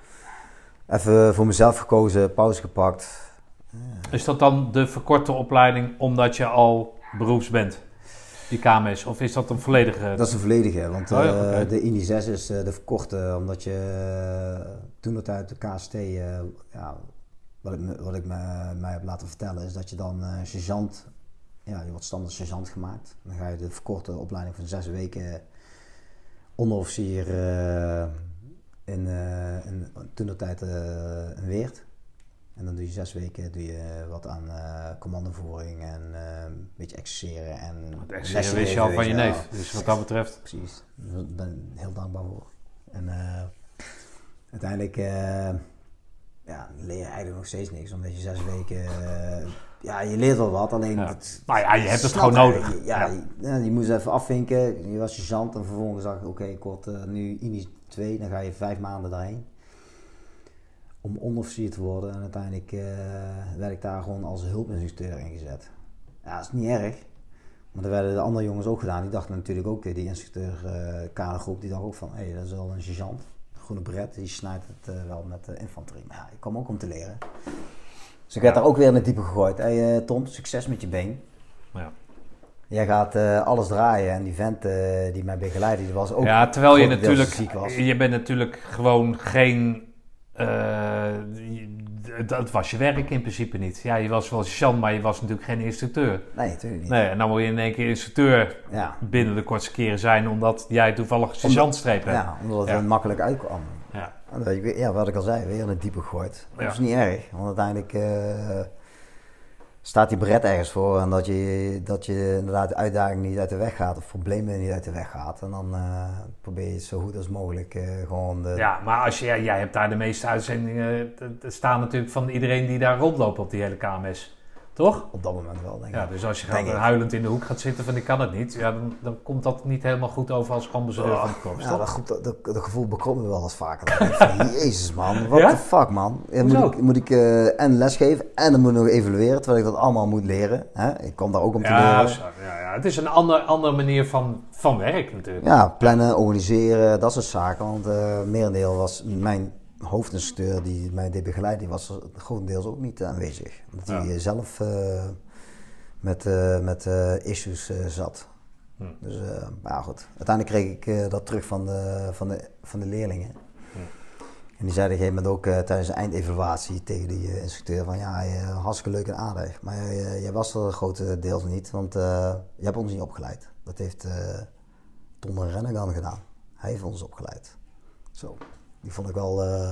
even voor mezelf gekozen, pauze gepakt. Ja. Is dat dan de verkorte opleiding omdat je al beroeps bent, die K M S? Of is dat een volledige? Dat is een volledige, want uh, oh, ja, okay. de I N I zes is uh, de verkorte, omdat je uh, toen het uit de K S T... Uh, ja, Wat ik, me, wat ik me, mij heb laten vertellen is dat je dan uh, sergeant, ja, je wordt standaard sergeant gemaakt. Dan ga je de verkorte opleiding van zes weken onderofficier uh, in, uh, in toen de tijd uh, in Weert. En dan doe je zes weken doe je wat aan uh, commandovoering en uh, een beetje exerceren. En exerceren wist je al van je neef, dus wat dat betreft. Precies, daar ben ik heel dankbaar voor. En uh, uiteindelijk... Uh, Ja, leer je eigenlijk nog steeds niks, omdat je zes weken... Uh, ja, je leert wel wat, alleen... Ja. Het, maar ja, je hebt het gewoon nodig. Je, ja, ja. Je, ja, je moest even afvinken, je was sergeant en vervolgens dacht ik... Oké, okay, ik word uh, nu I N I twee, dan ga je vijf maanden daarheen. Om onderofficier te worden en uiteindelijk uh, werd ik daar gewoon als hulpinstructeur ingezet. Ja, dat is niet erg. Maar dat werden de andere jongens ook gedaan. Die dachten natuurlijk ook, die instructeur uh, kadergroep, die dacht ook van... Hé, hey, dat is wel een sergeant. Groene bret, die snijdt het uh, wel met uh, infanterie. Maar ja, ik kwam ook om te leren. Dus ik werd ja. daar ook weer in het diepe gegooid. Hey uh, Tom, succes met je been. Ja. Jij gaat uh, alles draaien en die vent uh, die mij begeleidde, die was ook... Ja, terwijl je natuurlijk... ziek was. Je bent natuurlijk gewoon geen... Uh, dat was je werk in principe niet. Ja, je was wel sergeant, maar je was natuurlijk geen instructeur. Nee, natuurlijk niet. Nee, en dan moet je in één keer instructeur ja. binnen de kortste keren zijn, omdat jij toevallig sergeantstreep hebt. Ja, omdat het ja. makkelijk uitkwam. Ja. Ja, wat ik al zei, weer in het diepe gegooid. Dat ja. is niet erg, want uiteindelijk uh, staat die beret ergens voor en dat je, dat je inderdaad de uitdaging niet uit de weg gaat of problemen niet uit de weg gaat. En dan uh, probeer je het zo goed als mogelijk uh, gewoon... De... Ja, maar als je, ja, jij hebt daar de meeste uitzendingen staan natuurlijk van iedereen die daar rondloopt op die hele K M S. Toch? Op dat moment wel, denk ik. Ja, dus als je Denk gaat, ik. huilend in de hoek gaat zitten van ik kan het niet, ja, dan, dan komt dat niet helemaal goed over als ambassadeur Oh, van de korps, ja, toch? dat, goed, dat, dat, dat gevoel bekomt me wel eens vaker. Dan denk ik van, Jezus man, what Ja? the fuck man. Ja, Hoezo? moet ik, moet ik uh, en lesgeven en dan moet ik nog evalueren, terwijl ik dat allemaal moet leren. Hè? Ik kom daar ook om te Ja, leren. zo, ja, ja, het is een ander, andere manier van, van werk natuurlijk. Ja, plannen, organiseren, dat soort zaken. Want uh, merendeel was mijn hoofdinstructeur die mij deed begeleiden, die was er grotendeels ook niet aanwezig. Omdat hij Ja. zelf uh, met, uh, met uh, issues uh, zat. Hm. Dus uh, ja goed, uiteindelijk kreeg ik uh, dat terug van de, van de, van de leerlingen. Hm. En die zeiden op een gegeven moment ook uh, tijdens de eindevaluatie tegen die uh, instructeur van ja, uh, hartstikke leuk en aardig. Maar uh, jij was er grotendeels niet, want uh, je hebt ons niet opgeleid. Dat heeft uh, Ton Rennegan gedaan. Hij heeft ons opgeleid. Zo, die vond ik wel... Uh,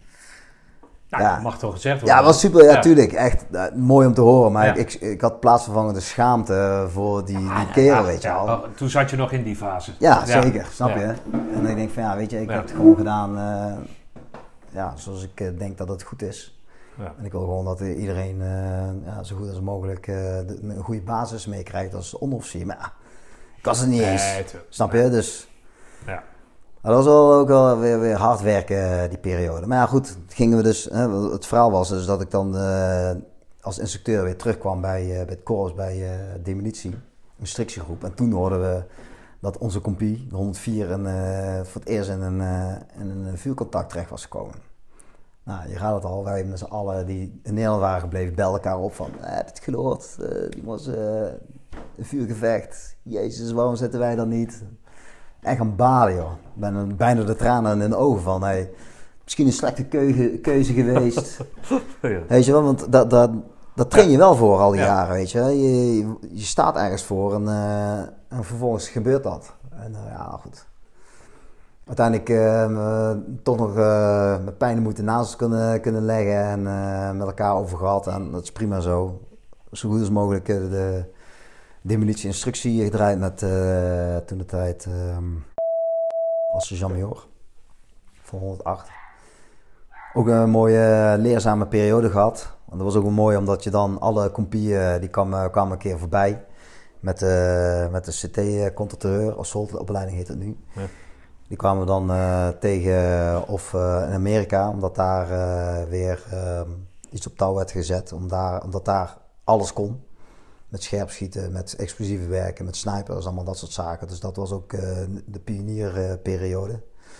Nou, ja. dat mag toch gezegd worden. Ja, het was super, ja, Ja. tuurlijk. Echt uh, mooi om te horen. Maar Ja. ik, ik, ik had plaatsvervangende schaamte voor die, Ah, die ja, kerel, ja, weet je ja. wel. Oh, toen zat je nog in die fase. Ja, zeker. Snap Ja. je? En dan denk ik van ja, weet je, ik Ja. heb het gewoon gedaan uh, ja, zoals ik uh, denk dat het goed is. Ja. En ik wil gewoon dat iedereen uh, ja, zo goed als mogelijk uh, de, een goede basis meekrijgt als onderofficier. Maar ja, ik was het niet eens. Nee, tuurlijk. Snap je? Dus... Ja. Maar dat was wel ook wel weer, weer hard werken die periode. Maar ja goed, gingen we dus, hè, het verhaal was dus dat ik dan uh, als instructeur weer terugkwam bij, uh, bij het korps, bij uh, demolitie, instructiegroep. En toen hoorden we dat onze compie, de honderdvier, een, uh, voor het eerst in een, uh, in een vuurcontact terecht was gekomen. Nou, je gaat het al, wij met z'n allen die in Nederland waren gebleven, belden elkaar op van, heb je het gehoord? Uh, die was uh, een vuurgevecht. Jezus, waarom zitten wij dan niet? Echt een balen, joh. Ik ben bijna de tranen in de ogen van, hey, misschien een slechte keuze, keuze geweest. Ja. Weet je wel, want dat, dat, dat train je wel voor al die Ja. jaren, weet je. Je, je, je staat ergens voor en, uh, en vervolgens gebeurt dat. En uh, ja, goed. Uiteindelijk uh, toch nog uh, met pijn en moeite naast ons kunnen, kunnen leggen en uh, met elkaar over gehad. En dat is prima zo. Zo goed als mogelijk uh, de demolitie-instructie gedraaid met uh, toen de tijd um, als sergeant-major van honderdacht. Ook een mooie leerzame periode gehad. Want dat was ook wel mooi omdat je dan alle compieën die kwamen, kwamen een keer voorbij met, uh, met de C T-controleur, assault-opleiding heet het nu. Ja. Die kwamen dan uh, tegen of uh, in Amerika, omdat daar uh, weer uh, iets op touw werd gezet, om daar, omdat daar alles kon. Met scherpschieten, met explosieve werken, met snipers, allemaal dat soort zaken. Dus dat was ook uh, de pionierperiode.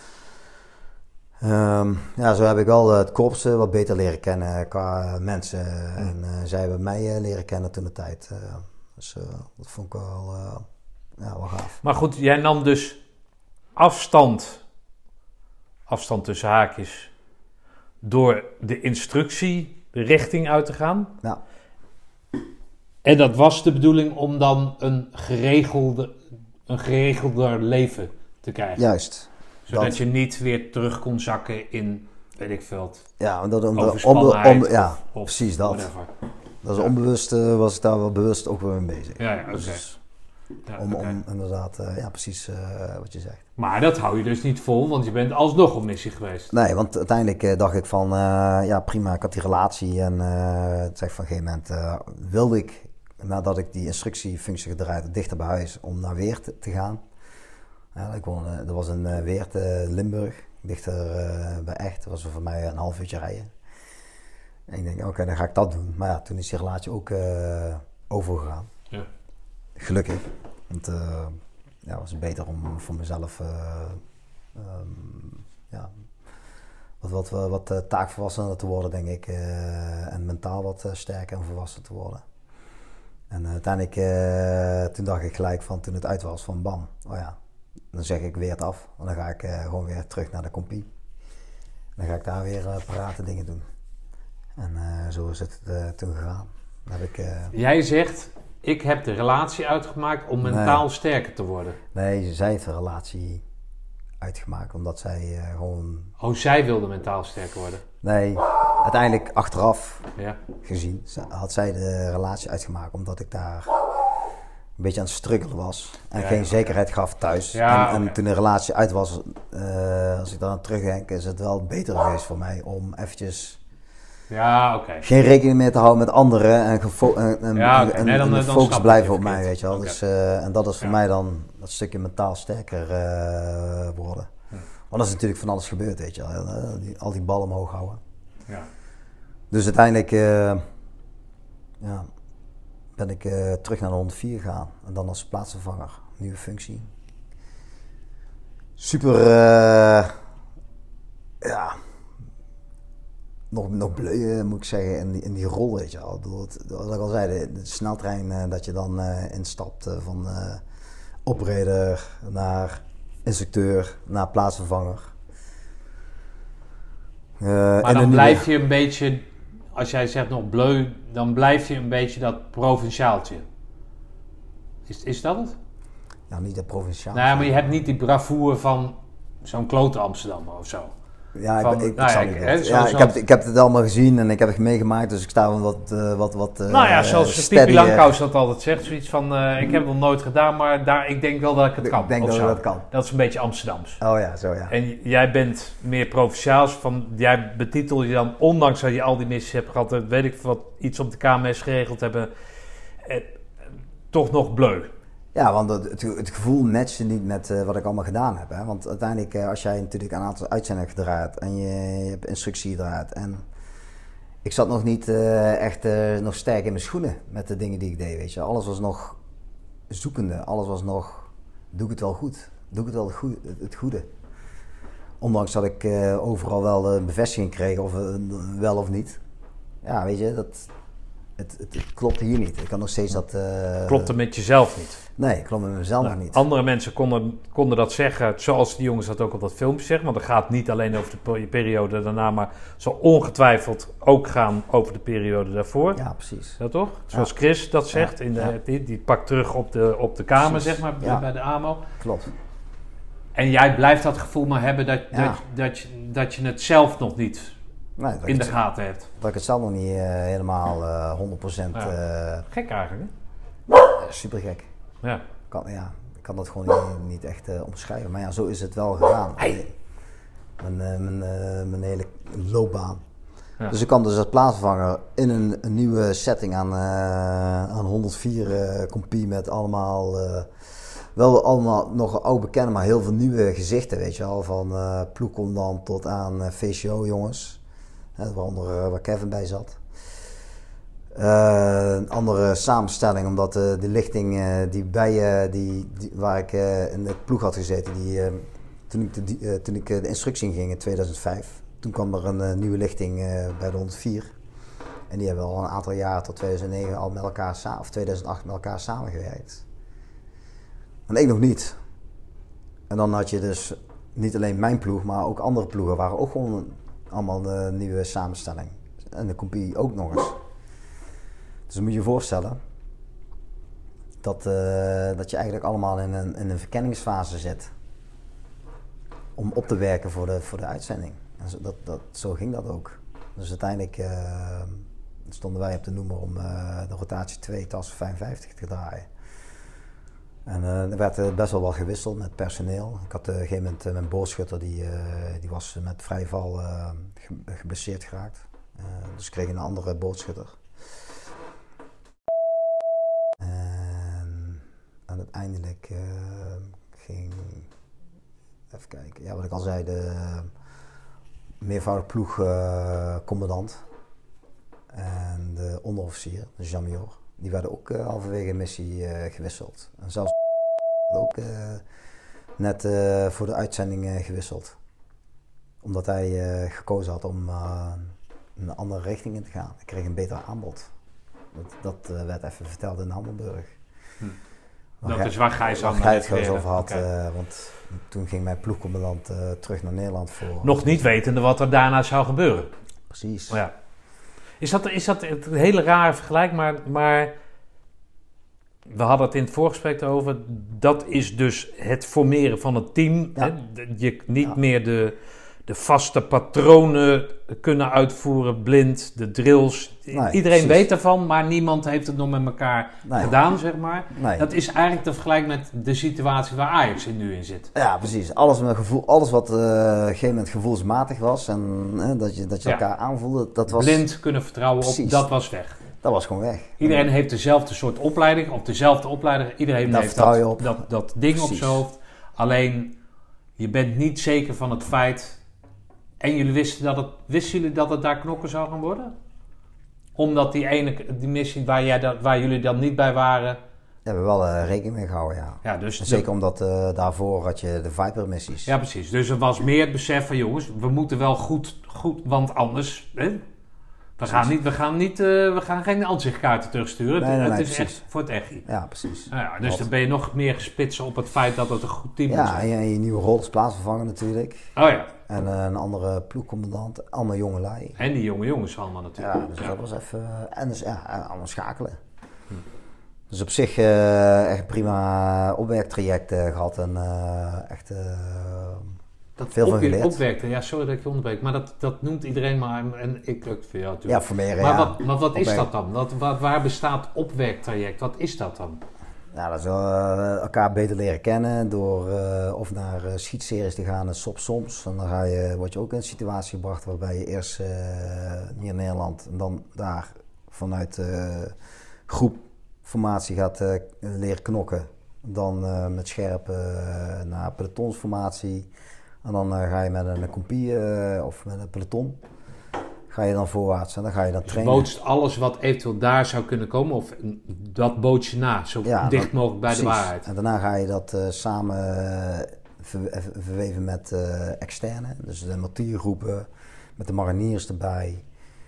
Um, ja, zo heb ik wel het korps uh, wat beter leren kennen qua mensen. Mm. En uh, zij hebben mij uh, leren kennen toen de tijd. Uh, dus uh, dat vond ik wel, uh, ja, wel gaaf. Maar goed, jij nam dus afstand, afstand tussen haakjes, door de instructie de richting uit te gaan. Ja. En dat was de bedoeling om dan een, geregelde, een geregelder leven te krijgen. Juist. Zodat dat. je niet weer terug kon zakken in, weet ik veel, ja, om dat, om overspannenheid. Om, om, ja, of, of precies dat. Whatever. Dat is onbewust, uh, was ik daar wel bewust ook weer mee bezig. Ja, ja, oké. Okay. Dus ja, om, okay. om inderdaad, uh, ja precies uh, wat je zegt. Maar dat hou je dus niet vol, want je bent alsnog op missie geweest. Nee, want uiteindelijk uh, dacht ik van, uh, ja prima, ik had die relatie en uh, het zegt van een gegeven moment uh, wilde ik, nadat ik die instructiefunctie gedraaid had, dichter bij huis om naar Weert te gaan. Ja, ik woonde, uh, dat was in uh, Weert, uh, Limburg, dichter uh, bij Echt. Dat was voor mij een half uurtje rijden. En ik denk, oké, okay, dan ga ik dat doen. Maar ja, toen is die relatie ook uh, overgegaan. Ja. Gelukkig. Want uh, ja, was het beter om voor mezelf uh, um, ja, wat, wat, wat, wat uh, taakvolwassener te worden, denk ik. Uh, en mentaal wat uh, sterker en volwassen te worden. En uh, uiteindelijk, uh, toen dacht ik gelijk van, toen het uit was, van bam, oh ja, dan zeg ik weer het af. En dan ga ik uh, gewoon weer terug naar de compie. Dan ga ik daar weer uh, parate dingen doen. En uh, zo is het uh, toen gegaan. Dan heb ik, uh, Jij zegt, ik heb de relatie uitgemaakt om mentaal nee. sterker te worden. Nee, zij heeft de relatie uitgemaakt omdat zij uh, gewoon... Oh, zij wilde mentaal sterker worden? Nee, uiteindelijk achteraf Ja. gezien had zij de relatie uitgemaakt omdat ik daar een beetje aan het struggelen was en Ja, geen ja, zekerheid gaf thuis. Ja, en, en oké. toen de relatie uit was, uh, als ik daar aan terugdenk, is het wel beter geweest voor mij om eventjes Ja, oké. Okay. geen rekening meer te houden met anderen en, gefo- en, en, Ja, okay. en, nee, dan, en de dan focus blijven op het. mij, weet je wel. Okay. Dus, uh, en dat is voor ja. mij dan dat stukje mentaal sterker uh, worden. Hm. Want dat is natuurlijk van alles gebeurd, weet je wel. Uh, die, al die ballen omhoog houden. Ja. Dus uiteindelijk uh, ja, ben ik uh, terug naar de honderdvier gegaan. En dan als plaatsvervanger. Nieuwe functie. Super, uh, ja, nog, nog bleu moet ik zeggen in die, in die rol, weet je wel. Wat ik al zei, de, de sneltrein uh, dat je dan uh, instapt uh, van uh, operator naar instructeur naar plaatsvervanger. Uh, maar dan blijf je een beetje, als jij zegt nog bleu, dan blijf je een beetje dat provinciaaltje. Is, is dat het? Ja, niet dat provinciaal. Nou ja, maar je hebt niet die bravoure van zo'n klote Amsterdam of zo. Ja, van, ik, ik, nou ik, ja, ik, hè, zo, ja, zo ik, heb, ik heb het allemaal gezien en ik heb het meegemaakt, dus ik sta wel wat... Uh, wat, wat uh, nou ja, zoals steady, Pipi Langkous dat altijd zegt, zoiets van, uh, ik heb het nog nooit gedaan, maar daar, ik denk wel dat ik het kan. Ik denk dat ik dat kan. Dat is een beetje Amsterdams. Oh ja, zo ja. En jij bent meer provinciaals, van, jij betitel je dan, ondanks dat je al die missies hebt gehad, weet ik wat, iets op de K M S geregeld hebben, eh, toch nog bleu. Ja, want het, het, het gevoel matchte niet met uh, wat ik allemaal gedaan heb. Hè? Want uiteindelijk, uh, als jij natuurlijk een aantal uitzendingen gedraaid en je, je hebt instructie gedraaid. En ik zat nog niet uh, echt uh, nog sterk in mijn schoenen met de dingen die ik deed, weet je. Alles was nog zoekende, alles was nog, doe ik het wel goed? Doe ik het wel het goede? Het, het goede? Ondanks dat ik uh, overal wel een bevestiging kreeg, of uh, wel of niet. Ja, weet je, dat... Het, het, het klopte hier niet. Ik kan nog steeds dat... Uh, klopte met jezelf niet? Nee, klopte met mezelf nou, nog niet. Andere mensen konden, konden dat zeggen, zoals die jongens dat ook op dat filmpje zeggen. Want het gaat niet alleen over de periode daarna, maar zal ongetwijfeld ook gaan over de periode daarvoor. Ja, precies. Ja, toch? Zoals ja. Chris dat zegt. Ja, in de, ja. die, die pakt terug op de, op de kamer, precies. zeg maar, ja. bij de A M O. Klopt. En jij blijft dat gevoel maar hebben dat, ja. dat, dat, je, dat je het zelf nog niet... Nee, in de gaten hebt. Dat ik het zelf nog niet uh, helemaal uh, honderd procent... Ja. Uh, gek eigenlijk, hè? Uh, super gek. Ja. Kan, ja, ik kan dat gewoon niet, niet echt uh, omschrijven. Maar ja, zo is het wel gegaan. Hey. Mijn, uh, mijn, uh, mijn hele loopbaan. Ja. Dus ik kwam dus als plaatsvervanger in een, een nieuwe setting aan, uh, aan honderdvier uh, compie met allemaal... Uh, wel allemaal nog oud bekende, maar heel veel nieuwe gezichten, weet je wel. Van uh, ploegcommandant tot aan uh, V C O jongens. Hè, waaronder uh, waar Kevin bij zat. Uh, een andere samenstelling, omdat uh, de lichting uh, die bij, uh, die, die, waar ik uh, in de ploeg had gezeten, die, uh, toen ik, de, die, uh, toen ik uh, de instructie ging in tweeduizend vijf, toen kwam er een uh, nieuwe lichting uh, bij de honderdvier. En die hebben al een aantal jaren tot tweeduizend negen al met elkaar, of tweeduizend acht met elkaar samengewerkt. En ik nog niet. En dan had je dus niet alleen mijn ploeg, maar ook andere ploegen waren ook gewoon allemaal een nieuwe samenstelling. En de compie ook nog eens. Dus dan moet je je voorstellen dat, uh, dat je eigenlijk allemaal in een, in een verkenningsfase zit. Om op te werken voor de, voor de uitzending. En zo, dat, dat, zo ging dat ook. Dus uiteindelijk uh, stonden wij op de noemer om uh, de rotatie twee, tas vijfenvijftig te draaien. En uh, er werd uh, best wel wat gewisseld met personeel. Ik had uh, op een gegeven moment uh, mijn boogschutter, die, uh, die was met vrijval uh, ge- geblesseerd geraakt. Uh, dus ik kreeg een andere boogschutter. En, en uiteindelijk uh, ging, even kijken, ja, wat ik al zei, de uh, meervoudig ploegcommandant uh, en de onderofficier, de Jean-Major. Die werden ook uh, halverwege een missie uh, gewisseld. En zelfs ook uh, net uh, voor de uitzending uh, gewisseld. Omdat hij uh, gekozen had om uh, een andere richting in te gaan. Ik kreeg een beter aanbod. Dat, dat uh, werd even verteld in Hammelburg. Hm. Dat Gij, is waar Gijs waar Gijs het over had. Okay. Uh, want toen ging mijn ploegcommandant uh, terug naar Nederland voor... Nog niet wetende wat er daarna zou gebeuren. Precies. Oh ja. Is dat, is dat een hele rare vergelijk, maar, maar we hadden het in het voorgesprek over. Dat is dus het formeren van het team. Ja. Hè? Je, niet ja. meer de, de vaste patronen kunnen uitvoeren, blind, de drills. Nee, Iedereen precies. weet ervan, maar niemand heeft het nog met elkaar Nee. gedaan, zeg maar. Nee. Dat is eigenlijk te vergelijken met de situatie waar Ajax in nu in zit. Ja, precies. Alles, met gevoel, alles wat eh, op een gegeven moment gevoelsmatig was en eh, dat je, dat je Ja. elkaar aanvoelde, dat was, Blind kunnen vertrouwen Precies. op, dat was weg. dat was gewoon weg. Iedereen heeft dezelfde soort opleiding, of dezelfde opleider. Iedereen Daar heeft vertrouw dat, je op. dat, dat ding op Precies. zijn hoofd. Alleen, je bent niet zeker van het feit... En jullie wisten, dat het, wisten jullie dat het daar knokken zou gaan worden? Omdat die ene die missie waar, jij dat, waar jullie dan niet bij waren... Daar hebben we wel eh, rekening mee gehouden, ja. Ja, dus En zeker omdat eh, daarvoor had je de Viper-missies. Ja, precies. Dus er was meer het besef van... jongens, we moeten wel goed... goed want anders... Hè, we, gaan niet, we, gaan niet, uh, we gaan geen ansichtkaarten terugsturen. Nee, nee, het nee, is precies. echt voor het echi. Ja, precies. Nou ja, dus Wat? dan ben je nog meer gespitst op het feit dat het een goed team moet Ja, zijn. en je, en je nieuwe rol is plaatsvervanger natuurlijk. Oh ja. En eh, een andere ploegcommandant, allemaal jongelui. En die jonge jongens allemaal natuurlijk. Ja, dus dat was even... En dus ja, allemaal schakelen. Hm. Dus op zich uh, echt prima opwerktraject uh, gehad en uh, echt uh, dat veel van opwe- geleerd. Opwerkte, ja, sorry dat ik je onderbreek, maar dat, dat noemt iedereen maar. En ik ook voor jou natuurlijk. Ja, voor meer, maar, ja. wat, maar wat is Opwerk. dat dan? Wat, waar, waar bestaat opwerktraject? Wat is dat dan? Ja, dat is wel, uh, elkaar beter leren kennen door uh, of naar uh, schietseries te gaan en soms soms. En dan ga je, word je ook in een situatie gebracht waarbij je eerst uh, hier in Nederland en dan daar vanuit uh, groepformatie gaat uh, leren knokken. Dan uh, met scherp uh, naar pelotonsformatie. En dan uh, ga je met een compie uh, of met een peloton. Ga je dan voorwaarts en dan ga je dan Dus trainen. bootst alles wat eventueel daar zou kunnen komen, of dat boot je na, zo Ja, dicht dat, mogelijk bij precies. de waarheid. En daarna ga je dat uh, samen uh, ver, verweven met uh, externe, dus de mortiergroepen, met de mariniers erbij,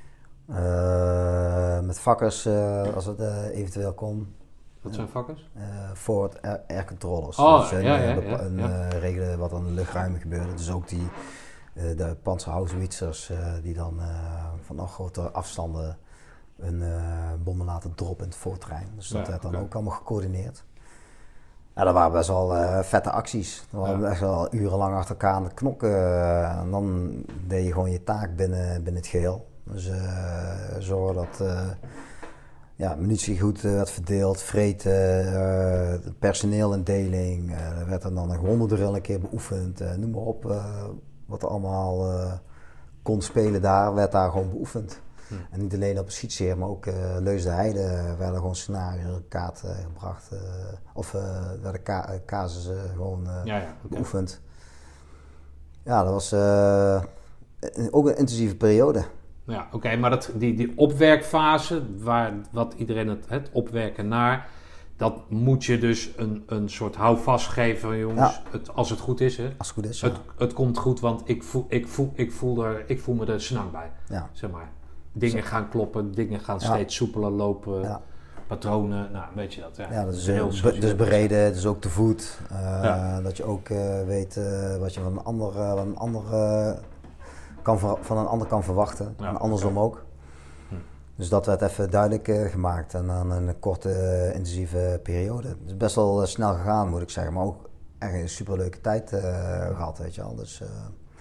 uh, met vakkers uh, als het uh, eventueel kon. Wat zijn vakkers? Uh, Forward air, air controllers. Oh, dus, ja, uh, ja, ja, bepa- ja. uh, regelen wat aan de luchtruim gebeurde. Dus ook die uh, de Panzerhaubitsers uh, die dan uh, van nog grotere afstanden een uh, bommen laten droppen in het voortrein. Dus dat Ja, werd dan okay. ook allemaal gecoördineerd. Ja, dat waren best wel uh, vette acties. Dat waren Ja. echt wel urenlang achter elkaar aan het knokken. Uh, en dan deed je gewoon je taak binnen, binnen het geheel. Dus uh, zorgen dat uh, ja, munitie goed uh, werd verdeeld, vreten, uh, personeelindeling. Uh, er werd er dan een gewondendrill een keer beoefend. Uh, noem maar op. Uh, wat er allemaal uh, kon spelen daar, werd daar gewoon beoefend. Hm. En niet alleen op het schietseer, maar ook uh, Leusden-Heide werden gewoon scenario kaarten uh, gebracht. Uh, of uh, werden ka- casussen uh, gewoon uh, ja, ja, beoefend. Ja, dat was uh, ook een intensieve periode. Ja, oké, okay, maar dat, die, die opwerkfase, waar, wat iedereen het, het opwerken naar, dat moet je dus een, een soort houvast geven, jongens, ja. het, als het goed is. Hè? Als het goed is, het, ja. het komt goed, want ik voel, ik voel, ik voel, er, ik voel me er snang bij, ja. zeg maar. Dingen Zo. gaan kloppen, dingen gaan ja. steeds soepeler lopen, ja. patronen, nou, weet je dat. Ja, ja dat is heel be, dus bereden, dus ook te voet, uh, ja. dat je ook uh, weet uh, wat je van een ander, uh, van een ander uh, kan ver, van een ander kan verwachten, ja, en andersom okay. ook. Hm. Dus dat werd even duidelijk uh, gemaakt en dan een korte uh, intensieve periode. Het is best wel uh, snel gegaan, moet ik zeggen, maar ook echt een superleuke tijd uh, gehad, weet je wel. Dus, uh,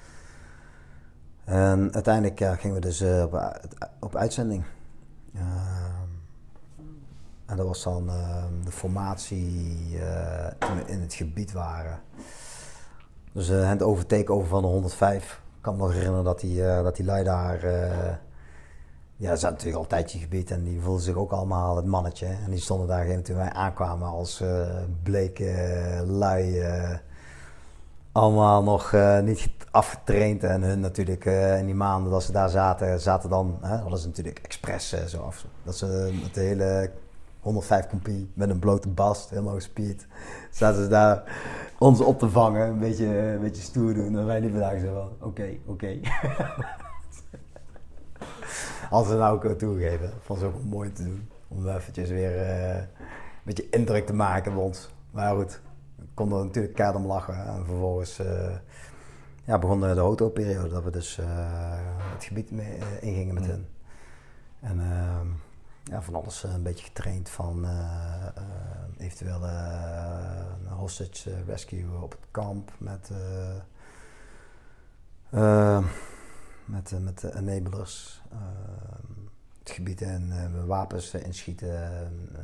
en uiteindelijk ja, gingen we dus uh, op, op uitzending. Uh, en dat was dan uh, de formatie uh, in, in het gebied waren. Dus uh, het overtakeover van de honderdvijf. Ik kan me nog herinneren dat die, uh, dat die lui daar... Uh, ja, dat zat natuurlijk al een tijdje gebied en die voelden zich ook allemaal het mannetje. En die stonden daar geen toen wij aankwamen als uh, bleke uh, lui... Uh, allemaal nog uh, niet afgetraind en hun natuurlijk uh, in die maanden dat ze daar zaten, zaten dan, hè, hadden ze natuurlijk expres uh, zo af. Dat ze uh, met de hele honderdvijf compie met een blote bast, helemaal gespierd, zaten ze daar ons op te vangen, een beetje, uh, een beetje stoer doen. En wij liepen daar zo van, oké, okay, oké. Okay. Hadden ze nou ook toegegeven, vond ze ook mooi te doen, om eventjes weer uh, een beetje indruk te maken bij ons. Maar goed. Ik kon er natuurlijk keihard om lachen. En vervolgens uh, ja, begon de, de autoperiode dat we dus uh, het gebied mee, uh, ingingen met mm. hen. En uh, ja, van alles uh, een beetje getraind van uh, uh, eventueel uh, een hostage rescue op het kamp met uh, Uh, met, uh, met de enablers. Uh, het gebied en uh, wapens uh, inschieten. Uh,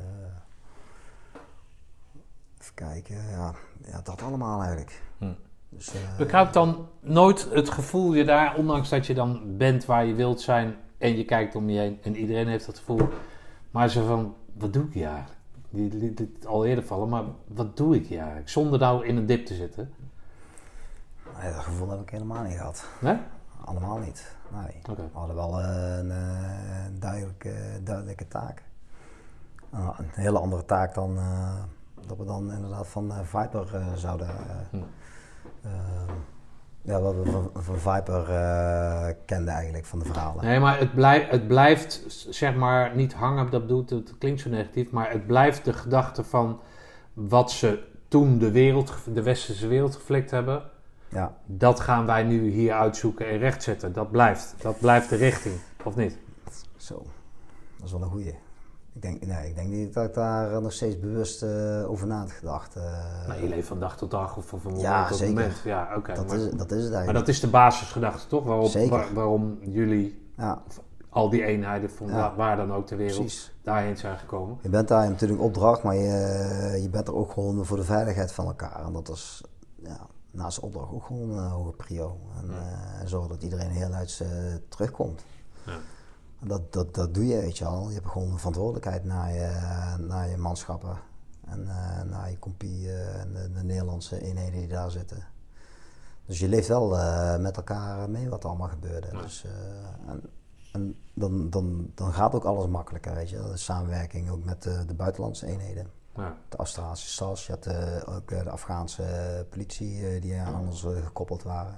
even kijken. Ja, ja, dat allemaal eigenlijk. Hm. Dus, uh, Bekruipt dan nooit het gevoel je daar, ondanks dat je dan bent waar je wilt zijn en je kijkt om je heen en iedereen heeft dat gevoel, maar zo van, wat doe ik hier eigenlijk? Die liet het al eerder vallen, maar wat doe ik hier eigenlijk? Zonder nou in een dip te zitten. Nee, dat gevoel heb ik helemaal niet gehad. Nee? Allemaal niet. Nee. Okay. We hadden wel uh, een uh, duidelijke, duidelijke taak. Uh, een hele andere taak dan uh, dat we dan inderdaad van uh, Viper uh, zouden... Uh, hm. uh, ja, wat we van, van Viper uh, kenden eigenlijk van de verhalen. Nee, maar het, blijf, het blijft, zeg maar, niet hangen, dat bedoelt, het klinkt zo negatief, maar het blijft de gedachte van wat ze toen de wereld, de westerse wereld geflikt hebben. Ja. Dat gaan wij nu hier uitzoeken en rechtzetten. Dat blijft. Dat blijft de richting, of niet? Zo, dat is wel een goeie. Ik denk, nee, ik denk niet dat ik daar nog steeds bewust uh, over na had gedacht. Uh, nou, je leeft van dag tot dag of van moment ja, tot zeker. moment. Ja, oké. Okay, dat, maar, is, dat is het eigenlijk. Maar dat is de basisgedachte, toch? Waarop, waar, waarom jullie, ja. al die eenheden van ja. waar dan ook ter wereld, precies. daarheen zijn gekomen. Je bent daar natuurlijk opdracht, maar je, je bent er ook gewoon voor de veiligheid van elkaar. En dat is... Ja, naast de opdracht ook gewoon een hoge prio. En ja. uh, zorgen dat iedereen heel uit uh, terugkomt. Ja. En dat, dat, dat doe je, weet je al. Je hebt gewoon een verantwoordelijkheid naar je, naar je manschappen. En uh, naar je compie uh, en de, de Nederlandse eenheden die daar zitten. Dus je leeft wel uh, met elkaar mee wat er allemaal gebeurde. Ja. Dus, uh, en en dan, dan, dan gaat ook alles makkelijker, weet je. De samenwerking ook met uh, de buitenlandse eenheden. Ja. De Australische S A S, je had uh, ook uh, de Afghaanse uh, politie uh, die aan ons uh, gekoppeld waren.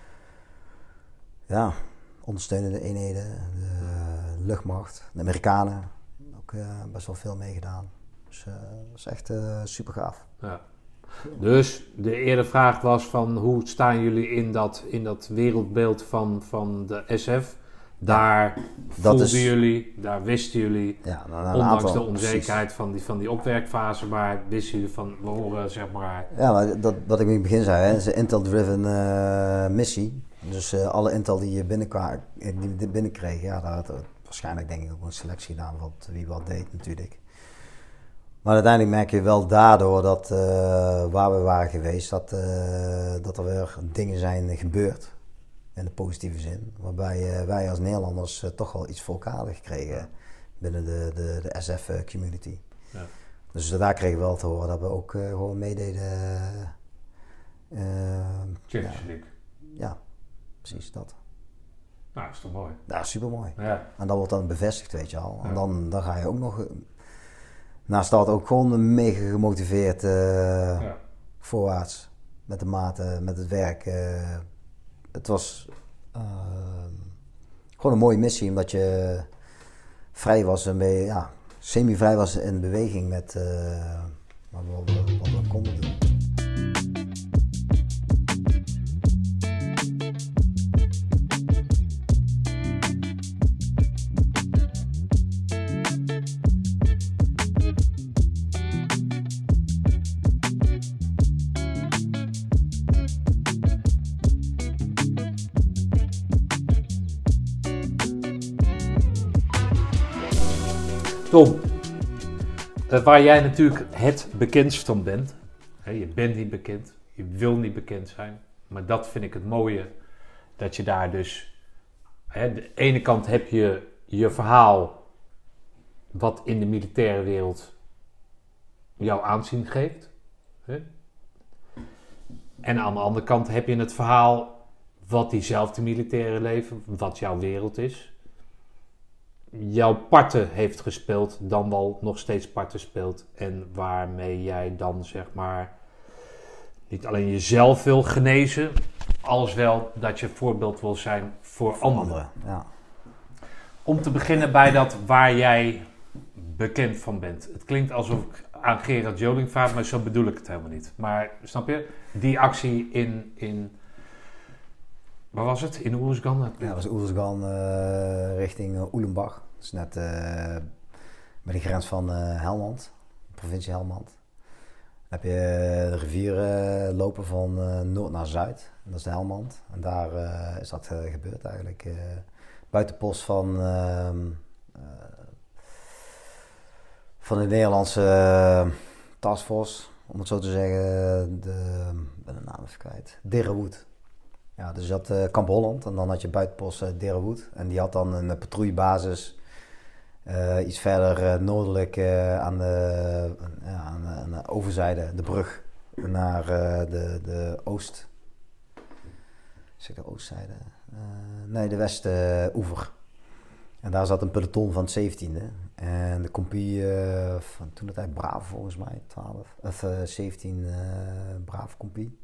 Ja, ondersteunende eenheden, de uh, luchtmacht, de Amerikanen, ook uh, best wel veel meegedaan. Dus uh, dat is echt uh, super gaaf. Ja. Dus de eerste vraag was van hoe staan jullie in dat, in dat wereldbeeld van, van de S F? Daar voelden is, jullie, daar wisten jullie, ja, nou, ondanks aantal, de onzekerheid van die, van die opwerkfase, maar wisten jullie van, we horen zeg maar... Ja, maar dat, wat ik in het begin zei, hè, is een intel-driven uh, missie. Dus uh, alle intel die je binnenkwa- die binnenkreeg, ja, daar had waarschijnlijk denk ik ook een selectie gedaan van wie wat deed natuurlijk. Maar uiteindelijk merk je wel daardoor dat uh, waar we waren geweest, dat, uh, dat er weer dingen zijn gebeurd. In de positieve zin. Waarbij uh, wij als Nederlanders uh, toch wel iets voor elkaar hadden gekregen ja. binnen de, de, de S F-community. Ja. Dus uh, daar kregen we wel te horen dat we ook uh, gewoon meededen. Uh, Champions League. Ja, precies dat. Nou, dat is toch mooi? Ja, super mooi. Ja. En dat wordt dan bevestigd, weet je al. En ja. dan, dan ga je ook nog... Naast dat ook gewoon mega gemotiveerd uh, ja. voorwaarts. Met de maten, met het werk... Uh, Het was uh, gewoon een mooie missie, omdat je vrij was en je, ja, semi-vrij was in beweging met uh, wat, we, wat we konden doen. Tom, uh, waar jij natuurlijk het bekendst van bent. Hè, je bent niet bekend, je wil niet bekend zijn. Maar dat vind ik het mooie, dat je daar dus... Hè, aan de ene kant heb je je verhaal, wat in de militaire wereld jouw aanzien geeft. Hè? En aan de andere kant heb je het verhaal, wat diezelfde militaire leven, wat jouw wereld is... jouw parten heeft gespeeld, dan wel nog steeds parten speelt. En waarmee jij dan zeg maar niet alleen jezelf wil genezen, als wel dat je voorbeeld wil zijn voor, voor anderen. anderen ja. Om te beginnen bij dat waar jij bekend van bent. Het klinkt alsof ik aan Gerard Joling vraag, maar zo bedoel ik het helemaal niet. Maar snap je? Die actie in... in waar was het? In Oeruzgan? Ja, dat was Oeruzgan uh, richting uh, Oelenbach. Dat is net uh, bij de grens van uh, Helmand, provincie Helmand. heb je de rivier uh, lopen van uh, noord naar zuid. En dat is de Helmand. En daar uh, is dat uh, gebeurd eigenlijk. Uh, buitenpost van, uh, uh, van de Nederlandse uh, taskforce, om het zo te zeggen. De, ik ben de naam even kwijt. Derrewood. Ja, dus je had uh, Kamp Holland en dan had je buitenpost uh, Derrewood. En die had dan een patrouillebasis uh, iets verder uh, noordelijk uh, aan, de, uh, ja, aan, de, aan de overzijde, de brug, naar uh, de, de oost... Zeg ik de oostzijde? Uh, nee, de west-oever. En daar zat een peloton van het zeventiende. En de compie uh, van toen de tijd Bravo volgens mij, twaalf, of uh, zeventien uh, Bravo compie.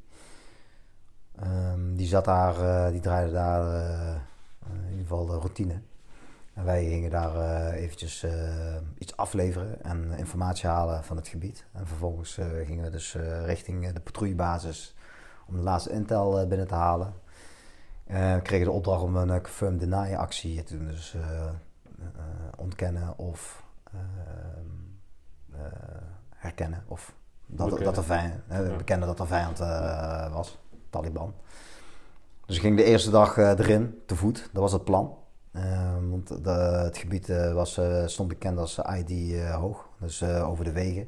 Um, die zat daar, uh, die draaide daar uh, in ieder geval de routine. En wij gingen daar uh, eventjes uh, iets afleveren en informatie halen van het gebied. En vervolgens uh, gingen we dus uh, richting de patrouillebasis om de laatste intel uh, binnen te halen. Uh, we kregen de opdracht om een uh, confirm deny actie te doen. Dus uh, uh, ontkennen of uh, uh, herkennen of dat, dat er vijand, uh, ja. bekennen dat er vijand uh, was. Taliban. Dus ik ging de eerste dag uh, erin, te voet. Dat was het plan. Uh, want de, het gebied uh, was, uh, stond bekend als I D uh, hoog. Dus uh, over de wegen.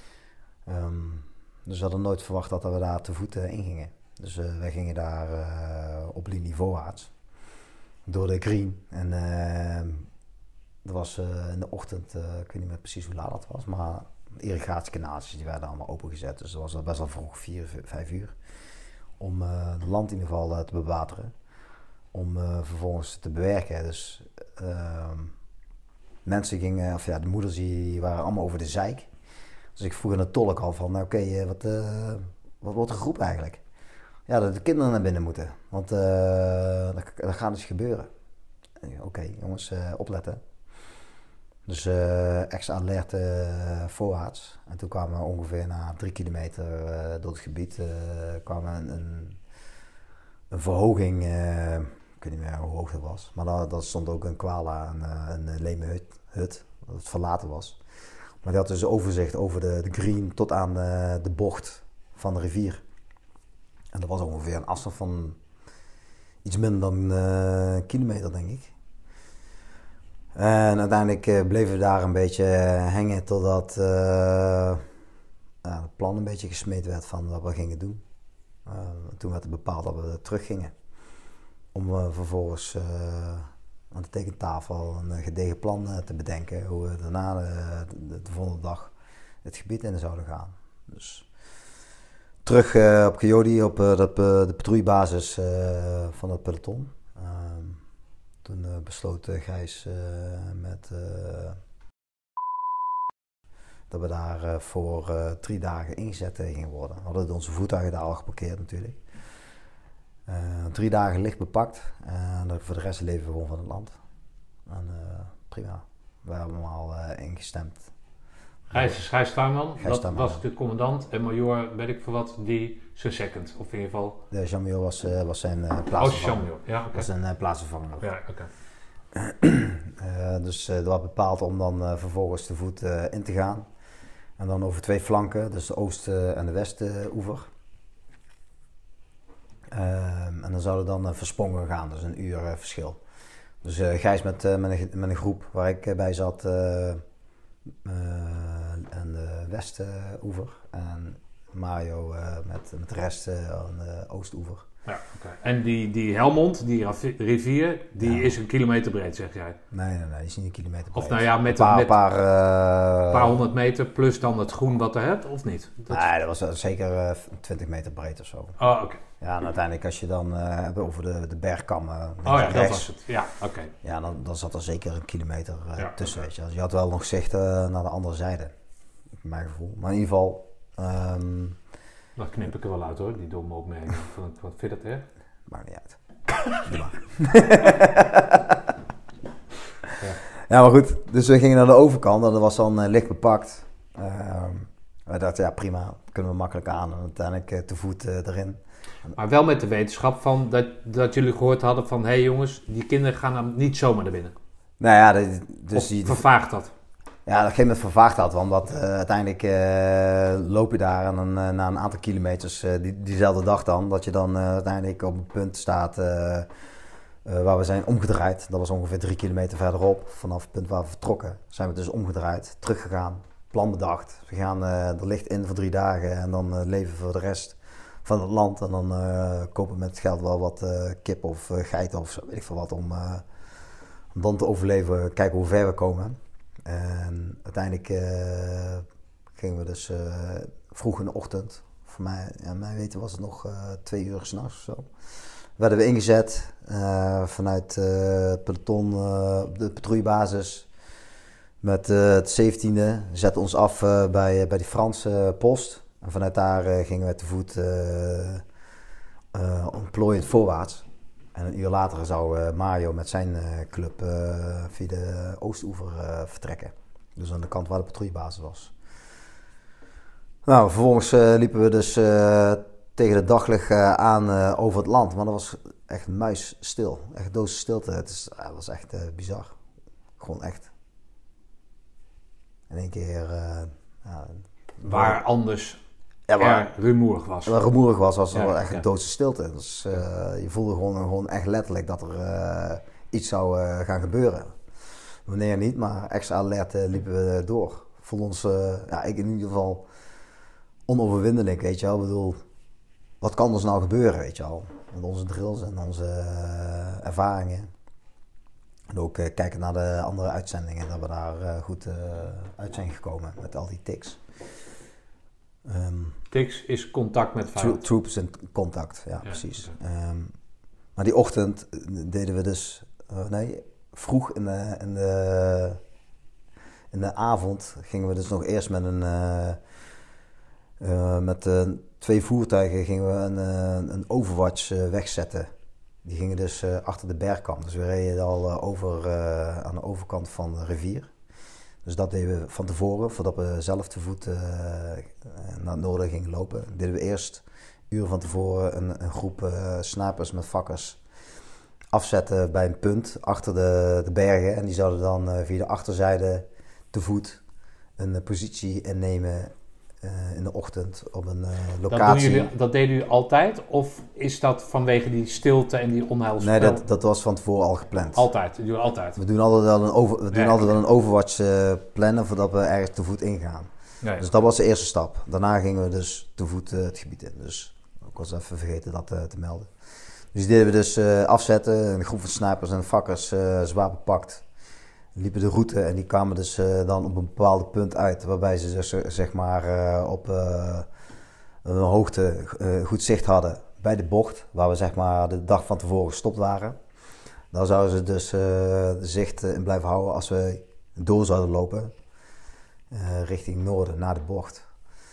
Um, dus we hadden nooit verwacht dat we daar te voet uh, in gingen. Dus uh, wij gingen daar uh, op linie voorwaarts. Door de green. En uh, dat was uh, in de ochtend, uh, ik weet niet meer precies hoe laat dat was. Maar irrigatiekanaaltjes die werden allemaal opengezet. Dus dat was best wel vroeg, vier, vijf uur. Om uh, het land in ieder geval uh, te bewateren. Om uh, vervolgens te bewerken. Dus uh, mensen gingen, of ja, de moeders die waren allemaal over de zeik. Dus ik vroeg aan de tolk al van, nou oké, okay, uh, wat, uh, wat wordt de groep eigenlijk? Ja, dat de kinderen naar binnen moeten. Want uh, dat, dat gaat dus gebeuren. Oké, okay, jongens, uh, opletten. Dus uh, extra alert uh, voorwaarts. En toen kwamen we ongeveer na drie kilometer uh, door het gebied uh, kwam een, een, een verhoging. Uh, ik weet niet meer hoe hoog dat was. Maar daar, daar stond ook een koala, een, een leme hut, hut, dat het verlaten was. Maar die had dus overzicht over de, de green tot aan uh, de bocht van de rivier. En dat was ongeveer een afstand van iets minder dan uh, een kilometer, denk ik. En uiteindelijk uh, bleven we daar een beetje uh, hangen totdat uh, uh, het plan een beetje gesmeed werd van wat we gingen doen. Uh, toen werd er bepaald dat we terug gingen. Om uh, vervolgens uh, aan de tekentafel een gedegen plan uh, te bedenken hoe we daarna de, de, de volgende dag het gebied in zouden gaan. Dus terug uh, op Coyote, op uh, de, de patrouillebasis uh, van het peloton. Uh, Toen uh, besloot uh, Gijs uh, met, uh, dat we daar uh, voor uh, drie dagen ingezet uh, gingen worden. We hadden onze voertuigen daar al geparkeerd natuurlijk. Uh, drie dagen licht bepakt en uh, voor de rest leven we gewoon van het land. En uh, prima, we hebben allemaal uh, ingestemd. Gijs is Gijs Tuinman, Gijs dat Tuinman, was de commandant en major, weet ik veel wat, die zijn second, of in ieder geval... De Jean-Major was, uh, was zijn uh, plaatsvervanger. Oh, Jean-Major, ja, oké. Okay. Was een uh, plaatsvervanger. Ja, oké. Okay. uh, dus uh, dat was bepaald om dan uh, vervolgens te voet uh, in te gaan. En dan over twee flanken, dus de oost- uh, en de west-oever. Uh, en dan zouden we dan uh, versprongen gaan, dus een uur uh, verschil. Dus uh, Gijs met, uh, met, een, met een groep waar ik uh, bij zat... Uh, Uh, aan de west-oever en Mario uh, met, met de rest uh, aan de oostoever. Ja, okay. En die, die Helmond, die rivier, die ja. is een kilometer breed, zeg jij? Nee, nee, nee, die is niet een kilometer breed. Of nou ja, met een paar, met paar, uh, paar honderd meter plus dan het groen wat er hebt, of niet? Dat... Nee, dat was uh, zeker uh, twintig meter breed of zo. Oh, oké. Okay. Ja, en uiteindelijk als je dan uh, hebt over de, de bergkammen. Oh ja, rechts, dat was het. Ja, oké. Okay. Ja, dan, dan zat er zeker een kilometer uh, ja, tussen, okay. weet je. Dus je had wel nog zicht uh, naar de andere zijde, op mijn gevoel. Maar in ieder geval... Um, dat knip ik er wel uit hoor, die domme opmerking. Wat vind je dat erg? Maakt niet uit. Doe maar. ja. ja, maar goed. Dus we gingen naar de overkant en dat was dan uh, licht bepakt. Uh, we dachten, ja prima, kunnen we makkelijk aan. En uiteindelijk uh, te voet uh, erin. Maar wel met de wetenschap van dat, dat jullie gehoord hadden van... hé hey jongens, die kinderen gaan dan niet zomaar naar binnen. Nou ja, de, dus of die... vervaagt dat? Ja, dat op een gegeven moment vervaagd had, want dat, uh, uiteindelijk uh, loop je daar en dan, uh, na een aantal kilometers, uh, die, diezelfde dag dan, dat je dan uh, uiteindelijk op een punt staat uh, uh, waar we zijn omgedraaid. Dat was ongeveer drie kilometer verderop, vanaf het punt waar we vertrokken. Zijn we dus omgedraaid, teruggegaan, plan bedacht. We gaan uh, er licht in voor drie dagen en dan uh, leven voor de rest van het land. En dan uh, kopen met het geld wel wat uh, kip of uh, geiten of zo, weet ik veel wat, om, uh, om dan te overleven, kijken hoe ver we komen. En uiteindelijk uh, gingen we dus uh, vroeg in de ochtend, voor mij, ja, mij weten was het nog uh, twee uur 's nachts of zo, werden we ingezet uh, vanuit uh, het peloton, uh, de patrouillebasis met uh, het zeventiende, zetten ons af uh, bij, bij die Franse post en vanuit daar uh, gingen we te voet uh, uh, ontplooiend voorwaarts. En een uur later zou uh, Mario met zijn uh, club uh, via de Oostoever uh, vertrekken. Dus aan de kant waar de patrouillebasis was. Nou, vervolgens uh, liepen we dus uh, tegen de daglicht uh, aan uh, over het land. Maar dat was echt muisstil. Echt doodstilte. Het is, uh, was echt uh, bizar. Gewoon echt. In één keer... Uh, uh, Waar anders... Ja, waar er rumoerig was. Waar rumoerig was, was er ja, wel echt ja. een doodse stilte. Dus uh, je voelde gewoon, gewoon echt letterlijk dat er uh, iets zou uh, gaan gebeuren. Wanneer niet, maar extra alert uh, liepen we door. Voelde ons, uh, ja, ik in ieder geval onoverwinnelijk, weet je wel. Ik bedoel, wat kan ons nou gebeuren, weet je wel. Met onze drills en onze uh, ervaringen. En ook uh, kijken naar de andere uitzendingen, dat we daar uh, goed uh, uit zijn gekomen met al die tics. Um, Tics is contact met vijand. Troops in contact, ja, ja precies. Um, maar die ochtend deden we dus, uh, nee, vroeg in de, in, de, in de avond gingen we dus nog eerst met een, uh, uh, met uh, twee voertuigen gingen we een, uh, een Overwatch uh, wegzetten. Die gingen dus uh, achter de bergkant. Dus we reden al uh, over, uh, aan de overkant van de rivier. Dus dat deden we van tevoren, voordat we zelf te voet uh, naar het noorden gingen lopen. Deden we eerst uren van tevoren een, een groep uh, snipers met vakkers afzetten bij een punt achter de, de bergen. En die zouden dan uh, via de achterzijde te voet een uh, positie innemen uh, in de ochtend op een uh, locatie. Dat, doen jullie, dat deden jullie altijd? Of is dat vanwege die stilte en die onheilspel? Nee, dat, dat was van tevoren al gepland. Altijd, dat doen we altijd. We doen altijd wel een, over, we doen ja, altijd wel een Overwatch uh, plannen voordat we ergens te voet ingaan. Ja, ja. Dus dat was de eerste stap. Daarna gingen we dus te voet uh, het gebied in. Dus ik was even vergeten dat uh, te melden. Dus die deden we dus uh, afzetten. Een groep van snipers en vakkers uh, zwaar bepakt. Liepen de route en die kwamen dus uh, dan op een bepaald punt uit. Waarbij ze dus, zeg maar uh, op uh, een hoogte uh, goed zicht hadden bij de bocht. Waar we zeg maar de dag van tevoren gestopt waren. Daar zouden ze dus uh, de zicht in blijven houden als we door zouden lopen. Uh, richting noorden, naar de bocht.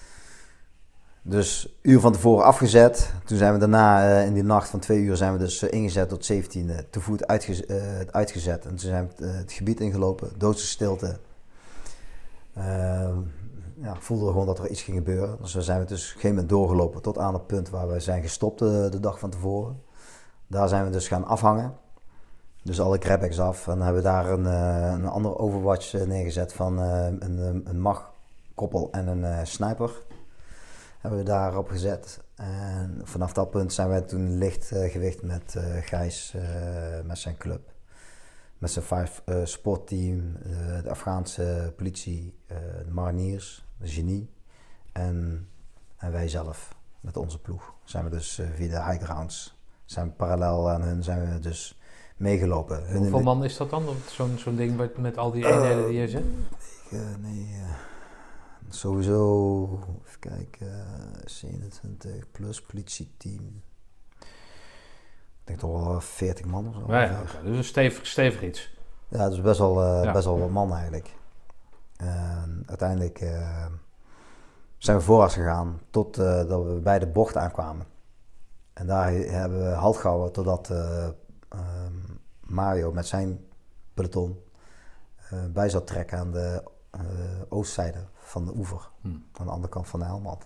Dus uur van tevoren afgezet. Toen zijn we daarna uh, in die nacht van twee uur zijn we dus uh, ingezet tot zeventiende. Te voet uitgez- uh, uitgezet. En toen zijn we uh, het gebied ingelopen. Doodse stilte. Uh, ja, voelden we gewoon dat er iets ging gebeuren. Dus dan zijn we dus op een gegeven moment doorgelopen tot aan het punt waar we zijn gestopt uh, de dag van tevoren. Daar zijn we dus gaan afhangen. Dus alle crabbags af. En dan hebben we daar een, uh, een andere Overwatch uh, neergezet van uh, een, een mag-koppel en een uh, sniper. Hebben we daarop gezet. En vanaf dat punt zijn we toen lichtgewicht uh, met uh, Gijs, uh, met zijn club. Met zijn vijf uh, sportteam, uh, de Afghaanse politie, uh, de mariniers, de genie. En, en wij zelf, met onze ploeg. Zijn we dus uh, via de high grounds. Zijn we parallel aan hun zijn we dus meegelopen. Hoeveel de... man is dat dan? Zo'n, zo'n ding met, met al die eenheden die je zegt? Uh, nee, uh, sowieso, even kijken, uh, zevenentwintig plus politieteam. Ik denk toch wel veertig man of zo. Ja, ja, okay. Dus een stevig, stevig iets. Ja, dat is best wel, uh, ja. best wel wat man eigenlijk. En uiteindelijk uh, zijn we voorwaarts gegaan tot uh, dat we bij de bocht aankwamen. En daar hebben we halt gehouden totdat uh, um, Mario met zijn peloton uh, bij zou trekken aan de uh, oostzijde van de oever. Hmm. Aan de andere kant van de Helmand.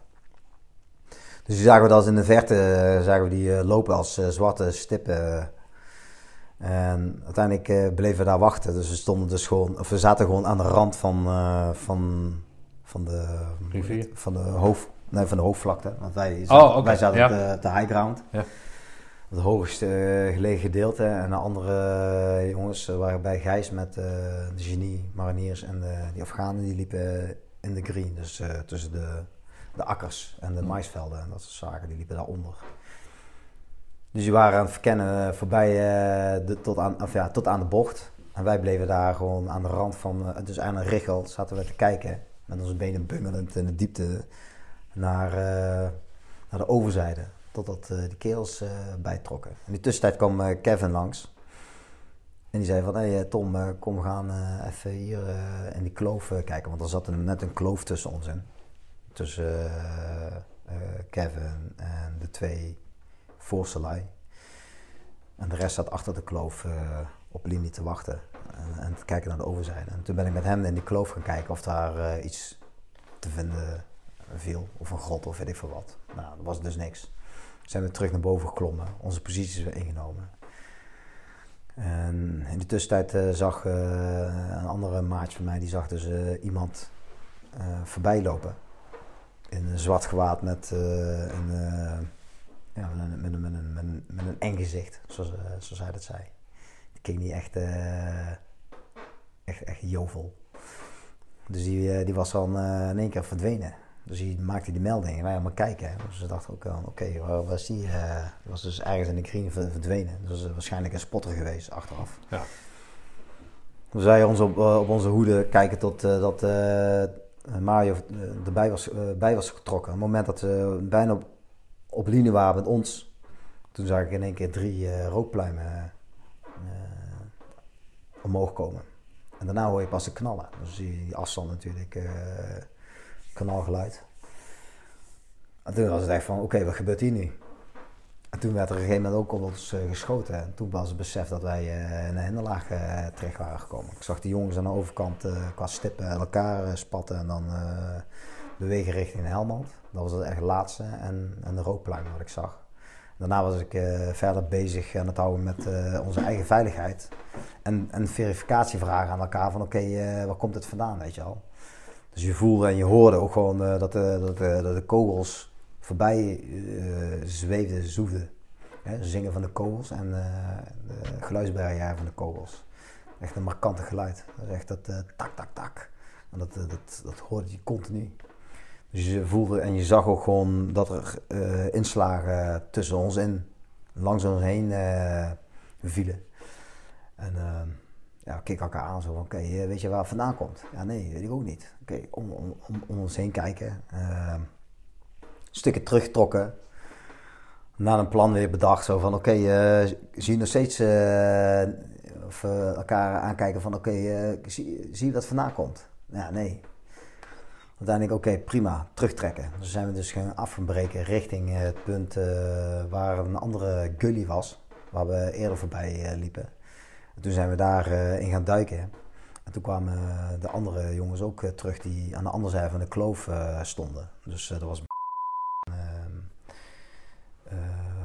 Dus die zagen we dat in de verte, uh, zagen we die uh, lopen als uh, zwarte stippen. En uiteindelijk uh, bleven we daar wachten. Dus we stonden dus gewoon, of we zaten gewoon aan de rand van, uh, van, van de rivier. Van de hoofd, nee, van de hoofdvlakte. Want wij zaten, oh, okay. wij zaten ja. op de, op de high ground. Ja. Het hoogste uh, gelegen gedeelte. En de andere uh, jongens uh, waren bij Gijs met uh, de genie, mariniers en de, die Afghanen die liepen in de green. Dus uh, tussen de, de akkers en de maisvelden en dat soort zaken, die liepen daaronder. Dus die waren aan het verkennen voorbij uh, de, tot, aan, of ja, tot aan de bocht. En wij bleven daar gewoon aan de rand van, uh, dus aan een richel zaten we te kijken. Met onze benen bungelend in de diepte naar, uh, naar de overzijde. Totdat uh, die kerels uh, bijtrokken. In die tussentijd kwam uh, Kevin langs. En die zei van, hé hey, Tom, uh, kom we gaan uh, even hier uh, in die kloof uh, kijken. Want er zat een, net een kloof tussen ons in. Tussen uh, uh, Kevin en de twee voorselui. En de rest zat achter de kloof uh, op linie te wachten. En, en te kijken naar de overzijde. En toen ben ik met hem in die kloof gaan kijken of daar uh, iets te vinden viel. Of een grot of weet ik veel wat. Nou, dat was dus niks. Zijn we terug naar boven geklommen. Onze posities weer ingenomen. En in de tussentijd uh, zag uh, een andere maatje van mij, die zag dus uh, iemand uh, voorbij lopen. In een zwart gewaad met, uh, een, uh, ja, met, een, met, een, met, een, met, een, met een eng gezicht, zoals, uh, zoals hij dat zei. Die keek niet echt, uh, echt, echt jovel. Dus die, uh, die was dan uh, in één keer verdwenen. Dus die maakte die melding en wij allemaal kijken. Dus ze dachten ook wel, oké, okay, waar was die? Uh, die was dus ergens in de green verdwenen. Dus dat is waarschijnlijk een spotter geweest achteraf. Ja. Dus wij ons op, uh, op onze hoede kijken tot uh, dat uh, Mario uh, erbij was, uh, bij was getrokken. Op het moment dat ze bijna op, op linie waren met ons, toen zag ik in één keer drie uh, rookpluimen uh, omhoog komen. En daarna hoor je pas de knallen. Dus die, die afstand natuurlijk... Uh, kanaalgeluid. En toen was het echt van, oké, okay, wat gebeurt hier nu? En toen werd er op een gegeven moment ook op ons uh, geschoten. En toen was het besef dat wij uh, in een hinderlaag uh, terecht waren gekomen. Ik zag die jongens aan de overkant uh, qua stippen elkaar uh, spatten en dan uh, bewegen richting Helmond. Dat was het echt het laatste en, en de rookpluim wat ik zag. Daarna was ik uh, verder bezig aan het houden met uh, onze eigen veiligheid. En, en verificatievragen aan elkaar van, oké, okay, uh, waar komt het vandaan, weet je al? Dus je voelde en je hoorde ook gewoon uh, dat, de, dat, de, dat de kogels voorbij uh, zweefden, zoefden. Hè, zingen van de kogels en uh, de geluidsbarrière van de kogels. Echt een markante geluid. Dat is echt dat uh, tak, tak, tak. En dat, uh, dat, dat hoorde je continu. Dus je voelde en je zag ook gewoon dat er uh, inslagen tussen ons in, langs ons heen uh, vielen. En... Uh, Ja, we keken elkaar aan zo van, oké, okay, weet je waar het vandaan komt? Ja, nee, weet ik ook niet. Oké, okay, om, om, om, om ons heen kijken. Uh, stukken teruggetrokken. Na een plan weer bedacht, zo van, oké, okay, uh, zie je nog steeds uh, of, uh, elkaar aankijken van, oké, okay, uh, zie, zie je wat vandaan komt? Ja, nee. Uiteindelijk, oké, okay, prima, terugtrekken. Dus zijn we dus gaan afbreken richting het punt uh, waar een andere gully was. Waar we eerder voorbij uh, liepen. En toen zijn we daarin uh, gaan duiken. En toen kwamen uh, de andere jongens ook uh, terug die aan de andere zijde van de kloof uh, stonden. Dus uh, dat was... Uh, uh,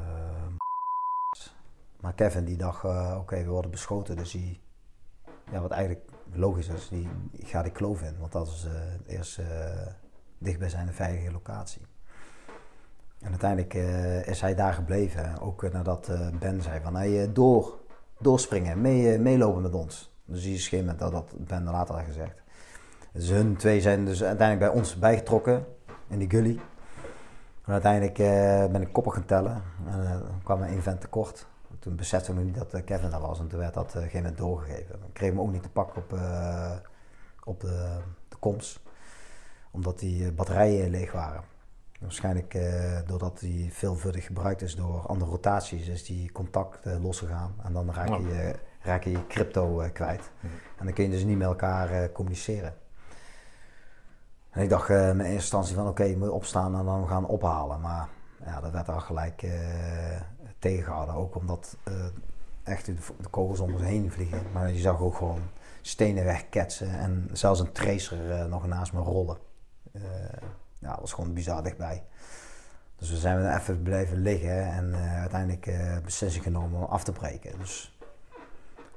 maar Kevin die dacht, uh, oké, okay, we worden beschoten. Dus die, ja, wat eigenlijk logisch is, die gaat die kloof in. Want dat is uh, eerst uh, dicht bij zijn veilige locatie. En uiteindelijk uh, is hij daar gebleven. Ook uh, nadat uh, Ben zei van, hey, uh, door... doorspringen, mee, meelopen met ons. Dus die is een dat had Ben later al gezegd. Dus hun twee zijn dus uiteindelijk bij ons bijgetrokken in die gully. En uiteindelijk uh, ben ik koppen gaan tellen. En uh, kwam er één vent tekort. Toen beseften we nog niet dat uh, Kevin daar was en toen werd dat uh, geen moment doorgegeven. Ik kreeg hem ook niet te pakken op, uh, op de, de komst. Omdat die uh, batterijen leeg waren. Waarschijnlijk uh, doordat die veelvuldig gebruikt is door andere rotaties, is die contact uh, losgegaan. En dan raak je uh, raak je, je crypto uh, kwijt. Mm. En dan kun je dus niet met elkaar uh, communiceren. En ik dacht uh, in eerste instantie van oké, okay, je moet opstaan en dan gaan ophalen. Maar ja, dat werd al gelijk uh, tegengehouden. Ook omdat uh, echt de, de kogels om ons heen vliegen. Maar je zag ook gewoon stenen wegketsen en zelfs een tracer uh, nog naast me rollen. Uh, Ja, dat was gewoon bizar dichtbij. Dus we zijn even blijven liggen en uh, uiteindelijk uh, beslissing genomen om af te breken. Dus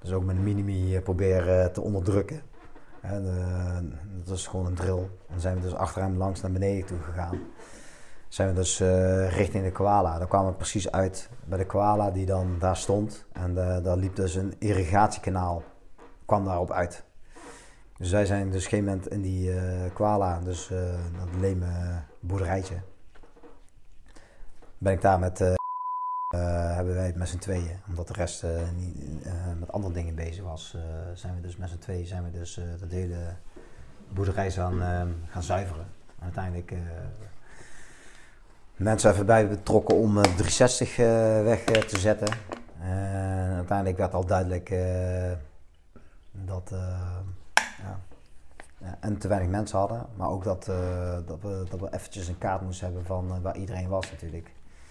Dus ook met een minimi proberen te onderdrukken. En, uh, dat is gewoon een drill. Dan zijn we dus achter hem langs naar beneden toe gegaan. Zijn we dus uh, richting de koala. Dan kwamen we precies uit bij de koala die dan daar stond. En uh, daar liep dus een irrigatiekanaal. Kwam daarop uit. Dus wij zijn dus op een gegeven moment in die uh, koala, dus uh, dat leme boerderijtje. Ben ik daar met, uh, uh, hebben wij het met z'n tweeën. Omdat de rest uh, niet, uh, met andere dingen bezig was, uh, zijn we dus met z'n tweeën zijn we dus uh, dat hele boerderij gaan, uh, gaan zuiveren. En uiteindelijk uh, mensen even bij betrokken om uh, driehonderdzestig uh, weg uh, te zetten. En uiteindelijk werd al duidelijk uh, dat, uh, ja, ja, en te weinig mensen hadden, maar ook dat, uh, dat, we, dat we eventjes een kaart moesten hebben van uh, waar iedereen was natuurlijk.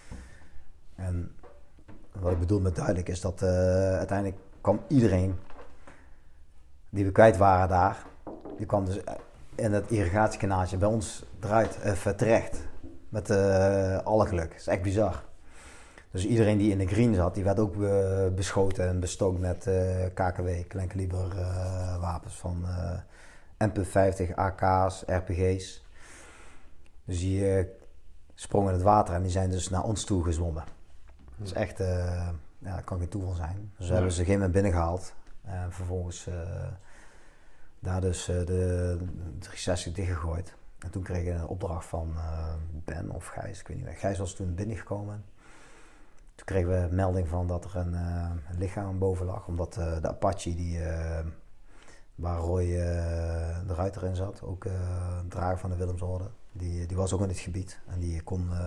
En wat ik bedoel met duidelijk is dat uh, uiteindelijk kwam iedereen die we kwijt waren daar, die kwam dus in het irrigatiekanaaltje bij ons eruit, even terecht. Met uh, alle geluk. Dat is echt bizar. Dus iedereen die in de green zat, die werd ook uh, beschoten en bestookt met uh, K K W, kleinkaliber uh, wapens van uh, M P vijftig, A K's, R P G's. Dus die uh, sprongen in het water en die zijn dus naar ons toe gezwommen. Dat is echt, uh, ja, dat kan geen toeval zijn. Dus we hebben ze op een gegeven moment binnengehaald. En vervolgens uh, daar dus uh, de driehonderdzestig dichtgegooid. En toen kregen we een opdracht van uh, Ben of Gijs, ik weet niet meer. Gijs was toen binnengekomen. Toen kregen we een melding van dat er een, uh, een lichaam boven lag. Omdat uh, de Apache die, uh, waar Roy uh, de Ruiter in zat, ook uh, een drager van de Willemsorde, die, die was ook in het gebied. En die kon, uh,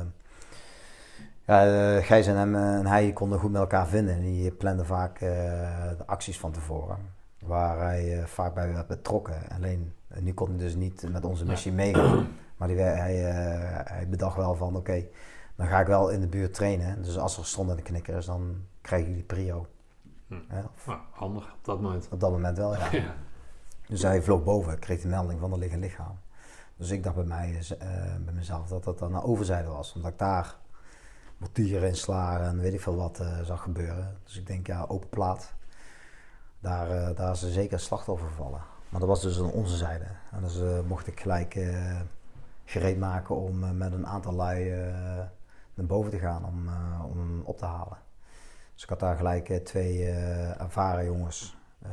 ja, uh, Gijs en hem uh, en hij konden goed met elkaar vinden. En die planden vaak uh, de acties van tevoren, waar hij uh, vaak bij werd betrokken. Alleen, uh, nu kon hij dus niet met onze missie meegaan. Maar die, hij, uh, hij bedacht wel van, oké, okay, dan ga ik wel in de buurt trainen. Dus als er stond in de knikker is, dan krijgen jullie prio. Hm. Ja, nou, handig op dat moment. Op dat moment wel, ja. ja. Dus hij vloog boven, kreeg de melding van er ligt een lichaam. Dus ik dacht bij, mij, uh, bij mezelf dat dat dan naar overzijde was. Omdat ik daar mortieren inslagen en weet ik veel wat uh, zag gebeuren. Dus ik denk, ja, open plaat. Daar, uh, daar is er zeker een slachtoffer gevallen. Maar dat was dus aan onze zijde. En dus uh, mocht ik gelijk uh, gereed maken om uh, met een aantal lui uh, naar boven te gaan om, uh, om hem op te halen. Dus ik had daar gelijk uh, twee uh, ervaren jongens uh,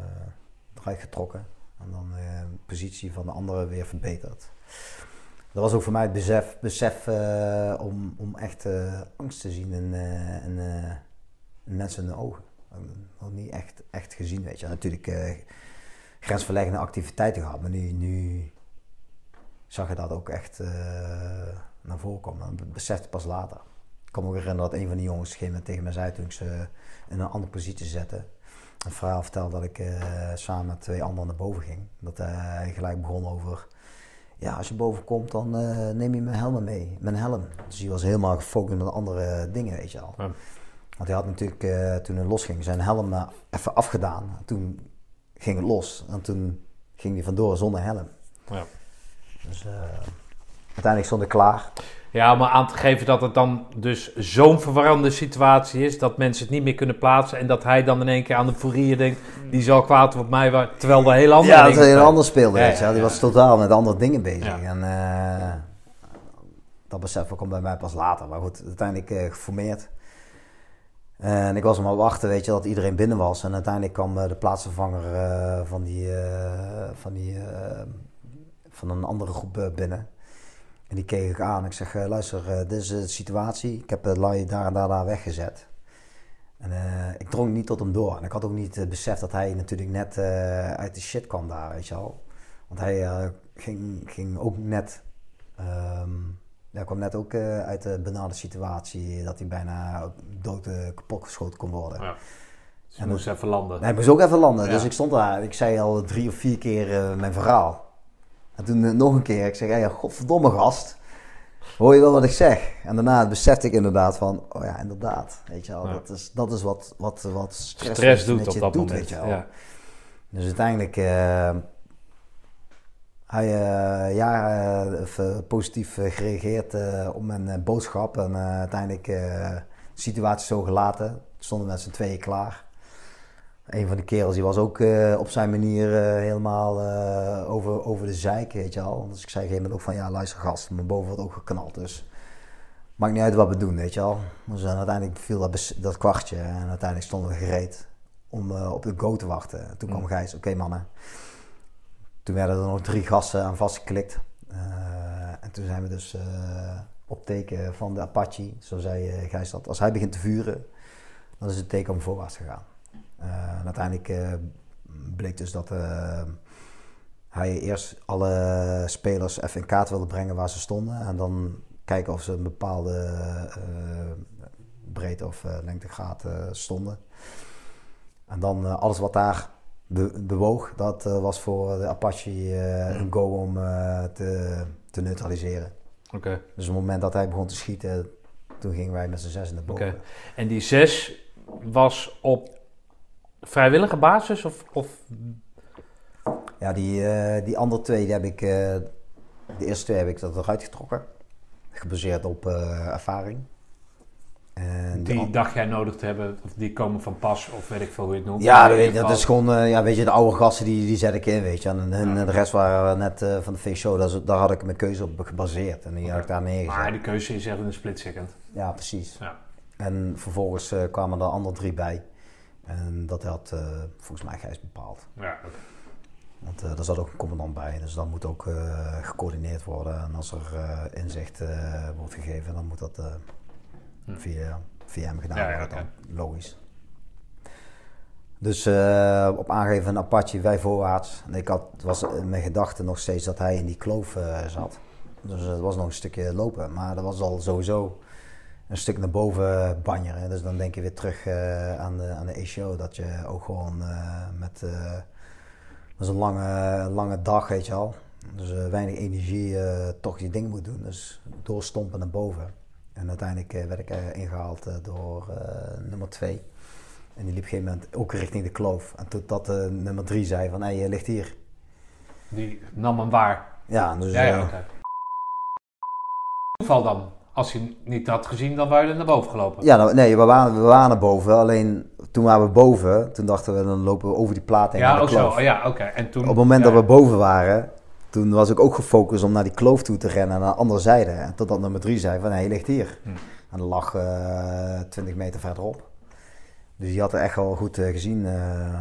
eruit getrokken. En dan uh, de positie van de anderen weer verbeterd. Dat was ook voor mij het besef, besef uh, om, om echt uh, angst te zien in, uh, in, uh, in mensen in de ogen. Nog niet echt, echt gezien, weet je. Natuurlijk uh, grensverleggende activiteiten gehad, maar nu, nu zag je dat ook echt uh, naar voren komen. Dat besefte pas later. Ik kan me ook herinneren dat een van die jongens op een gegeven moment tegen mij zei toen ik ze in een andere positie zette. Een verhaal vertelde dat ik uh, samen met twee anderen naar boven ging. Dat uh, hij gelijk begon over, ja, als je boven komt dan uh, neem je mijn helm mee, mijn helm. Dus hij was helemaal gefocust op andere dingen, weet je al. Ja. Want hij had natuurlijk, uh, toen hij losging, zijn helm uh, even afgedaan. Toen ging het los en toen ging hij vandoor zonder helm. Ja. Dus uh, uiteindelijk stond ik klaar. Ja, maar aan te geven dat het dan dus zo'n verwarrende situatie is, dat mensen het niet meer kunnen plaatsen en dat hij dan in één keer aan de fourier denkt, die zal kwaad op mij, waar, terwijl er heel andere ja, dingen... Ja, dat heel anders speelde, ja, weet je wel. Die ja. was totaal met andere dingen bezig. Ja. En uh, dat besef kwam bij mij pas later. Maar goed, uiteindelijk uh, geformeerd. En ik was hem al wachten, weet je, dat iedereen binnen was. En uiteindelijk kwam uh, de plaatsvervanger uh, van, die, uh, van, die, uh, van een andere groep uh, binnen. En die keek ik aan. Ik zeg, uh, luister, uh, dit is de situatie. Ik heb de uh, lui daar en daar, daar weggezet. En uh, ik drong niet tot hem door. En ik had ook niet uh, beseft dat hij natuurlijk net uh, uit de shit kwam daar, weet je wel. Want hij uh, ging, ging ook net... Um, Hij kwam net ook uh, uit de benarde situatie dat hij bijna dood uh, kapot geschoten kon worden. Ja. Dus hij moest even landen. Hij moest ook even landen. Ja. Dus ik stond daar. Ik zei al drie of vier keer uh, mijn verhaal. En toen uh, nog een keer. Ik zeg, hey, godverdomme gast. Hoor je wel wat ik zeg? En daarna besefte ik inderdaad van, oh ja, inderdaad. Weet je wel, ja. dat, is, dat is wat, wat, wat stress, stress doet met op je dat doet, moment. Weet je wel. Ja. Dus uiteindelijk... Uh, Hij uh, ja, uh, positief uh, gereageerd uh, op mijn uh, boodschap en uh, uiteindelijk uh, de situatie zo gelaten. We stonden met z'n tweeën klaar. Een van de kerels die was ook uh, op zijn manier uh, helemaal uh, over, over de zeik, weet je al. Dus ik zei op een gegeven moment ook van, ja luister gast, mijn boven wordt ook geknald, dus maakt niet uit wat we doen, weet je al. Dus uh, uiteindelijk viel dat, bes- dat kwartje en uiteindelijk stonden we gereed om uh, op de go te wachten. En toen kwam Gijs, oké okay, mannen. Toen werden er nog drie gasten aan vastgeklikt. Uh, en toen zijn we dus uh, op teken van de Apache, zo zei uh, Gijs dat. Als hij begint te vuren, dan is het teken om voorwaarts te gaan. Uh, en uiteindelijk uh, bleek dus dat uh, hij eerst alle spelers even in kaart wilde brengen waar ze stonden. En dan kijken of ze een bepaalde uh, breedte of uh, lengtegraad uh, stonden. En dan uh, alles wat daar be- bewoog, dat uh, was voor de Apache uh, een go om uh, te, te neutraliseren. Okay. Dus op het moment dat hij begon te schieten, toen gingen wij met z'n zes naar boven. Okay. En die zes was op vrijwillige basis? Of, of... Ja, die, uh, die andere twee, die heb ik, uh, de eerste twee heb ik dat eruit getrokken. Gebaseerd op uh, ervaring. En die die dacht jij nodig te hebben, of die komen van pas, of weet ik veel hoe je het noemt. Ja, dat, weet, dat is gewoon, uh, ja, weet je, de oude gasten die, die zet ik in, weet je. En, en ja. de rest waren net uh, van de face-show, daar, daar had ik mijn keuze op gebaseerd. En die okay. had ik daar neergezet. Maar de keuze is echt in een split second. Ja, precies. Ja. En vervolgens uh, kwamen er andere drie bij. En dat had uh, volgens mij Gijs bepaald. Ja, oké. Okay. Want uh, er zat ook een commandant bij, dus dat moet ook uh, gecoördineerd worden. En als er uh, inzicht uh, wordt gegeven, dan moet dat uh, hm. via, via hem gedaan ja, worden. Ja, okay. Dan, logisch. Dus uh, op aangeven van Apache, wij voorwaarts. En ik had, was in mijn gedachten nog steeds dat hij in die kloof uh, zat. Dus het was nog een stukje lopen, maar dat was al sowieso een stuk naar boven banjeren. Dus dan denk je weer terug uh, aan de, aan de A C O, dat je ook gewoon uh, met... Uh, dat is een lange, lange dag, weet je al. Dus uh, weinig energie uh, toch die dingen moet doen. Dus doorstompen naar boven. En uiteindelijk uh, werd ik uh, ingehaald uh, door uh, nummer twee. En die liep op een gegeven moment ook richting de kloof. En toen dat uh, nummer drie zei van, hé, hey, je ligt hier. Die nam hem waar? Ja, dus... Ja, ja, uh, okay. Toeval dan? Als je niet had gezien, dan waren we naar boven gelopen? Ja, nou, nee, we waren, we waren naar boven. Alleen toen waren we boven, toen dachten we, dan lopen we over die plaat heen ja, naar de kloof. Zo. Ja, oké. Okay. En toen... Op het moment ja, dat we boven waren, toen was ik ook gefocust om naar die kloof toe te rennen, naar de andere zijde. En totdat nummer drie zei van, hé, je ligt hier. Hm. En dat lag uh, twintig meter verderop. Dus die had het echt wel goed uh, gezien. Uh.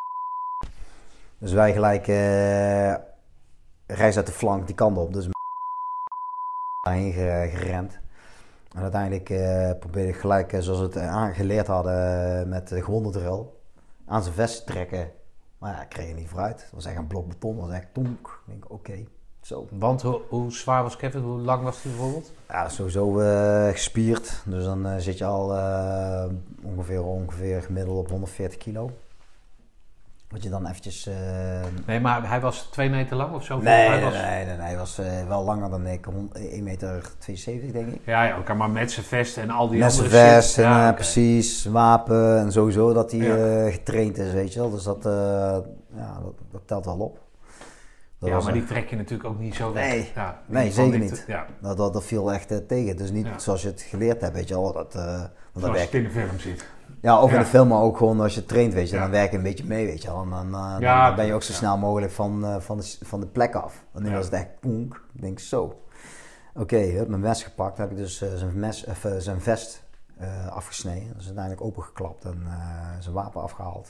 Dus wij gelijk uh, reis uit de flank die kant op. Dus daarheen gerend. En uiteindelijk uh, probeerde ik gelijk, uh, zoals we het aangeleerd hadden uh, met de gewondendrill, aan zijn vest te trekken. Maar ja, ik kreeg er niet vooruit. Het was echt een blok beton, dat was echt tonk. Ik denk, oké, okay, zo. Want hoe, hoe zwaar was Kevin? Hoe lang was hij bijvoorbeeld? Ja, sowieso uh, gespierd. Dus dan uh, zit je al uh, ongeveer, ongeveer gemiddeld op honderdveertig kilo. Wat je dan eventjes... Uh... Nee, maar hij was twee meter lang of zo? Nee, hij nee, was... nee, nee, nee, hij was uh, wel langer dan ik. één meter tweeënzeventig denk ik. Ja, ja, okay, maar met zijn vest en al die met andere zijn vest shit. en Ja, uh, okay. precies, wapen en sowieso dat hij ja. uh, getraind is, weet je wel. Dus dat, uh, ja, dat, dat telt wel op. Dat ja, maar die echt... trek je natuurlijk ook niet zo weg. Nee, ja, nee zeker niet. Te, ja. dat, dat, dat viel echt uh, tegen. Dus niet ja. zoals je het geleerd hebt, weet je wel. Dat, uh, dat zoals werkt. je het in de film ziet. Ja, of ja. in de film, maar ook gewoon als je traint, weet je, ja. dan werk je een beetje mee, weet je wel. En dan, uh, ja, dan ben je ook zo ja. snel mogelijk van, uh, van, de, van de plek af. En nu ja. was het echt poenk. Ik denk zo. Oké, okay, heb mijn mes gepakt. heb ik dus uh, zijn, mes, uh, zijn vest uh, afgesneden. Dus uiteindelijk opengeklapt en uh, zijn wapen afgehaald.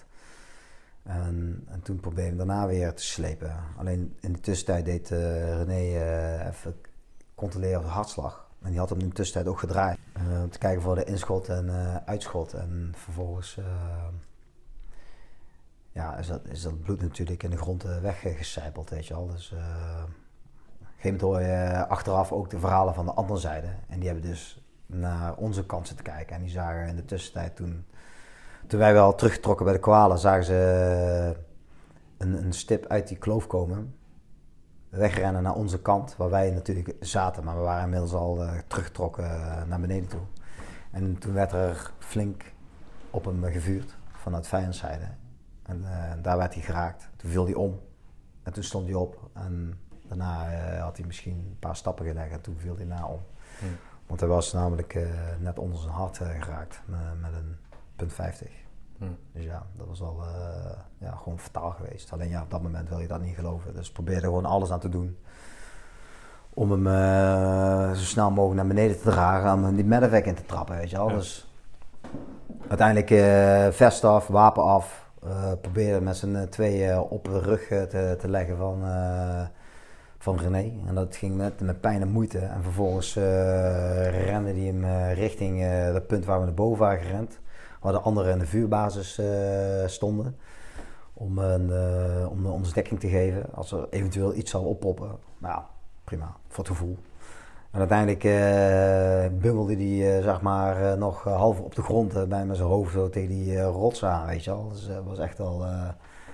En, en toen probeerde ik daarna weer te slepen. Alleen in de tussentijd deed uh, René uh, even controleren op de hartslag. En die had hem in de tussentijd ook gedraaid. Uh, om te kijken voor de inschot en uh, uitschot. En vervolgens uh, ja, is, dat, is dat bloed natuurlijk in de grond uh, weggecijpeld, weet je wel. Dus uh, op een gegeven moment hoor je achteraf ook de verhalen van de andere zijde. En die hebben dus naar onze kant zitten kijken. En die zagen in de tussentijd toen... Toen wij wel teruggetrokken bij de kwalen, zagen ze een, een stip uit die kloof komen. Wegrennen naar onze kant, waar wij natuurlijk zaten. Maar we waren inmiddels al uh, teruggetrokken uh, naar beneden toe. En toen werd er flink op hem gevuurd vanuit vijandzijde. En uh, daar werd hij geraakt. Toen viel hij om. En toen stond hij op. En daarna uh, had hij misschien een paar stappen gelegd en toen viel hij na om. Hmm. Want hij was namelijk uh, net onder zijn hart uh, geraakt met, met een punt vijftig. Hmm. Dus ja, dat was al uh, ja, gewoon fataal geweest. Alleen ja, op dat moment wil je dat niet geloven. Dus probeerde gewoon alles aan te doen om hem uh, zo snel mogelijk naar beneden te dragen, om hem die medevac in te trappen, weet je wel. Ja. Dus uiteindelijk uh, vest af, wapen af, uh, probeerde met z'n tweeën op de rug te, te leggen van, uh, van René. En dat ging met, met pijn en moeite. En vervolgens uh, rende hij hem uh, richting uh, het punt waar we naar boven waren gerend. Waar de anderen in de vuurbasis uh, stonden. Om, een, uh, om ons dekking te geven als er eventueel iets zou oppoppen. Nou ja, prima, voor het gevoel. En uiteindelijk uh, bungelde hij uh, zeg maar uh, nog uh, half op de grond uh, bij met zijn hoofd zo tegen die uh, rots aan, weet je wel. Dus dat uh, was echt al uh,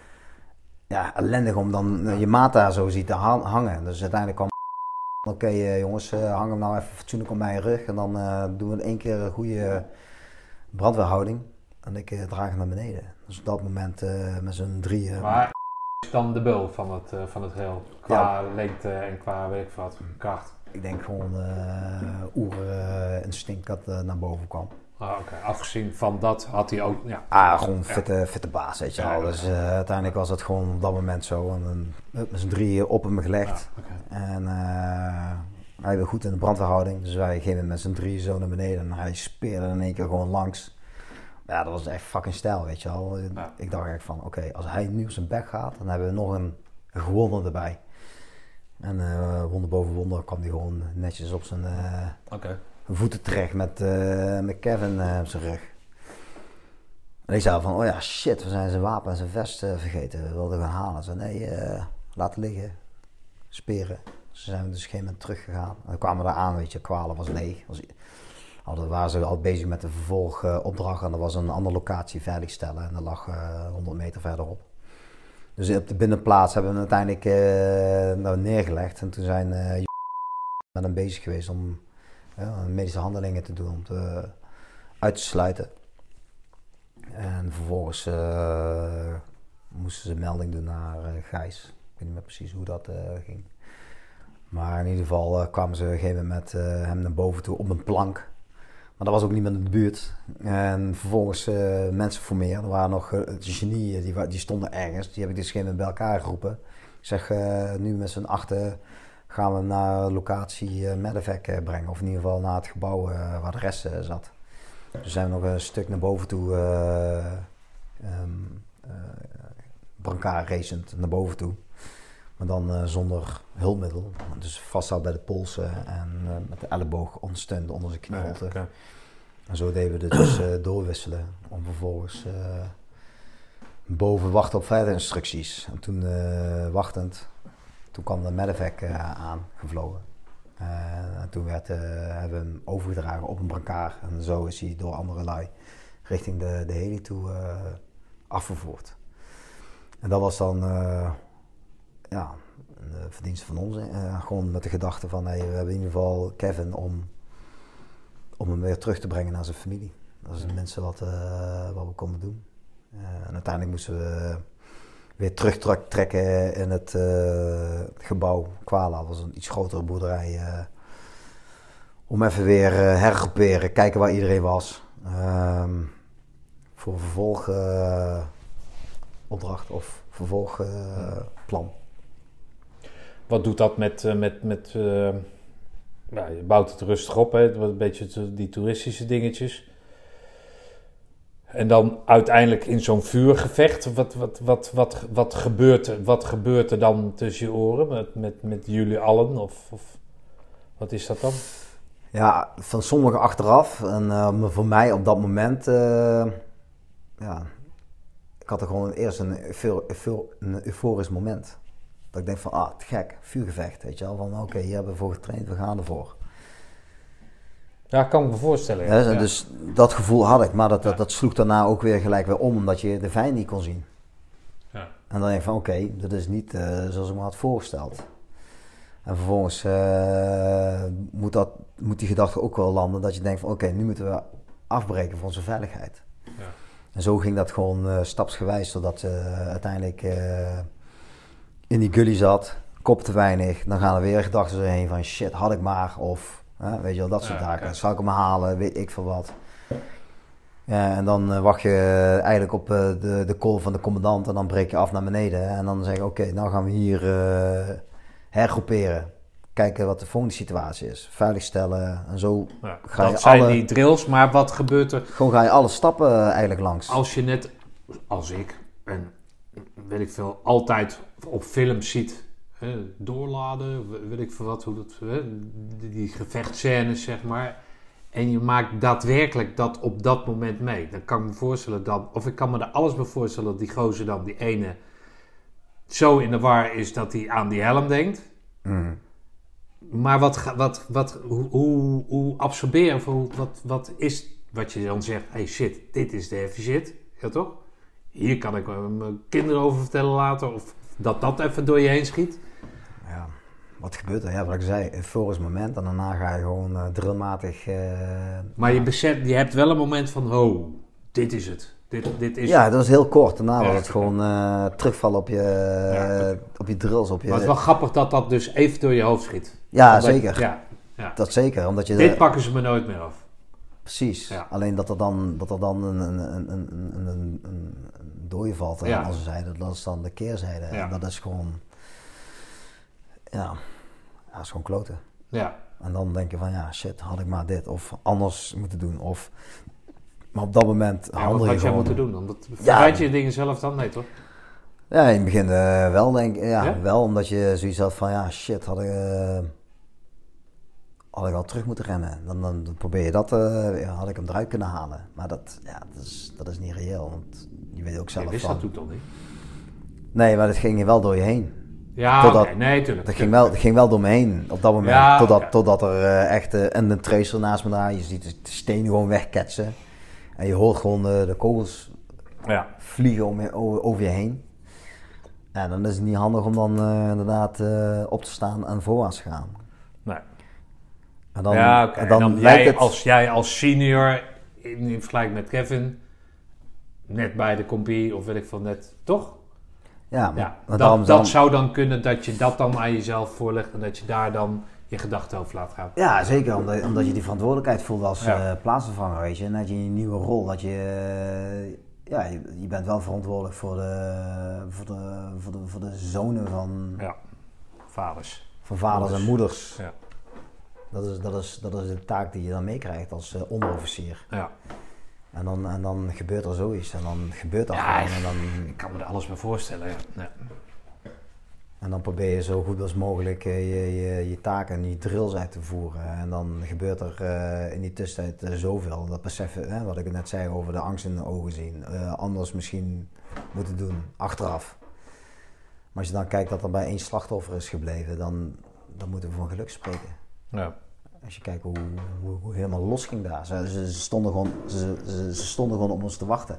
ja, ellendig om dan uh, je maat daar zo ziet te ha- hangen. Dus uiteindelijk kwam oké okay, uh, jongens, uh, hang hem nou even fatsoenlijk op mijn rug. En dan uh, doen we in één keer een goede brandweerhouding. En ik uh, draag hem naar beneden. Dus op dat moment uh, met z'n drieën. Maar is dan de bul van het, uh, van het geheel? Qua ja. lengte en qua weet ik wat, kracht? Ik denk gewoon uh, oerinstinct uh, dat uh, naar boven kwam. Ah, oké. Okay. Afgezien van dat had hij ook... Ja. Ah, gewoon fitte, ja. fitte baas, weet je wel. Ja, dus uh, uiteindelijk ja. was het gewoon op dat moment zo. En dan met z'n drieën op hem gelegd. Ja, okay. En uh, hij was goed in de brandweerhouding. Dus wij gingen met z'n drieën zo naar beneden. En hij speerde in één keer gewoon langs. Ja, dat was echt fucking stijl, weet je wel. Ja. Ik dacht echt van, oké, okay, als hij nu op zijn bek gaat, dan hebben we nog een, een gewonnen erbij. En uh, wonder boven wonder kwam hij gewoon netjes op zijn uh, okay. voeten terecht met, uh, met Kevin uh, op zijn rug. En ik zei van, oh ja, shit, we zijn zijn wapen en zijn vest uh, vergeten. We wilden gaan halen. Ze nee, uh, laten liggen, speren. Dus zijn we dus geen moment teruggegaan. En dan kwamen we daar aan, weet je, Kwalen was leeg. Was, hadden, waren ze al bezig met de vervolgopdracht uh, en er was een andere locatie veiligstellen. En dat lag uh, honderd meter verderop. Dus op de binnenplaats hebben we hem uiteindelijk uh, nou neergelegd. En toen zijn uh, met hem bezig geweest om uh, medische handelingen te doen, om te, uit te sluiten. En vervolgens uh, moesten ze melding doen naar uh, Gijs. Ik weet niet meer precies hoe dat uh, ging. Maar in ieder geval uh, kwamen ze op een gegeven moment met uh, hem naar boven toe op een plank. Maar dat was ook niemand in de buurt. En vervolgens uh, mensen formeren. Er waren nog uh, genieën, die, die stonden ergens. Die heb ik dus geen bij elkaar geroepen. Ik zeg, uh, nu met z'n achten gaan we naar de locatie uh, medevac uh, brengen. Of in ieder geval naar het gebouw uh, waar de rest uh, zat. Dus zijn we nog een stuk naar boven toe, uh, um, uh, brancard racend naar boven toe. Maar dan uh, zonder hulpmiddel. Dus vasthouden bij de polsen en uh, met de elleboog ondersteund onder zijn knieholte. Ja, okay. En zo deden we dus uh, doorwisselen om vervolgens uh, boven wachten op verdere instructies. En toen uh, wachtend, toen kwam de medevac uh, aangevlogen. Uh, en toen werd, uh, hebben we hem overgedragen op een brancard. En zo is hij door andere lui richting de, de heli toe uh, afgevoerd. En dat was dan... Uh, Ja, een verdienste van ons. Uh, gewoon met de gedachte van, hey, we hebben in ieder geval Kevin om, om hem weer terug te brengen naar zijn familie. Dat is het minste wat, uh, wat we konden doen. Uh, en uiteindelijk moesten we weer terugtrekken in het, uh, het gebouw Kwala. Dat was een iets grotere boerderij. Uh, om even weer uh, hergroeperen, kijken waar iedereen was. Uh, voor vervolgopdracht uh, of vervolgplan. Uh, Wat doet dat met, uh, met, met uh, ja, je bouwt het rustig op, hè? Een beetje die toeristische dingetjes. En dan uiteindelijk in zo'n vuurgevecht, wat, wat, wat, wat, wat, gebeurt, er, wat gebeurt er dan tussen je oren met, met, met jullie allen? Of, of wat is dat dan? Ja, van sommigen achteraf. En uh, voor mij op dat moment, uh, ja, ik had er gewoon eerst een, een euforisch moment. Dat ik denk van, ah, te gek, vuurgevecht, weet je wel. Van, oké, okay, hier hebben we voor getraind, we gaan ervoor. Ja, kan ik me voorstellen. Ja. Ja, dus ja. Dat gevoel had ik, maar dat, dat, dat sloeg daarna ook weer gelijk weer om, omdat je de vijand niet kon zien. Ja. En dan denk ik van, oké, okay, dat is niet uh, zoals ik me had voorgesteld. En vervolgens uh, moet, dat, moet die gedachte ook wel landen, dat je denkt van, oké, okay, nu moeten we afbreken voor onze veiligheid. Ja. En zo ging dat gewoon uh, stapsgewijs, zodat uh, uiteindelijk... Uh, in die gully zat, kop te weinig, dan gaan er weer gedachten doorheen van shit, had ik maar, of hè, weet je wel, dat soort ja, zaken. Okay. Zou ik hem halen, weet ik veel wat. Ja, en dan uh, wacht je uh, eigenlijk op uh, de, de call van de commandant en dan breek je af naar beneden. En dan zeg je, oké, okay, nou gaan we hier uh, hergroeperen. Kijken wat de volgende situatie is. Veiligstellen en zo Ja, ga dat je zijn alle, die drills, maar wat gebeurt er? Gewoon ga je alle stappen uh, eigenlijk langs. Als je net, als ik, en weet ik veel, altijd op films ziet, hè, doorladen, weet ik veel wat, hoe dat, hè, die, die gevechtscènes zeg maar. En je maakt daadwerkelijk dat op dat moment mee. Dan kan ik me voorstellen dat, of ik kan me er alles bij voorstellen dat die gozer dan, die ene, zo in de war is dat hij aan die helm denkt. Mm. Maar wat, wat, wat, hoe, hoe, hoe absorbeer of hoe, wat, wat is wat je dan zegt, hey shit, dit is de heavy shit, ja toch? Hier kan ik mijn kinderen over vertellen later, of dat dat even door je heen schiet. Ja. Wat gebeurt er? Ja, wat ik zei, euforisch moment en daarna ga je gewoon uh, drillmatig... Uh, maar je beseft, je hebt wel een moment van, oh, dit is het. Dit, dit is ja, het. dat was heel kort. Daarna ja, was het gewoon uh, terugvallen op je, ja, uh, op je drills. Op je, maar het is wel grappig dat dat dus even door je hoofd schiet. Ja, omdat, zeker. Ja, ja. Dat zeker. Omdat je dit de, pakken ze me nooit meer af. Precies. Ja. Alleen dat er dan, dat er dan een, een, een, een, een, een, een dooie valt, ja. als ze zeiden, dat is dan de keerzijde. Ja. En dat is gewoon... Ja... Ja, dat is gewoon kloten. Ja. En dan denk je van, ja, shit, had ik maar dit of anders moeten doen. Of, maar op dat moment ja, handel wat je had jij gewoon... moeten doen? Omdat, verwijt je je dingen zelf dan? Nee, toch? Ja, in het begin uh, wel, denk ik. Ja, ja, wel, omdat je zoiets had van, ja, shit, had ik, uh, had ik al terug moeten rennen. Dan, dan, dan probeer je dat, uh, ja, had ik hem eruit kunnen halen. Maar dat, ja, dat, is, dat is niet reëel, want je weet ook zelf je wist van... dat toen toch niet? Nee, maar dat ging er wel door je heen. Ja, totdat, okay. nee, tuurlijk. Dat ging, wel, dat ging wel door me heen op dat moment. Ja, totdat, okay. totdat er uh, echt uh, en een tracer naast me daar. Je ziet de stenen gewoon wegketsen. En je hoort gewoon uh, de kogels ja. vliegen om je, over je heen. En dan is het niet handig om dan uh, inderdaad uh, op te staan en voorwaarts te gaan. Nee. En dan, ja, okay. en dan, en dan lijkt jij, het... als jij als senior in, in vergelijking met Kevin net bij de compie of weet ik veel net, toch? Ja, maar, ja, maar dat, daarom, dat daarom... zou dan kunnen dat je dat dan aan jezelf voorlegt en dat je daar dan je gedachten over laat gaan. Ja, zeker. Omdat, omdat je die verantwoordelijkheid voelt als ja. uh, plaatsvervanger, weet je. En dat je in een nieuwe rol, dat je... Uh, ja, je, je bent wel verantwoordelijk voor de, voor de, voor de, voor de zonen van... Ja, vaders. Van vaders moeders. en moeders. Ja. Dat is, dat, is, dat is de taak die je dan meekrijgt als uh, onderofficier. Ja. En dan, en dan gebeurt er zoiets en dan gebeurt dat ja, gewoon. En dan, ik kan me er alles bij voorstellen, ja. ja. En dan probeer je zo goed als mogelijk uh, je, je, je taken en je drills uit te voeren. En dan gebeurt er uh, in die tussentijd uh, zoveel. Dat beseffen, hè, wat ik net zei over de angst in de ogen zien. Uh, anders misschien moeten doen, achteraf. Maar als je dan kijkt dat er bij één slachtoffer is gebleven, dan, dan moeten we van geluk spreken. Ja. Als je kijkt hoe, hoe, hoe helemaal los ging daar. Ze, ze, stonden gewoon, ze, ze, ze stonden gewoon op ons te wachten.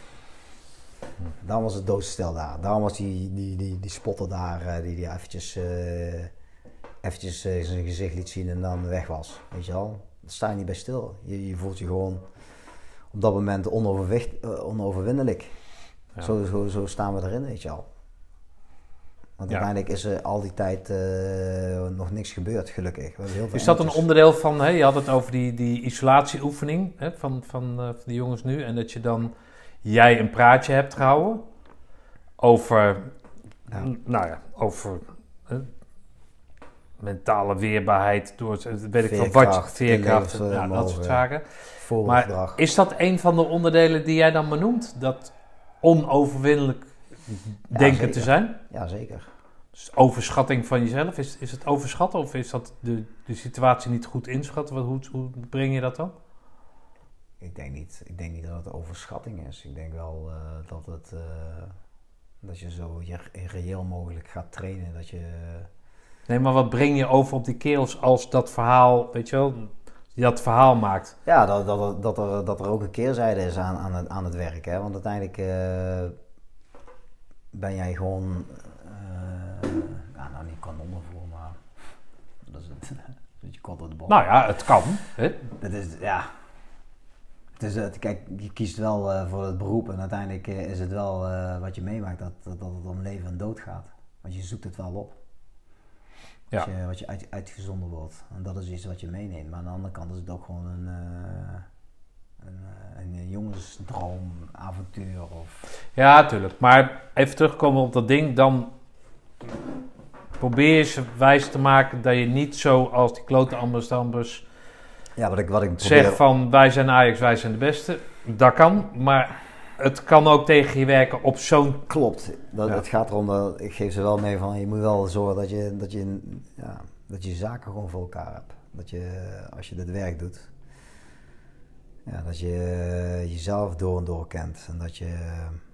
Hm. Daarom was het doodstil daar. Daarom was die, die, die, die spotter daar die, die eventjes, uh, eventjes uh, zijn gezicht liet zien en dan weg was. Weet je wel? Daar sta je niet bij stil. Je, je voelt je gewoon op dat moment onoverwicht, uh, onoverwinnelijk. Ja. Zo, zo, zo staan we erin, weet je wel. Want ja. uiteindelijk is er al die tijd uh, nog niks gebeurd, gelukkig. Heel veel is dat een onderdeel van, hè, je had het over die, die isolatieoefening hè, van, van, uh, van de jongens nu. En dat je dan, jij een praatje hebt gehouden over, ja. nou ja, over uh, mentale weerbaarheid door, weet ik veel wat, veerkracht, uh, nou, dat soort zaken. Maar is dat een van de onderdelen die jij dan benoemt? Dat onoverwinnelijk ja, denken zeker. te zijn? Ja, zeker. Dus overschatting van jezelf, is, is het overschatten of is dat de, de situatie niet goed inschatten? Hoe, hoe breng je dat dan? Ik denk niet, ik denk niet dat het overschatting is. Ik denk wel uh, dat, het, uh, dat je zo je reëel mogelijk gaat trainen. Dat je... Nee, maar wat breng je over op die kerels als dat verhaal, weet je wel, die dat verhaal maakt? Ja, dat, dat, dat, er, dat er ook een keerzijde is aan, aan, het, aan het werk. Hè? Want uiteindelijk uh, ben jij gewoon... Uh, ja, nou niet kanon voor, maar dat is het. Dat je kort op de bal. Nou ja, het kan. Hè? Dat is, ja. Het is, het, kijk, je kiest wel uh, voor het beroep en uiteindelijk uh, is het wel uh, wat je meemaakt dat, dat, dat het om leven en dood gaat. Want je zoekt het wel op. Ja. Wat je, wat je uit, uitgezonden wordt. En dat is iets wat je meeneemt. Maar aan de andere kant is het ook gewoon een, uh, een, een, een jongens levensdroom, avontuur of... Ja, tuurlijk. Maar even terugkomen op dat ding, dan probeer je ze wijs te maken dat je niet zo als die klote Amsterdammers Ja, wat ik, wat ik probeer... zegt van wij zijn Ajax, wij zijn de beste. Dat kan, maar het kan ook tegen je werken op zo'n... Klopt. Dat, Ja. Het gaat erom, dat, ik geef ze wel mee van, je moet wel zorgen dat je, dat je, ja, dat je zaken gewoon voor elkaar hebt. Dat je, als je dit werk doet, ja, dat je jezelf door en door kent. En dat je,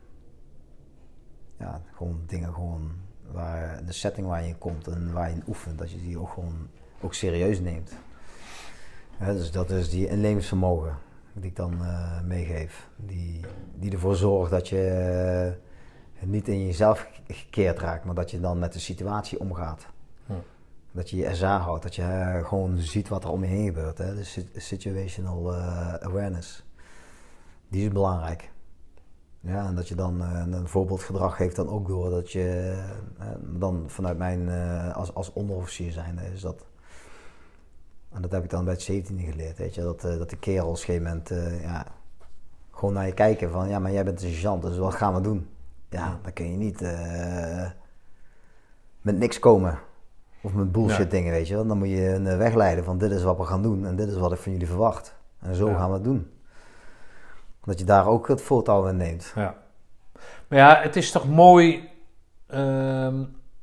ja, gewoon dingen gewoon, waar, de setting waar je in komt en waar je in oefent, dat je die ook gewoon ook serieus neemt. Ja, dus dat is die inlevingsvermogen die ik dan uh, meegeef. Die, die ervoor zorgt dat je uh, niet in jezelf gekeerd raakt, maar dat je dan met de situatie omgaat. Hm. Dat je je S A houdt, dat je uh, gewoon ziet wat er om je heen gebeurt. Hè? De situational uh, awareness. Die is belangrijk. Ja, en dat je dan uh, een voorbeeldgedrag geeft dan ook door dat je uh, dan vanuit mijn uh, als, als onderofficier zijnde is dat. En dat heb ik dan bij het zeventiende geleerd, weet je, dat, uh, dat de kerels op een gegeven moment uh, ja, gewoon naar je kijken van, ja, maar jij bent een sergeant, dus wat gaan we doen? Ja, dan kun je niet uh, met niks komen. Of met bullshit ja. dingen, weet je wel. Dan moet je een weg leiden van, dit is wat we gaan doen en dit is wat ik van jullie verwacht. En zo ja. gaan we het doen. Dat je daar ook het voortouw in neemt. Ja. Maar ja, het is toch mooi uh,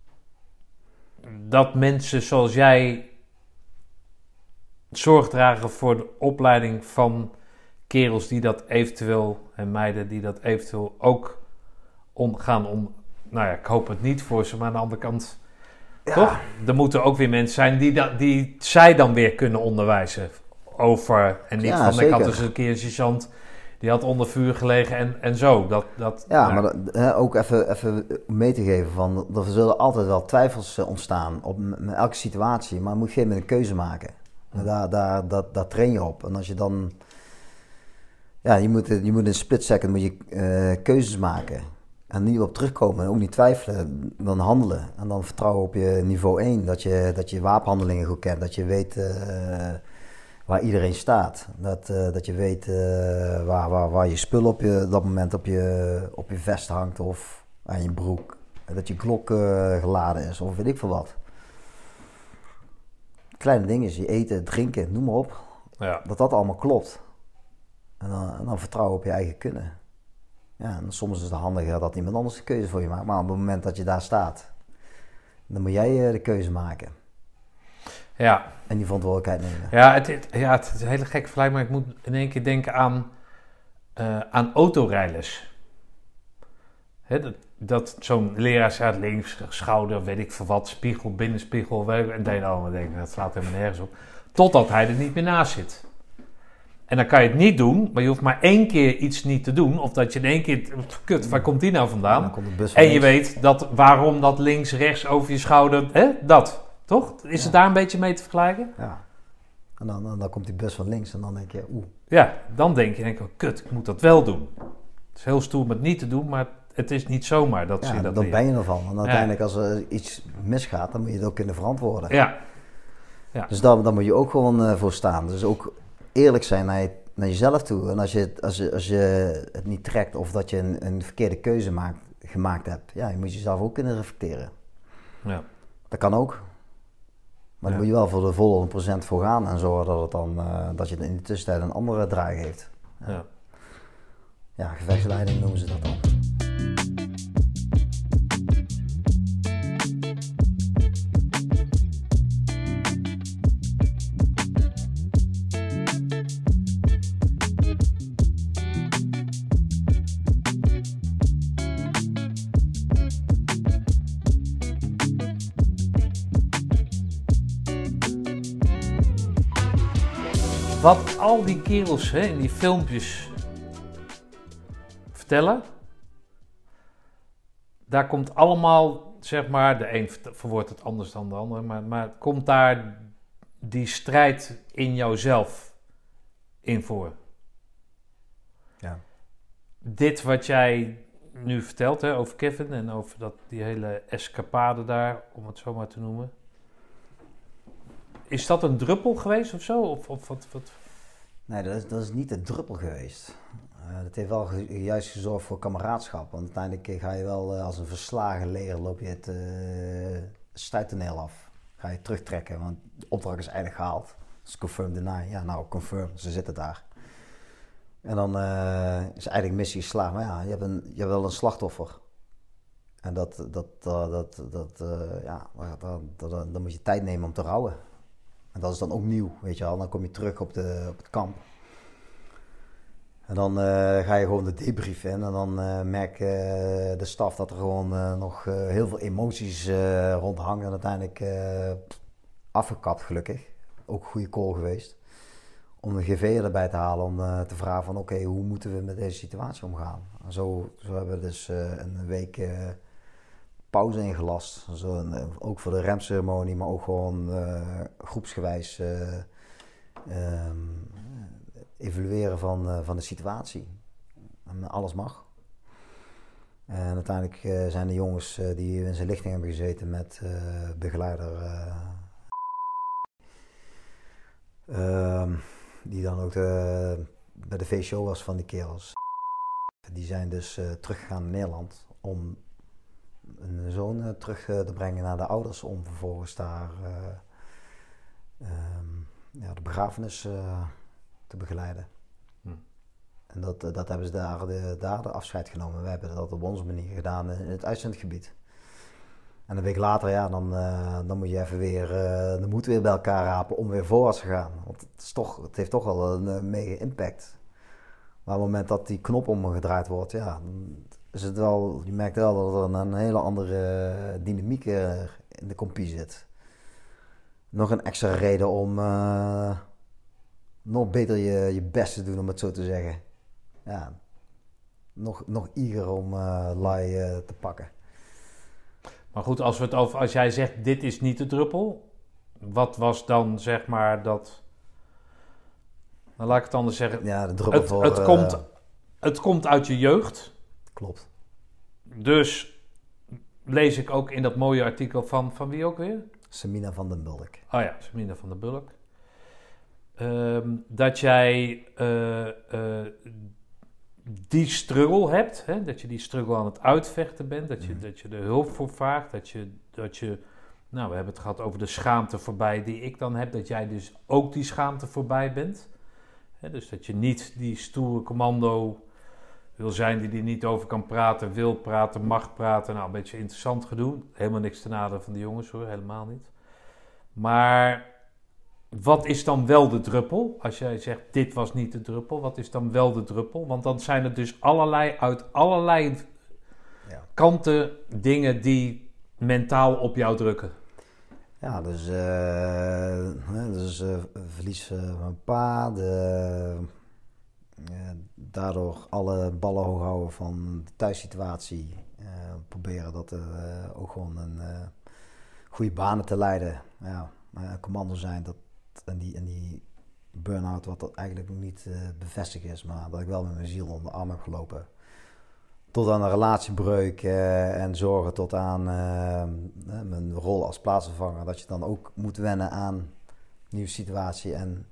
dat mensen zoals jij zorg dragen voor de opleiding van kerels die dat eventueel, en meiden die dat eventueel ook om, gaan om, nou ja, ik hoop het niet voor ze, maar aan de andere kant, ja. toch? Er moeten ook weer mensen zijn die, da, die zij dan weer kunnen onderwijzen over, en niet ja, van, ik had dus een keer een sergeant, die had onder vuur gelegen en, en zo. Dat, dat, ja, nou. maar dat, hè, ook even, even mee te geven van, er zullen altijd wel twijfels ontstaan op met elke situatie, maar je moet geen moment een keuze maken. Daar, daar, daar, daar train je op. En als je dan... Ja, je moet, je moet in een split second moet je, uh, keuzes maken. En niet op terugkomen en ook niet twijfelen. Dan handelen. En dan vertrouwen op je niveau één. Dat je, dat je wapenhandelingen goed kent. Dat je weet uh, waar iedereen staat. Dat, uh, dat je weet uh, waar, waar, waar je spul op je, dat moment op je, op je vest hangt. Of aan je broek. Dat je klok uh, geladen is. Of weet ik veel wat. Kleine dingen, je eten, drinken, noem maar op. Ja. Dat dat allemaal klopt. En dan, en dan vertrouwen op je eigen kunnen. Ja, en soms is het handiger dat iemand anders de keuze voor je maakt. Maar op het moment dat je daar staat, dan moet jij de keuze maken. Ja. En die verantwoordelijkheid nemen. Ja, het, het, ja, het is een hele gekke vergelijking, maar ik moet in één keer denken aan, uh, aan autorijles. Hè, dat, dat zo'n leraar staat links, schouder, weet ik veel wat, spiegel, binnenspiegel, weet ik, en deed allemaal denken, dat slaat helemaal nergens op. Totdat hij er niet meer naast zit. En dan kan je het niet doen, maar je hoeft maar één keer iets niet te doen. Of dat je in één keer, kut, waar komt die nou vandaan? Dan komt de bus en je links. weet dat, waarom dat links, rechts over je schouder, hè, dat, toch? Is ja. het daar een beetje mee te vergelijken? Ja. En dan, dan, dan komt die bus van links en dan denk je, oeh. Ja, dan denk je, denk ik, kut, ik moet dat wel doen. Het is heel stoer om het niet te doen, maar het is niet zomaar dat ja, je dat dan leert. ben je ervan. En uiteindelijk ja. als er iets misgaat, dan moet je het ook kunnen verantwoorden. Ja. ja. Dus daar, daar moet je ook gewoon uh, voor staan. Dus ook eerlijk zijn naar, je, naar jezelf toe. En als je, als, je, als je het niet trekt of dat je een, een verkeerde keuze maakt, gemaakt hebt, ja, je moet jezelf ook kunnen reflecteren. Ja. Dat kan ook. Maar ja. dan moet je wel voor de volle honderd procent voor gaan en zorgen dat, het dan, uh, dat je in de tussentijd een andere draai geeft. Ja, ja. ja gevechtsleiding noemen ze dat dan. Wat al die kerels hè, in die filmpjes vertellen, daar komt allemaal, zeg maar, de een verwoordt het anders dan de ander, maar, maar komt daar die strijd in jouzelf in voor? Ja. Dit wat jij nu vertelt hè, over Kevin en over dat, die hele escapade daar, om het zo maar te noemen. Is dat een druppel geweest of zo? Of, of wat, wat? Nee, dat is, dat is niet de druppel geweest. Uh, dat heeft wel ge- juist gezorgd voor kameraadschap. Want uiteindelijk ga je wel uh, als een verslagen leer loop je het uh, stuittoneel af. Ga je terugtrekken, want de opdracht is eigenlijk gehaald. Dus confirm, deny. Ja, nou, confirm. Ze zitten daar. En dan uh, is eigenlijk missie geslaagd. Maar ja, je hebt, een, je hebt wel een slachtoffer. En dat, dat, uh, dat, dat uh, ja, dan, dan, dan moet je tijd nemen om te rouwen. En dat is dan ook nieuw, weet je wel. Dan kom je terug op, de, op het kamp. En dan uh, ga je gewoon de debrief in. En dan uh, merkt uh, de staf dat er gewoon uh, nog uh, heel veel emoties uh, rondhangen. En uiteindelijk uh, afgekapt, gelukkig. Ook een goede call geweest. Om de G V erbij te halen. Om uh, te vragen van oké, okay, hoe moeten we met deze situatie omgaan? En zo, zo hebben we dus uh, een week uh, pauze ingelast. Zo, uh, ook voor de remceremonie, maar ook gewoon uh, groepsgewijs uh, um, evalueren van, uh, van de situatie. En alles mag. En uiteindelijk uh, zijn de jongens uh, die in zijn lichting hebben gezeten met uh, begeleider... Uh, uh, die dan ook de, bij de V-show was van die kerels. Die zijn dus uh, teruggegaan naar Nederland om een zoon uh, terug uh, te brengen naar de ouders. Om vervolgens daar uh, um, ja, de begrafenis uh, te begeleiden. Hm. En dat, uh, dat hebben ze daar de, daar de afscheid genomen. We hebben dat op onze manier gedaan in het uitzendgebied. En een week later, ja, dan, uh, dan moet je even weer uh, de moed weer bij elkaar rapen om weer voorwaarts te gaan. Want het, is toch, het heeft toch wel een uh, mega impact. Maar op het moment dat die knop omgedraaid wordt, ja, dan is het wel, je merkt wel dat er een, een hele andere uh, dynamiek uh, in de compie zit. Nog een extra reden om uh, nog beter je, je best te doen, om het zo te zeggen. Ja, nog, nog eager om uh, Lai uh, te pakken. Maar goed, als, we het over, als jij zegt, dit is niet de druppel, wat was dan zeg maar dat... Dan laat ik het anders zeggen. Ja, de druppel het, voor... Het, uh, komt, het komt uit je jeugd. Klopt. Dus lees ik ook in dat mooie artikel van, van wie ook weer? Semina van den Bulk. Oh ja, Semina van den Bulk. Um, dat jij uh, uh, die struggle hebt, hè? Dat je die struggle aan het uitvechten bent, dat je, mm. dat je er hulp voor vraagt, dat je, dat je, nou we hebben het gehad over de schaamte voorbij die ik dan heb, dat jij dus ook die schaamte voorbij bent. Hè? Dus dat je niet die stoere commando wil zijn die er niet over kan praten, wil praten, mag praten, nou een beetje interessant gedoe. Helemaal niks ten nadele van de jongens hoor, helemaal niet. Maar... Wat is dan wel de druppel? Als jij zegt, dit was niet de druppel, wat is dan wel de druppel? Want dan zijn er dus allerlei, uit allerlei ja. kanten dingen die mentaal op jou drukken. Ja, dus, uh, dus uh, verlies uh, van mijn pa, de, uh, daardoor alle ballen hoog houden van de thuissituatie. Uh, proberen dat uh, ook gewoon een uh, goede banen te leiden. Ja, uh, commando zijn, dat En die, en die burn-out, wat dat eigenlijk nog niet uh, bevestigd is, maar dat ik wel met mijn ziel onder de arm heb gelopen. Tot aan een relatiebreuk uh, en zorgen tot aan uh, mijn rol als plaatsvervanger. Dat je dan ook moet wennen aan een nieuwe situatie. En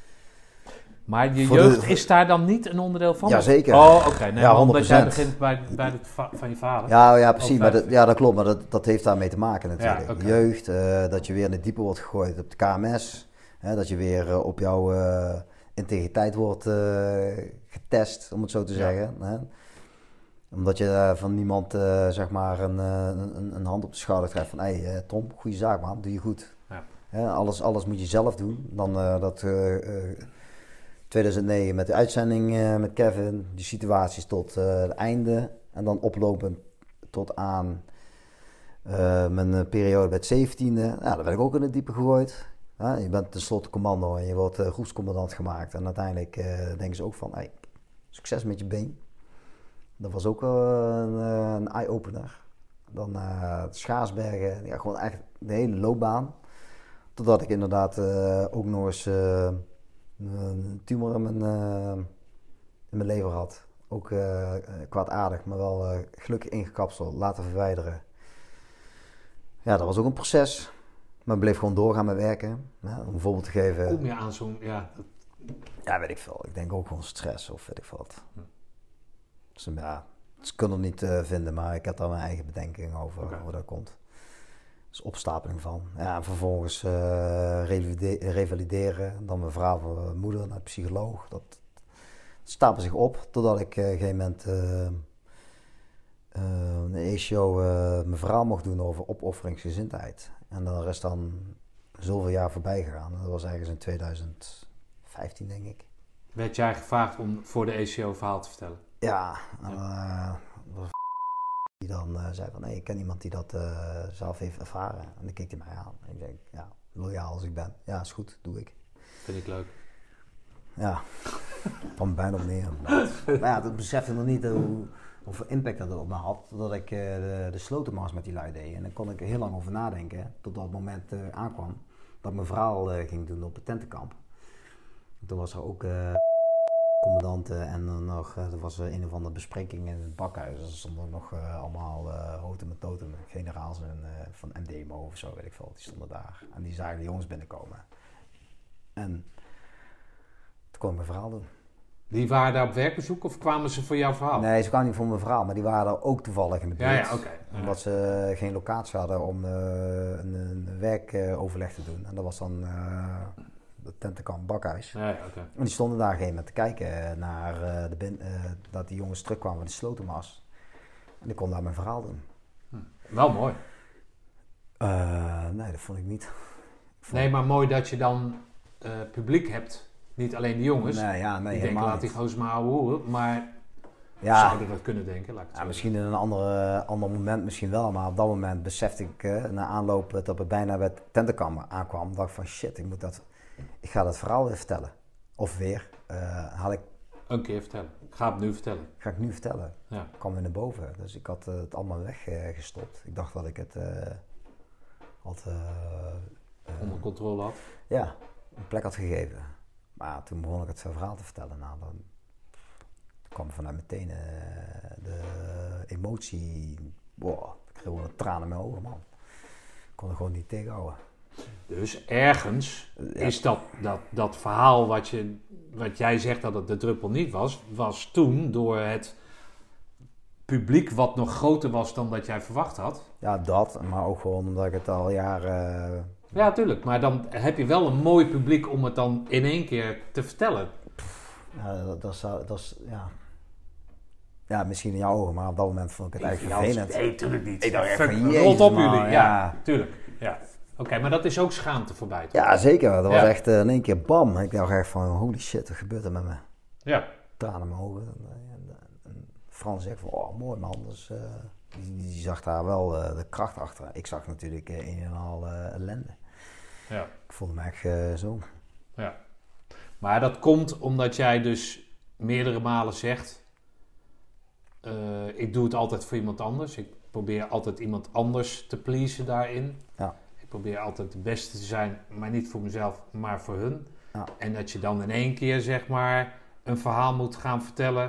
maar je jeugd de, is daar dan niet een onderdeel van? Jazeker. Oh, oké. Okay. Nee, ja, omdat jij begint bij, bij het va- van je vader. Ja, ja precies. Maar dat, ja, dat klopt. Maar dat, dat heeft daarmee te maken natuurlijk. Ja, okay. Jeugd, uh, dat je weer in het diepe wordt gegooid op de K M S. Hè, dat je weer uh, op jouw uh, integriteit wordt uh, getest, om het zo te ja. zeggen. Hè? Omdat je uh, van niemand uh, zeg maar een, een, een hand op de schouder krijgt van... hé hey, uh, Tom, goede zaak man, doe je goed. Ja. Hè, alles, alles moet je zelf doen. Dan uh, dat uh, uh, tweeduizend negen met de uitzending uh, met Kevin, die situaties tot uh, het einde. En dan oplopend tot aan uh, mijn periode bij het zeventiende. Nou, daar ben ik ook in het diepe gegooid. Ja, je bent tenslotte commando en je wordt uh, groepscommandant gemaakt. En uiteindelijk uh, denken ze ook van, hey, succes met je been. Dat was ook uh, een, uh, een eye-opener. Dan uh, Schaarsbergen, ja, gewoon echt de hele loopbaan. Totdat ik inderdaad uh, ook nog eens uh, een tumor in mijn, uh, in mijn lever had. Ook uh, kwaadaardig, maar wel uh, gelukkig ingekapseld, laten verwijderen. Ja, dat was ook een proces. Maar ik bleef gewoon doorgaan met werken. Ja, om een voorbeeld te geven. Kom je aan zo'n... Ja, dat... ja, weet ik veel. Ik denk ook gewoon stress of weet ik veel wat. Hm. Ze, ja, ze kunnen het niet uh, vinden, maar ik heb daar mijn eigen bedenking over Okay. hoe dat komt. Dus opstapeling van. Ja, en vervolgens uh, revalide- revalideren. Dan mijn vrouw voor mijn moeder naar de psycholoog. Dat stapelde zich op totdat ik uh, op een gegeven moment uh, uh, een e-show uh, mijn verhaal mocht doen over opofferingsgezindheid. En dan is dan zoveel jaar voorbij gegaan. Dat was ergens in tweeduizend vijftien, denk ik. Werd jij gevraagd om voor de E C O verhaal te vertellen? Ja, en, uh, was die dan uh, zei van, nee, ik ken iemand die dat uh, zelf heeft ervaren. En dan keek hij mij aan. En ik denk, ja, loyaal als ik ben. Ja, is goed, doe ik. Vind ik leuk. Ja, kwam bijna op neer. Maar, maar ja, dat besefte nog niet hoe, hoeveel impact dat op me had. Totdat ik uh, de, de slotenmars met die lui deed. En daar kon ik er heel lang over nadenken. Tot dat moment uh, aankwam dat ik mijn verhaal uh, ging doen op het tentenkamp. Toen was er ook uh, commandanten en dan nog, uh, er was uh, een of andere bespreking in het bakhuis. Er stonden nog uh, allemaal uh, hoten met totem, generaals en, uh, van M D M O of zo, weet ik veel. Die stonden daar en die zagen de jongens binnenkomen. En toen kon ik mijn verhaal doen. Die waren daar op werkbezoek of kwamen ze voor jouw verhaal? Nee, ze kwamen niet voor mijn verhaal, maar die waren er ook toevallig in de buurt. Ja, ja, oké. Okay. Omdat ze uh, geen locatie hadden om uh, een, een werkoverleg uh, te doen. En dat was dan uh, het tentenkamp Bakhuis. Ja, ja, okay. En die stonden daar op een gegeven moment te kijken naar uh, de bin, uh, dat die jongens terugkwamen van de slotenmars. En ik kon daar mijn verhaal doen. Hm. Wel mooi. Uh, nee, dat vond ik niet. Vond nee, maar mooi dat je dan uh, publiek hebt. Niet alleen de jongens. Nee, ja, nee, die denken, laat die gozer maar ouwe hoeren. Maar ja, zouden dat kunnen denken. Laat ik het ja, zo misschien in een andere, ander moment misschien wel. Maar op dat moment besefte ik uh, na aanloop dat het bijna bij het tentenkamp aankwam. Dacht van shit, ik moet dat... Ik ga dat verhaal weer vertellen. Of weer. Uh, haal ik... Een keer vertellen. Ik ga het nu vertellen. Ga ik nu vertellen. Ja. Ik kwam weer naar boven. Dus ik had uh, het allemaal weggestopt. Uh, ik dacht dat ik het uh, had... Uh, uh, onder controle had? Ja, een plek had gegeven. Maar toen begon ik het verhaal te vertellen. Nou, dan kwam vanuit meteen uh, de emotie... Wow, ik kreeg gewoon een traan in mijn ogen, man. Ik kon er gewoon niet tegenhouden. Dus ergens ja. is dat, dat, dat verhaal wat, je, wat jij zegt dat het de druppel niet was, was toen door het publiek wat nog groter was dan dat jij verwacht had. Ja, dat, maar ook gewoon omdat ik het al jaren... Uh, ja, tuurlijk. Maar dan heb je wel een mooi publiek om het dan in één keer te vertellen. Ja, dat, dat, is, dat is... Ja. Ja, misschien in jouw ogen, maar op dat moment vond ik het ik eigenlijk vervelend. Nee, tuurlijk niet. Ik dacht echt Fuck, van, jezus, rolt op man, jullie. Ja, ja tuurlijk. Ja. Oké, okay, maar dat is ook schaamte voorbij, toch? Ja, zeker. Dat ja. was echt uh, in één keer bam. Ik dacht echt van, holy shit, wat gebeurt er met me? Ja. Tranen in mijn ogen. En, en, en Frans zegt van, oh, mooi man. Dus, uh, die, die zag daar wel uh, de kracht achter. Ik zag natuurlijk uh, een en al uh, ellende. Ja. Ik voelde me echt uh, zo. Ja. Maar dat komt omdat jij dus meerdere malen zegt... Uh, ik doe het altijd voor iemand anders. Ik probeer altijd iemand anders te pleasen daarin. Ja. Ik probeer altijd de beste te zijn, maar niet voor mezelf, maar voor hun. Ja. En dat je dan in één keer, zeg maar, een verhaal moet gaan vertellen...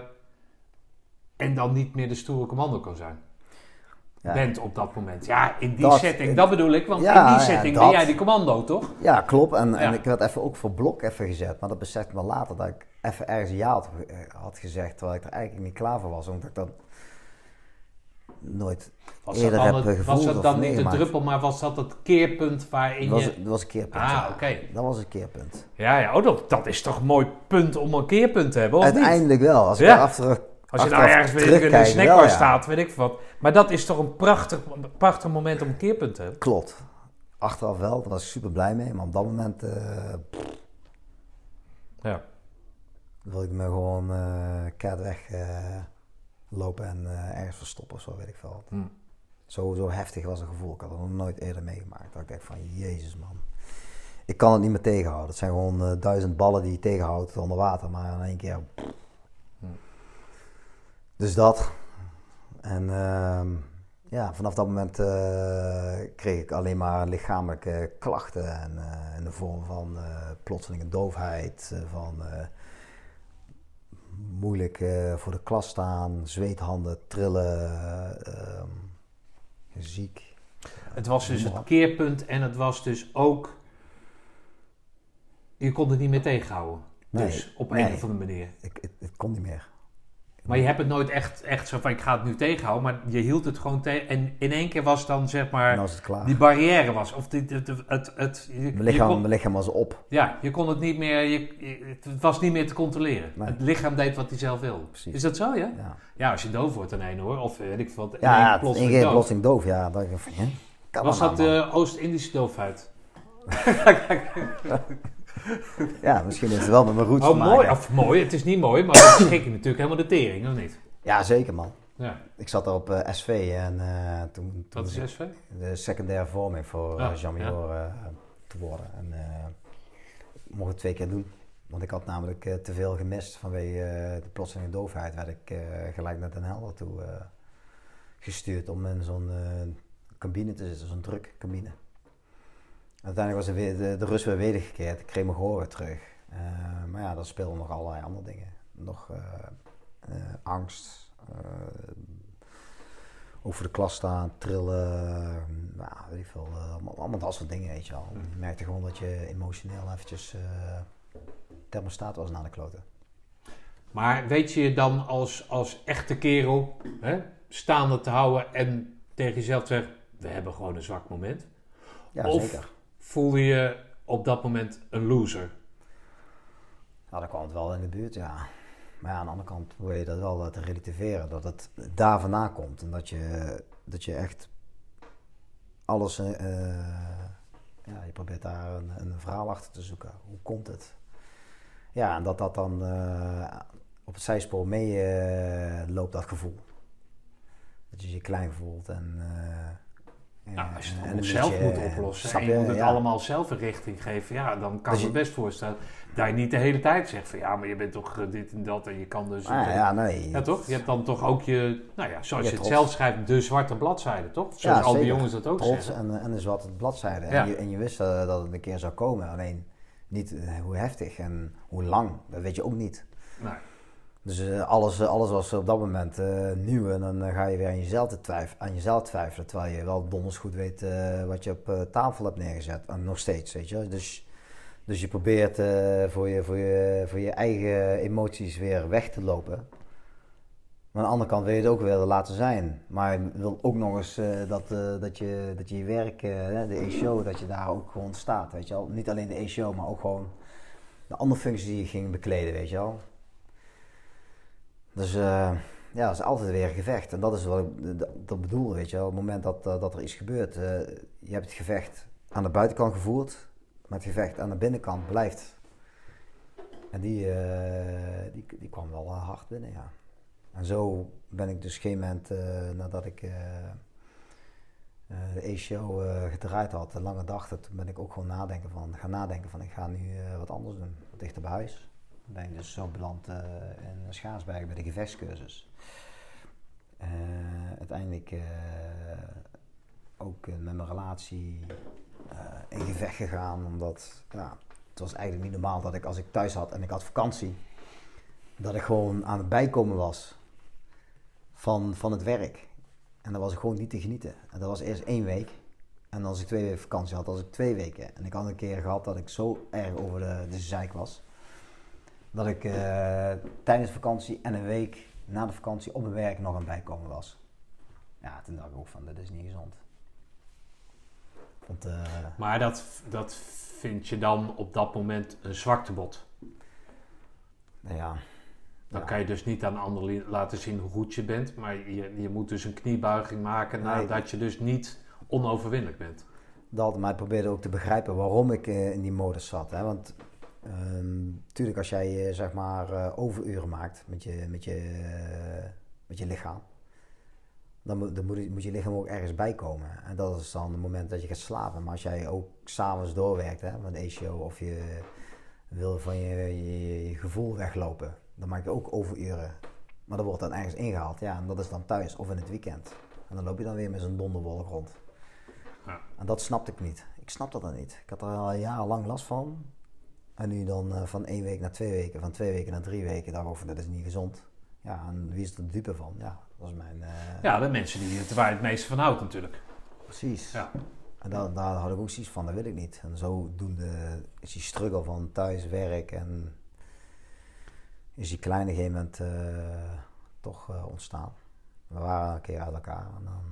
en dan niet meer de stoere commando kan zijn. Ja. Bent op dat moment. Ja, in die dat, setting, ik, dat bedoel ik. Want ja, in die setting ja, ben jij die commando, toch? Ja, klopt. En, ja. en ik werd even ook voor blok even gezet. Maar dat besefte ik me later dat ik even ergens ja had, had gezegd... terwijl ik er eigenlijk niet klaar voor was. Omdat ik dat nooit was eerder dat heb het, gevoeld. Was dat dan niet de druppel, maar was dat het keerpunt waarin dat was, je... Dat was een keerpunt, Ah, ja. oké. Okay. Dat was een keerpunt. Ja, ja. Oh, dat, dat is toch een mooi punt om een keerpunt te hebben, of uiteindelijk niet? wel. Als ik ja. erachter... Als je nou ergens weer in een snackbar ja. staat, weet ik wat. Maar dat is toch een prachtig, prachtig moment om een keerpunt te hebben? Klopt. Achteraf wel, daar was ik super blij mee. Maar op dat moment... Uh, ja. wil ik me gewoon uh, keihard weg uh, lopen en uh, ergens verstoppen of zo, weet ik veel. Hmm. Zo, zo heftig was het gevoel. Ik had het nog nooit eerder meegemaakt. Dat ik dacht van, jezus man. Ik kan het niet meer tegenhouden. Het zijn gewoon uh, duizend ballen die je tegenhoudt onder water. Maar in één keer... Hmm. Dus dat. En uh, ja, vanaf dat moment uh, kreeg ik alleen maar lichamelijke klachten. En, uh, in de vorm van uh, plotselinge doofheid. Uh, van uh, moeilijk uh, voor de klas staan. Zweethanden, trillen. Uh, ziek. Het was dus het keerpunt en het was dus ook... Je kon het niet meer tegenhouden. Dus nee, op een nee, of andere manier. Ik, het, het kon niet meer. Maar je hebt het nooit echt, echt zo van, ik ga het nu tegenhouden, maar je hield het gewoon tegen. En in één keer was dan, zeg maar, En dan was het klaar. die barrière was. Of die, het, het, het, het, je, Mijn lichaam, je kon, mijn lichaam was op. ja, je kon het niet meer, je, je- het was niet meer te controleren. Nee. Het lichaam deed wat hij zelf wil. Precies. Is dat zo, ja? Ja, Ja, als je doof wordt in één hoor, of weet ik veel wat, in ja, één ja keer het plotseling één keer doof. plotseling doof. Ja, dat ik van, hè? Kan Was nou, dat man? uh, Oost-Indische doofheid? Ja, misschien heeft het wel met mijn roots Oh, te maken. mooi. Of mooi, het is niet mooi, maar dat schrik je natuurlijk helemaal de tering, of niet? Ja, zeker man. Ja. Ik zat daar op uh, S V en uh, toen... toen Wat is S V? De secundaire vorming voor uh, Oh, Jean ja. Major uh, te worden. En uh, ik mocht het twee keer doen. Want ik had namelijk uh, te veel gemist vanwege uh, de plotselinge doofheid. Werd ik uh, gelijk naar Den Helder toe uh, gestuurd om in zo'n uh, cabine te zitten, zo'n drukcabine. Uiteindelijk was de, de, de rust weer wedergekeerd. Ik kreeg mijn gehoor weer terug. Uh, maar ja, er speelden nog allerlei andere dingen. Nog uh, uh, angst. Uh, over de klas staan, trillen. Nou, weet ik veel. Uh, allemaal dat soort dingen, weet je wel. Je merkte gewoon dat je emotioneel eventjes uh, thermostaat was na de kloten. Maar weet je je dan als, als echte kerel hè, staande te houden en tegen jezelf te zeggen, we hebben gewoon een zwak moment? Ja, of zeker. voelde je op dat moment een loser? Ja, dan kwam het wel in de buurt, ja. Maar ja, aan de andere kant probeer je dat wel te relativeren. Dat het daar vandaan komt. En dat je, dat je echt alles... Uh, ja, je probeert daar een, een verhaal achter te zoeken. Hoe komt het? Ja, en dat dat dan uh, op het zijspoor mee uh, loopt, dat gevoel. Dat je je klein voelt en... Uh, Nou, als je het en allemaal zelf beetje, moet oplossen snap en je moet het ja. allemaal zelf een richting geven, ja, dan kan Dus ik me je- best voorstellen dat je niet de hele tijd zegt van ja, maar je bent toch eh, dit en dat en je kan dus... Ah, ja, nee. Ja, toch? Je hebt dan toch ook je, nou ja, zoals Ja, je het trots. zelf schrijft, de zwarte bladzijde, toch? Zoals al die zeker. jongens dat ook Trots zeggen. en, en dus wat het bladzijde. Ja. En, je, en je wist uh, dat het een keer zou komen. Alleen niet uh, hoe heftig en hoe lang. Dat weet je ook niet. Nee. Dus uh, alles, uh, alles was op dat moment uh, nieuw. En dan uh, ga je weer aan jezelf, te twijf- aan jezelf twijfelen. Terwijl je wel donders goed weet uh, wat je op uh, tafel hebt neergezet. En nog steeds, weet je. Dus, dus je probeert uh, voor, je, voor, je, voor je eigen emoties weer weg te lopen. Maar aan de andere kant wil je het ook willen laten zijn. Maar je wil ook nog eens uh, dat, uh, dat, je, dat je je werk, uh, de E-show, dat je daar ook gewoon staat, weet je wel. Niet alleen de E-show, maar ook gewoon de andere functies die je ging bekleden, weet je wel. Dus uh, ja, dat is altijd weer een gevecht. En dat is wat ik dat, dat bedoel, weet je wel. Op het moment dat, uh, dat er iets gebeurt, uh, je hebt het gevecht aan de buitenkant gevoerd, maar het gevecht aan de binnenkant blijft. En die, uh, die, die kwam wel uh, hard binnen, ja. En zo ben ik dus op een gegeven moment, uh, nadat ik uh, uh, de E-show uh, gedraaid had, een lange dag, toen ben ik ook gewoon nadenken van, gaan nadenken van ik ga nu uh, wat anders doen, wat dichter bij huis. Dan ben ik dus zo beland uh, in Schaarsbergen bij de gevechtscursus. Uh, uiteindelijk uh, ook uh, met mijn relatie uh, in gevecht gegaan, omdat ja, het was eigenlijk niet normaal dat ik als ik thuis had en ik had vakantie, dat ik gewoon aan het bijkomen was van, van het werk. En dat was ik gewoon niet te genieten. En dat was eerst één week. En als ik twee weken vakantie had, was ik twee weken. En ik had een keer gehad dat ik zo erg over de, de zeik was. Dat ik uh, tijdens de vakantie en een week na de vakantie op mijn werk nog aan het bijkomen was. Ja, toen dacht ik ook van, dit is niet gezond. Want, uh, Maar dat, dat vind je dan op dat moment een zwaktebod. nou ja... Dan Ja. kan je dus niet aan anderen li- laten zien hoe goed je bent, maar je, je moet dus een kniebuiging maken Nee. nadat je dus niet onoverwinnelijk bent. Dat, maar ik probeerde ook te begrijpen waarom ik uh, in die modus zat. Hè? Want natuurlijk um, als jij uh, zeg maar uh, overuren maakt met je, met je, uh, met je lichaam, dan, moet, dan moet, je, moet je lichaam ook ergens bijkomen. En dat is dan het moment dat je gaat slapen. Maar als jij ook s'avonds doorwerkt hè, met een E-show of je wil van je, je, je gevoel weglopen, dan maak je ook overuren. Maar dat wordt dan ergens ingehaald. Ja, en dat is dan thuis of in het weekend. En dan loop je dan weer met zo'n donderwolk rond. Ja. En dat snapte ik niet. Ik snapte dat niet. Ik had er al jarenlang last van. En nu dan uh, van één week naar twee weken, van twee weken naar drie weken, daarover, dat is niet gezond. Ja, en wie is er de dupe van? Ja, dat is mijn... Uh... Ja, de mensen die het, waar je het meeste van houdt natuurlijk. Precies. Ja. En daar, daar had ik ook zoiets van, dat wil ik niet. En zodoende is die struggle van thuis, werk en is die kleine op een gegeven moment uh, toch uh, ontstaan. We waren een keer uit elkaar en dan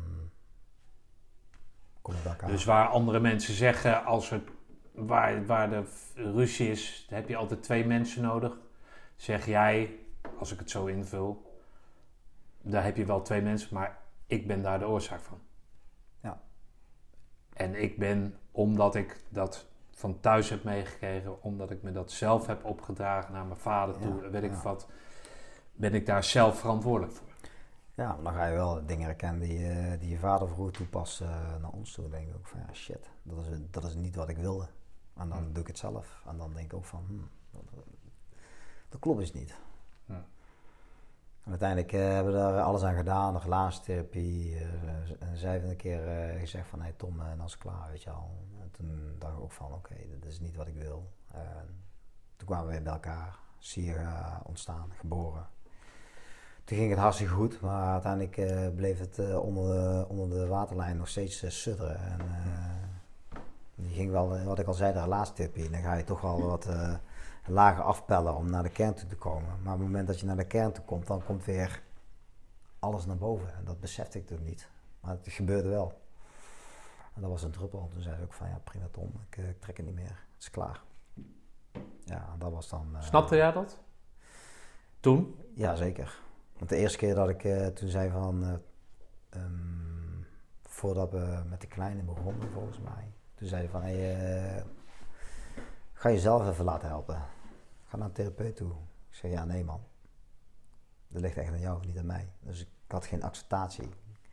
kom je bij elkaar. Dus waar andere mensen zeggen, als er, waar, waar de ruzie is, heb je altijd twee mensen nodig. Zeg jij, als ik het zo invul, daar heb je wel twee mensen, maar ik ben daar de oorzaak van. Ja. En ik ben, omdat ik dat van thuis heb meegekregen, omdat ik me dat zelf heb opgedragen naar mijn vader toe, ja, weet ik ja. wat, ben ik daar zelf verantwoordelijk voor. Ja, dan ga je wel dingen herkennen die, uh, die je vader vroeger toepast uh, naar ons toe. Dan denk ik ook van ja, shit, dat is, dat is niet wat ik wilde. En dan hmm. doe ik het zelf. En dan denk ik ook van, hmm, dat, dat klopt dus niet. Hmm. En uiteindelijk uh, hebben we daar alles aan gedaan, de relatietherapie. Uh, en zij heeft een keer uh, gezegd van, hé hey, Tom, uh, dan is het klaar, weet je al. En toen dacht ik ook van, oké, okay, dat is niet wat ik wil. Uh, toen kwamen we weer bij elkaar, Sier uh, ontstaan, geboren. Toen ging het hartstikke goed, maar uiteindelijk uh, bleef het uh, onder, de, onder de waterlijn nog steeds uh, sudderen. En uh, die ging wel, uh, wat ik al zei, de relatietherapie. Dan ga je toch wel wat uh, lager afpellen om naar de kern toe te komen. Maar op het moment dat je naar de kern toe komt, dan komt weer alles naar boven. En dat besefte ik toen niet. Maar het gebeurde wel. En dat was een druppel. Toen zei ik ook van, ja prima Tom, ik, uh, ik trek het niet meer. Het is klaar. Ja, dat was dan... Uh, Snapte jij dat? Toen? Ja, zeker. Want de eerste keer dat ik uh, toen zei van, uh, um, voordat we met de kleine begonnen volgens mij, toen zei hij van, hey, uh, ga jezelf even laten helpen. Ga naar een therapeut toe. Ik zei, ja nee man, dat ligt echt aan jou, niet aan mij. Dus ik had geen acceptatie.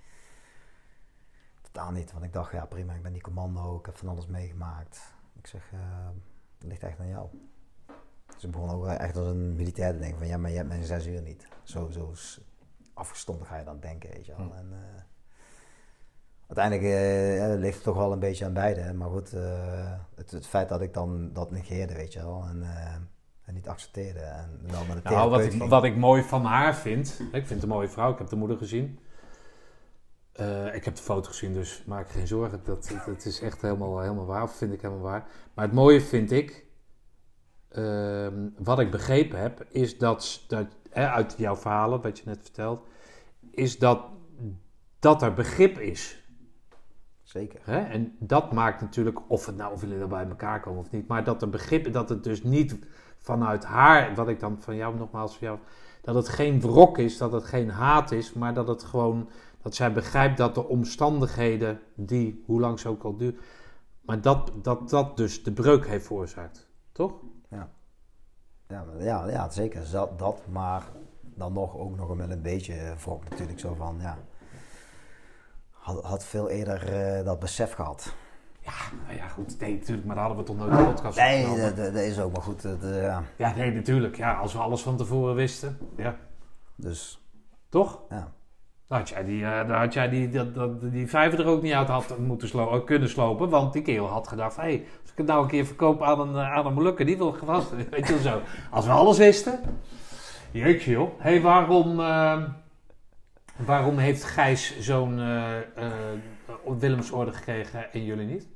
Totaal niet, want ik dacht, ja prima, ik ben die commando, ik heb van alles meegemaakt. Ik zeg, uh, dat ligt echt aan jou. Dus ik begon ook echt als een militair te denken van ja, maar je hebt mijn zes uur niet. Zo, zo afgestompt ga je dan denken, weet je wel. Hmm. En, uh, uiteindelijk uh, ligt het toch wel een beetje aan beide. Maar goed, uh, het, het feit dat ik dan dat negeerde, weet je wel. En, uh, en niet accepteerde. En dan met de nou, wat ik, wat ik mooi van haar vind. Ik vind het een mooie vrouw, ik heb de moeder gezien. Uh, ik heb de foto gezien, dus maak je geen zorgen. Dat, dat is echt helemaal, helemaal waar, of vind ik helemaal waar. Maar het mooie vind ik... Uh, wat ik begrepen heb, is dat, dat hè, uit jouw verhalen, wat je net vertelt, is dat, dat er begrip is. Zeker. Hè? En dat maakt natuurlijk, of het nou of jullie er bij elkaar komen of niet, maar dat er begrip, dat het dus niet vanuit haar, wat ik dan van jou nogmaals van jou, dat het geen wrok is, dat het geen haat is, maar dat het gewoon, dat zij begrijpt dat de omstandigheden die, hoe lang ze ook al duren, maar dat dat, dat dus de breuk heeft veroorzaakt. Toch? Ja. Ja, ja, ja, zeker. Dat, dat, maar dan nog ook nog met een beetje wrok natuurlijk zo van, ja. Had, had veel eerder uh, dat besef gehad. Ja, nou ja, goed. Nee, natuurlijk, maar daar hadden we toch nooit een podcast Nee, dat, dat is ook maar goed. Dat, uh, ja. ja, nee, natuurlijk. Ja, als we alles van tevoren wisten. Ja. Dus. Toch? Ja. Dan had jij die, uh, dan had jij die, dat, dat, die vijver er ook niet uit had moeten slo- kunnen slopen. Want die kerel had gedacht, hé, hey, als ik het nou een keer verkoop aan een, uh, aan een Molukker, die wil gevast. Weet je wel zo. Als we alles wisten. Jeetje joh. Hé, hey, waarom, uh, waarom heeft Gijs zo'n uh, uh, Willemsorde gekregen en jullie niet?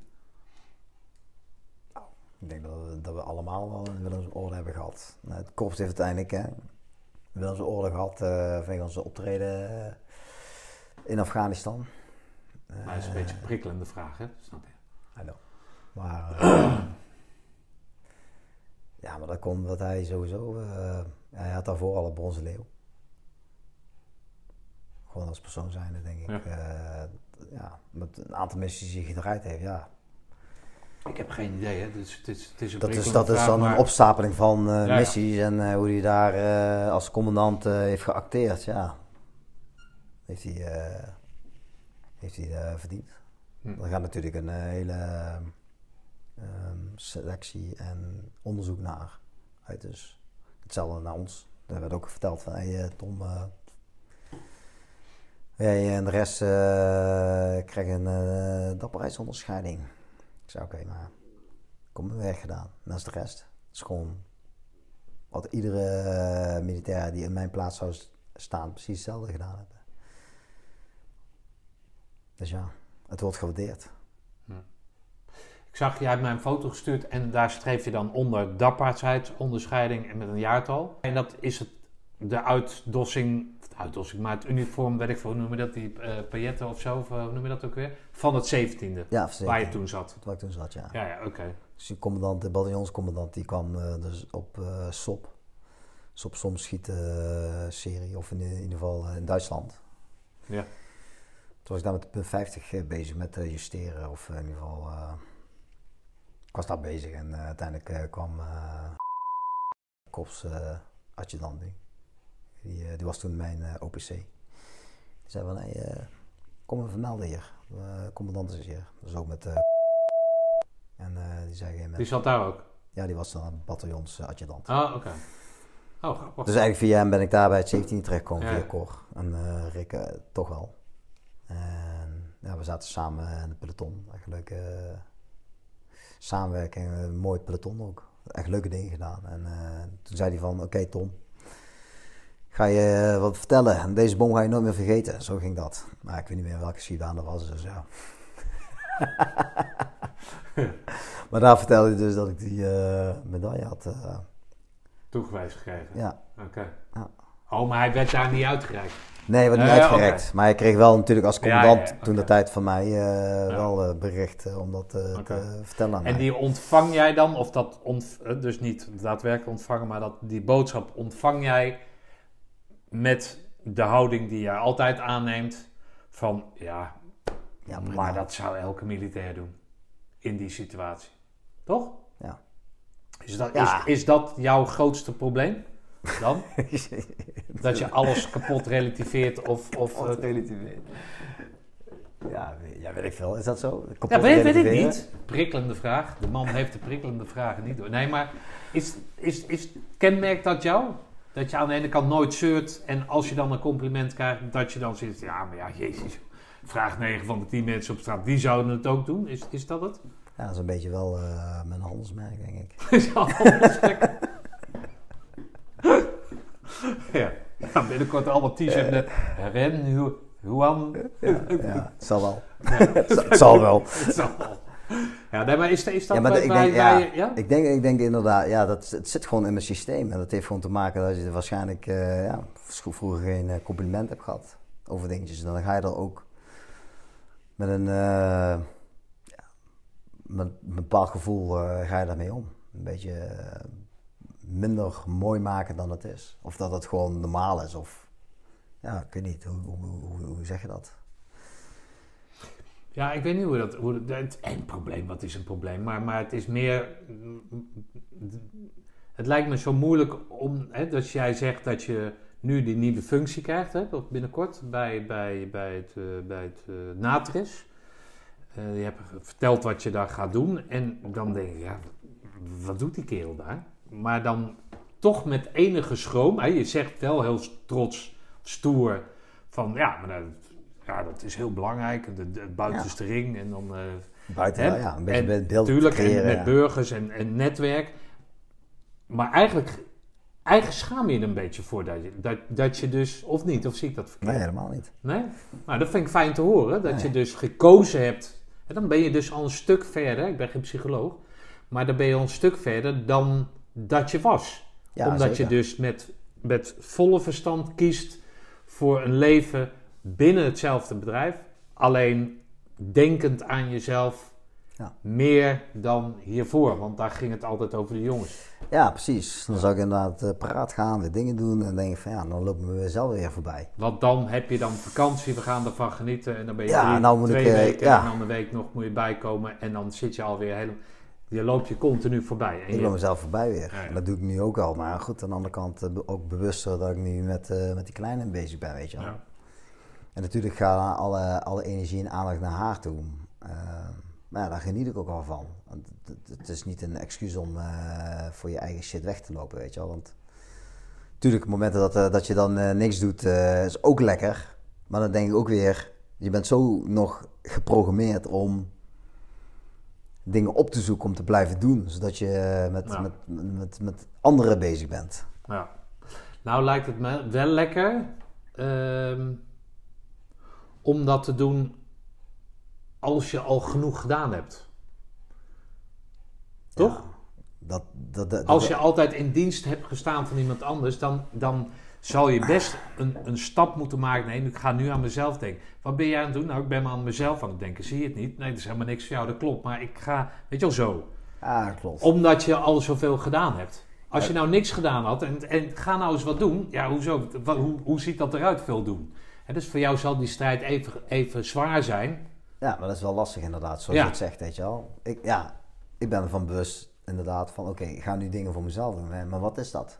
Ik denk dat we, dat we allemaal wel een Willemsorde hebben gehad. Nou, het korps heeft uiteindelijk hè, een Willemsorde gehad uh, vanwege onze optreden uh, in Afghanistan. Maar dat is een uh, beetje een prikkelende vraag, hè? Snap je? I know. Maar, uh, ja, maar dat komt dat hij sowieso... Uh, hij had daarvoor al een bronzen leeuw. Gewoon als persoon zijnde, denk ik. Ja. Uh, ja, met een aantal missies die hij gedraaid heeft, ja. Ik heb geen idee, hè. Dus het is, het is een dat is, dat vraag, is dan maar... een opstapeling van uh, ja, missies ja. en uh, hoe hij daar uh, als commandant uh, heeft geacteerd, ja. Heeft hij, uh, heeft hij uh, verdiend. Hm. Er gaat natuurlijk een uh, hele um, selectie en onderzoek naar uit. Dus hetzelfde naar ons. Er werd ook verteld van, hey, Tom... Uh, jij en de rest uh, krijgen een uh, dapperheidsonderscheiding. Ik zei, oké, okay, maar kom mijn werk gedaan. Dat is de rest. Het is gewoon wat iedere uh, militair die in mijn plaats zou staan precies hetzelfde gedaan hebben. Dus ja, het wordt gewaardeerd. Hm. Ik zag, jij hebt mij een foto gestuurd en daar schreef je dan onder dapperheidsonderscheiding en met een jaartal. En dat is het, de uitdossing, de uitdossing, maar het uniform, weet ik veel, hoe noem je dat, die uh, pailletten of zo, of uh, hoe noem je dat ook weer? Van het zeventiende, Ja, waar je toen zat. Waar ik toen zat, ja. Ja, ja, oké. Okay. Dus die commandant, de bataljonscommandant, die kwam uh, dus op uh, S O P. S O P soms schieten uh, serie, of in, in ieder geval uh, in Duitsland. Ja. Toen was ik daar met de punt vijftig uh, bezig met uh, justeren, of uh, in ieder geval... Uh, ik was daar bezig en uh, uiteindelijk uh, kwam uh, Kops uh, adjudant. Die, uh, die was toen mijn uh, O P C. Die zei van, hey, uh, kom me vermelden hier. Uh, commandant is hier. Dus ook met... Uh, en uh, die zei... Met, die zat daar ook? Ja, die was dan bataljons uh, adjudant. Ah, oké. Okay. Oh, grappig. Dus eigenlijk via hem ben ik daar bij het zeventiende terechtgekomen, ja. via Cor. En uh, Rick uh, toch wel. En ja, we zaten samen in het peloton. Echt leuke uh, samenwerking, een mooi peloton ook. Echt leuke dingen gedaan. En uh, toen zei hij van, oké okay, Tom, ga je uh, wat vertellen? En deze bom ga je nooit meer vergeten. Zo ging dat. Maar ik weet niet meer welke schietbaan dat was, dus ja. Maar daar vertelde hij dus dat ik die uh, medaille had... Uh, toegewezen gekregen? Ja. Oké. Okay. Ja. Oh, maar hij werd daar niet uitgereikt? Nee, hij werd niet uh, uitgereikt. Okay. Maar hij kreeg wel natuurlijk als commandant ja, ja, ja. toen okay. de tijd van mij uh, ja. wel uh, bericht uh, om dat uh, okay. te vertellen aan En mij. die ontvang jij dan, of dat ontv- dus niet daadwerkelijk ontvangen, maar dat die boodschap ontvang jij met de houding die jij altijd aanneemt van, ja, ja maar dat zou elke militair doen in die situatie. Toch? Ja. Is dat, ja. is, is dat jouw grootste probleem dan? Dat je alles kapot relativeert of... of kapot relativeert. Ja, ja, weet ik veel. Is dat zo? Kapot ja, weet, weet ik niet. Prikkelende vraag. De man heeft de prikkelende vragen niet door. Nee, maar is, is, is, kenmerkt dat jou? Dat je aan de ene kant nooit zeurt en als je dan een compliment krijgt, dat je dan zit, ja, maar ja, jezus. Vraag negen van de tien mensen op straat, die zouden het ook doen. Is, is dat het? Ja, dat is een beetje wel uh, mijn handelsmerk, denk ik. Is een handelsmerk? Ja. Ja, binnenkort allemaal t-shirt met Ren, Huan. Ja, ja, het zal wel. Ja. het zal wel. Het zal wel. Ja, nee, maar is, is dat ja, maar bij, ik bij, denk, bij, ja, ja? Ik denk, ik denk inderdaad, ja, dat, het zit gewoon in mijn systeem. En dat heeft gewoon te maken dat je waarschijnlijk uh, ja, vroeger geen uh, compliment hebt gehad over dingetjes. En dan ga je er ook met een, uh, ja, met een bepaald gevoel uh, ga je daarmee om. Een beetje uh, minder mooi maken dan het is. Of dat het gewoon normaal is. Of ja, ik weet niet, hoe, hoe, hoe, hoe zeg je dat? Ja, ik weet niet hoe dat... Hoe dat het, een probleem, wat is een probleem? Maar, maar het is meer... Het lijkt me zo moeilijk om... Hè, dat jij zegt dat je nu die nieuwe functie krijgt, hè, binnenkort, bij, bij, bij het, uh, bij het uh, NATRIS. Uh, je hebt verteld wat je daar gaat doen. En dan denk je, ja, wat doet die kerel daar? Maar dan toch met enige schroom... Hè, je zegt wel heel trots, stoer, van ja, maar dat... Ja, dat is heel belangrijk. De, de buitenste ja. ring en dan... Uh, Buiten, hè, ja, een beetje en, beeld tuurlijk, creëren, en met ja. burgers en, en netwerk. Maar eigenlijk, eigenlijk schaam je er een beetje voor dat je, dat, dat je dus... Of niet, of zie ik dat verkeerd? Nee, helemaal niet. Nee? Nou, dat vind ik fijn te horen. Dat nee. je dus gekozen hebt. En dan ben je dus al een stuk verder. Ik ben geen psycholoog. Maar dan ben je al een stuk verder dan dat je was. Ja, Omdat zeker. je dus met, met volle verstand kiest voor een leven... binnen hetzelfde bedrijf, alleen denkend aan jezelf ja. meer dan hiervoor. Want daar ging het altijd over de jongens. Ja, precies. Dan zou ik inderdaad uh, paraat gaan, weer dingen doen en denk ik van ja, dan lopen we zelf weer voorbij. Want dan heb je dan vakantie, we gaan ervan genieten en dan ben je ja, drie, nou moet twee ik, uh, weken ja. en dan een week nog moet je bijkomen en dan zit je alweer helemaal... Je loopt je continu voorbij. En ik je... loop mezelf voorbij weer. Ja, ja. En dat doe ik nu ook al. Maar goed, aan de andere kant uh, ook bewuster dat ik nu met, uh, met die kleine bezig ben, weet je wel. Ja. En natuurlijk gaat alle, alle energie en aandacht naar haar toe. Uh, maar ja, daar geniet ik ook wel van. Want het, het is niet een excuus om uh, voor je eigen shit weg te lopen, weet je wel. Want natuurlijk, op momenten dat, uh, dat je dan uh, niks doet, uh, is ook lekker. Maar dan denk ik ook weer, je bent zo nog geprogrammeerd om dingen op te zoeken, om te blijven doen. Zodat je uh, met, ja. met, met, met, met anderen bezig bent. Ja. Nou lijkt het me wel lekker... Uh... om dat te doen als je al genoeg gedaan hebt. Toch? Ja, dat, dat, dat, als je dat, altijd in dienst hebt gestaan van iemand anders, dan, dan zal je best een, een stap moeten maken. Nee, ik ga nu aan mezelf denken. Wat ben jij aan het doen? Nou, ik ben maar aan mezelf aan het denken. Zie je het niet? Nee, dat is helemaal niks voor jou, dat klopt. Maar ik ga, weet je wel, zo. Ja, klopt. Omdat je al zoveel gedaan hebt. Als je nou niks gedaan had en, en ga nou eens wat doen. Ja, hoezo? Wat, hoe, hoe ziet dat eruit, veel doen? Hè, dus voor jou zal die strijd even, even zwaar zijn. Ja, maar dat is wel lastig inderdaad, zoals Ja. je het zegt, weet je wel. Ik, ja, ik ben ervan bewust inderdaad van, oké, ik ga nu dingen voor mezelf doen. Hè, maar wat is dat?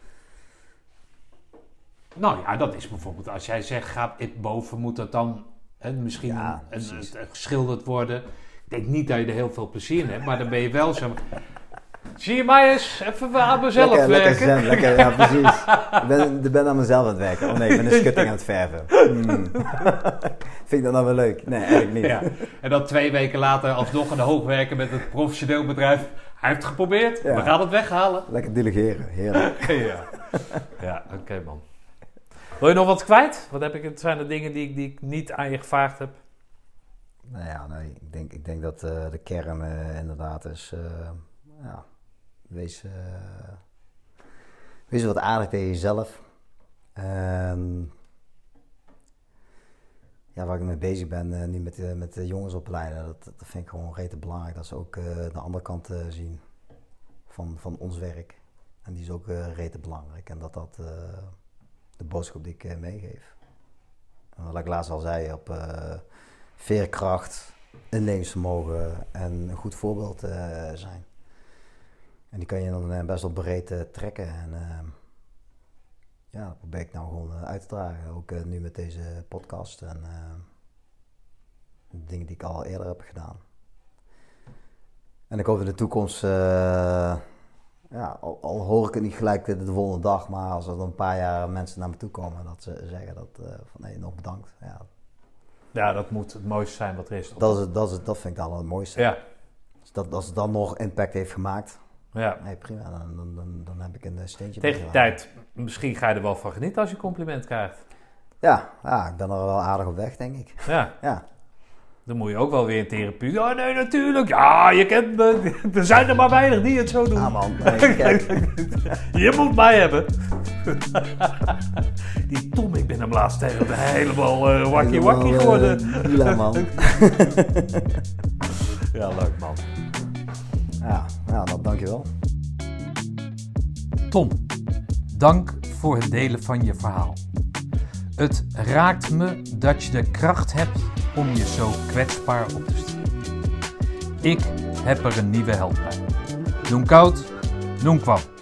Nou ja, dat is bijvoorbeeld als jij zegt, ga boven, moet dat dan hè, misschien Ja, een, een, precies. een geschilderd worden. Ik denk niet dat je er heel veel plezier in hebt, maar dan ben je wel zo... Zie je mij eens even aan mezelf lekker, werken? Lekker zen, lekker, ja precies. Ik ben, ik ben aan mezelf aan het werken. Oh nee, ik ben een schutting aan het verven. Hmm. Vind ik dat nou wel leuk? Nee, eigenlijk niet. Ja. En dan twee weken later alsnog aan de hoog werken met het professioneel bedrijf. Hij heeft het geprobeerd, Ja. we gaan het weghalen. Lekker delegeren, heerlijk. Ja, ja oké okay, man. Wil je nog wat kwijt? Wat heb ik, het zijn de dingen die ik, die ik niet aan je gevraagd heb. Nou ja, nee, ik, denk, ik denk dat uh, de kern uh, inderdaad is... Uh, ja, wees, uh, wees wat aardig tegen jezelf. En ja, waar ik mee bezig ben, uh, nu met, uh, met de jongens opleiden, dat, dat vind ik gewoon rete belangrijk. Dat ze ook uh, de andere kant uh, zien van, van ons werk. En die is ook uh, rete belangrijk. En dat dat uh, de boodschap die ik uh, meegeef. En wat ik laatst al zei, op uh, veerkracht, inlevingsvermogen en een goed voorbeeld uh, zijn. En die kan je dan uh, best wel breed uh, trekken. En uh, ja, dat probeer ik nou gewoon uh, uit te dragen. Ook uh, nu met deze podcast en uh, de dingen die ik al eerder heb gedaan. En ik hoop in de toekomst, uh, ja, al, al hoor ik het niet gelijk de, de volgende dag, maar als er dan een paar jaar mensen naar me toe komen, dat ze zeggen dat, uh, van nee, nog bedankt. Ja. Ja, dat moet het mooiste zijn wat er is. Dat, is het, dat, is het, dat vind ik dan het mooiste. Ja. Dus dat, als het dan nog impact heeft gemaakt, Ja. nee, prima, dan, dan, dan, dan heb ik een steentje. Tegen die tijd, misschien ga je er wel van genieten als je een compliment krijgt. Ja, ja, ik ben er wel aardig op weg, denk ik. Ja. Ja. Dan moet je ook wel weer in therapie. Ja, nee, natuurlijk. Ja, je kent me. Er zijn er maar weinig die het zo doen. Ah man, nee, kijk. Je moet mij hebben. Die Tom, ik ben hem laatst tegen hem helemaal uh, wakkie wakkie geworden. Uh, ja, man. Ja, leuk man. Ja, ja, dat dankjewel. Tom, dank voor het delen van je verhaal. Het raakt me dat je de kracht hebt om je zo kwetsbaar op te stellen. Ik heb er een nieuwe held bij. Noem koud, noem kwam.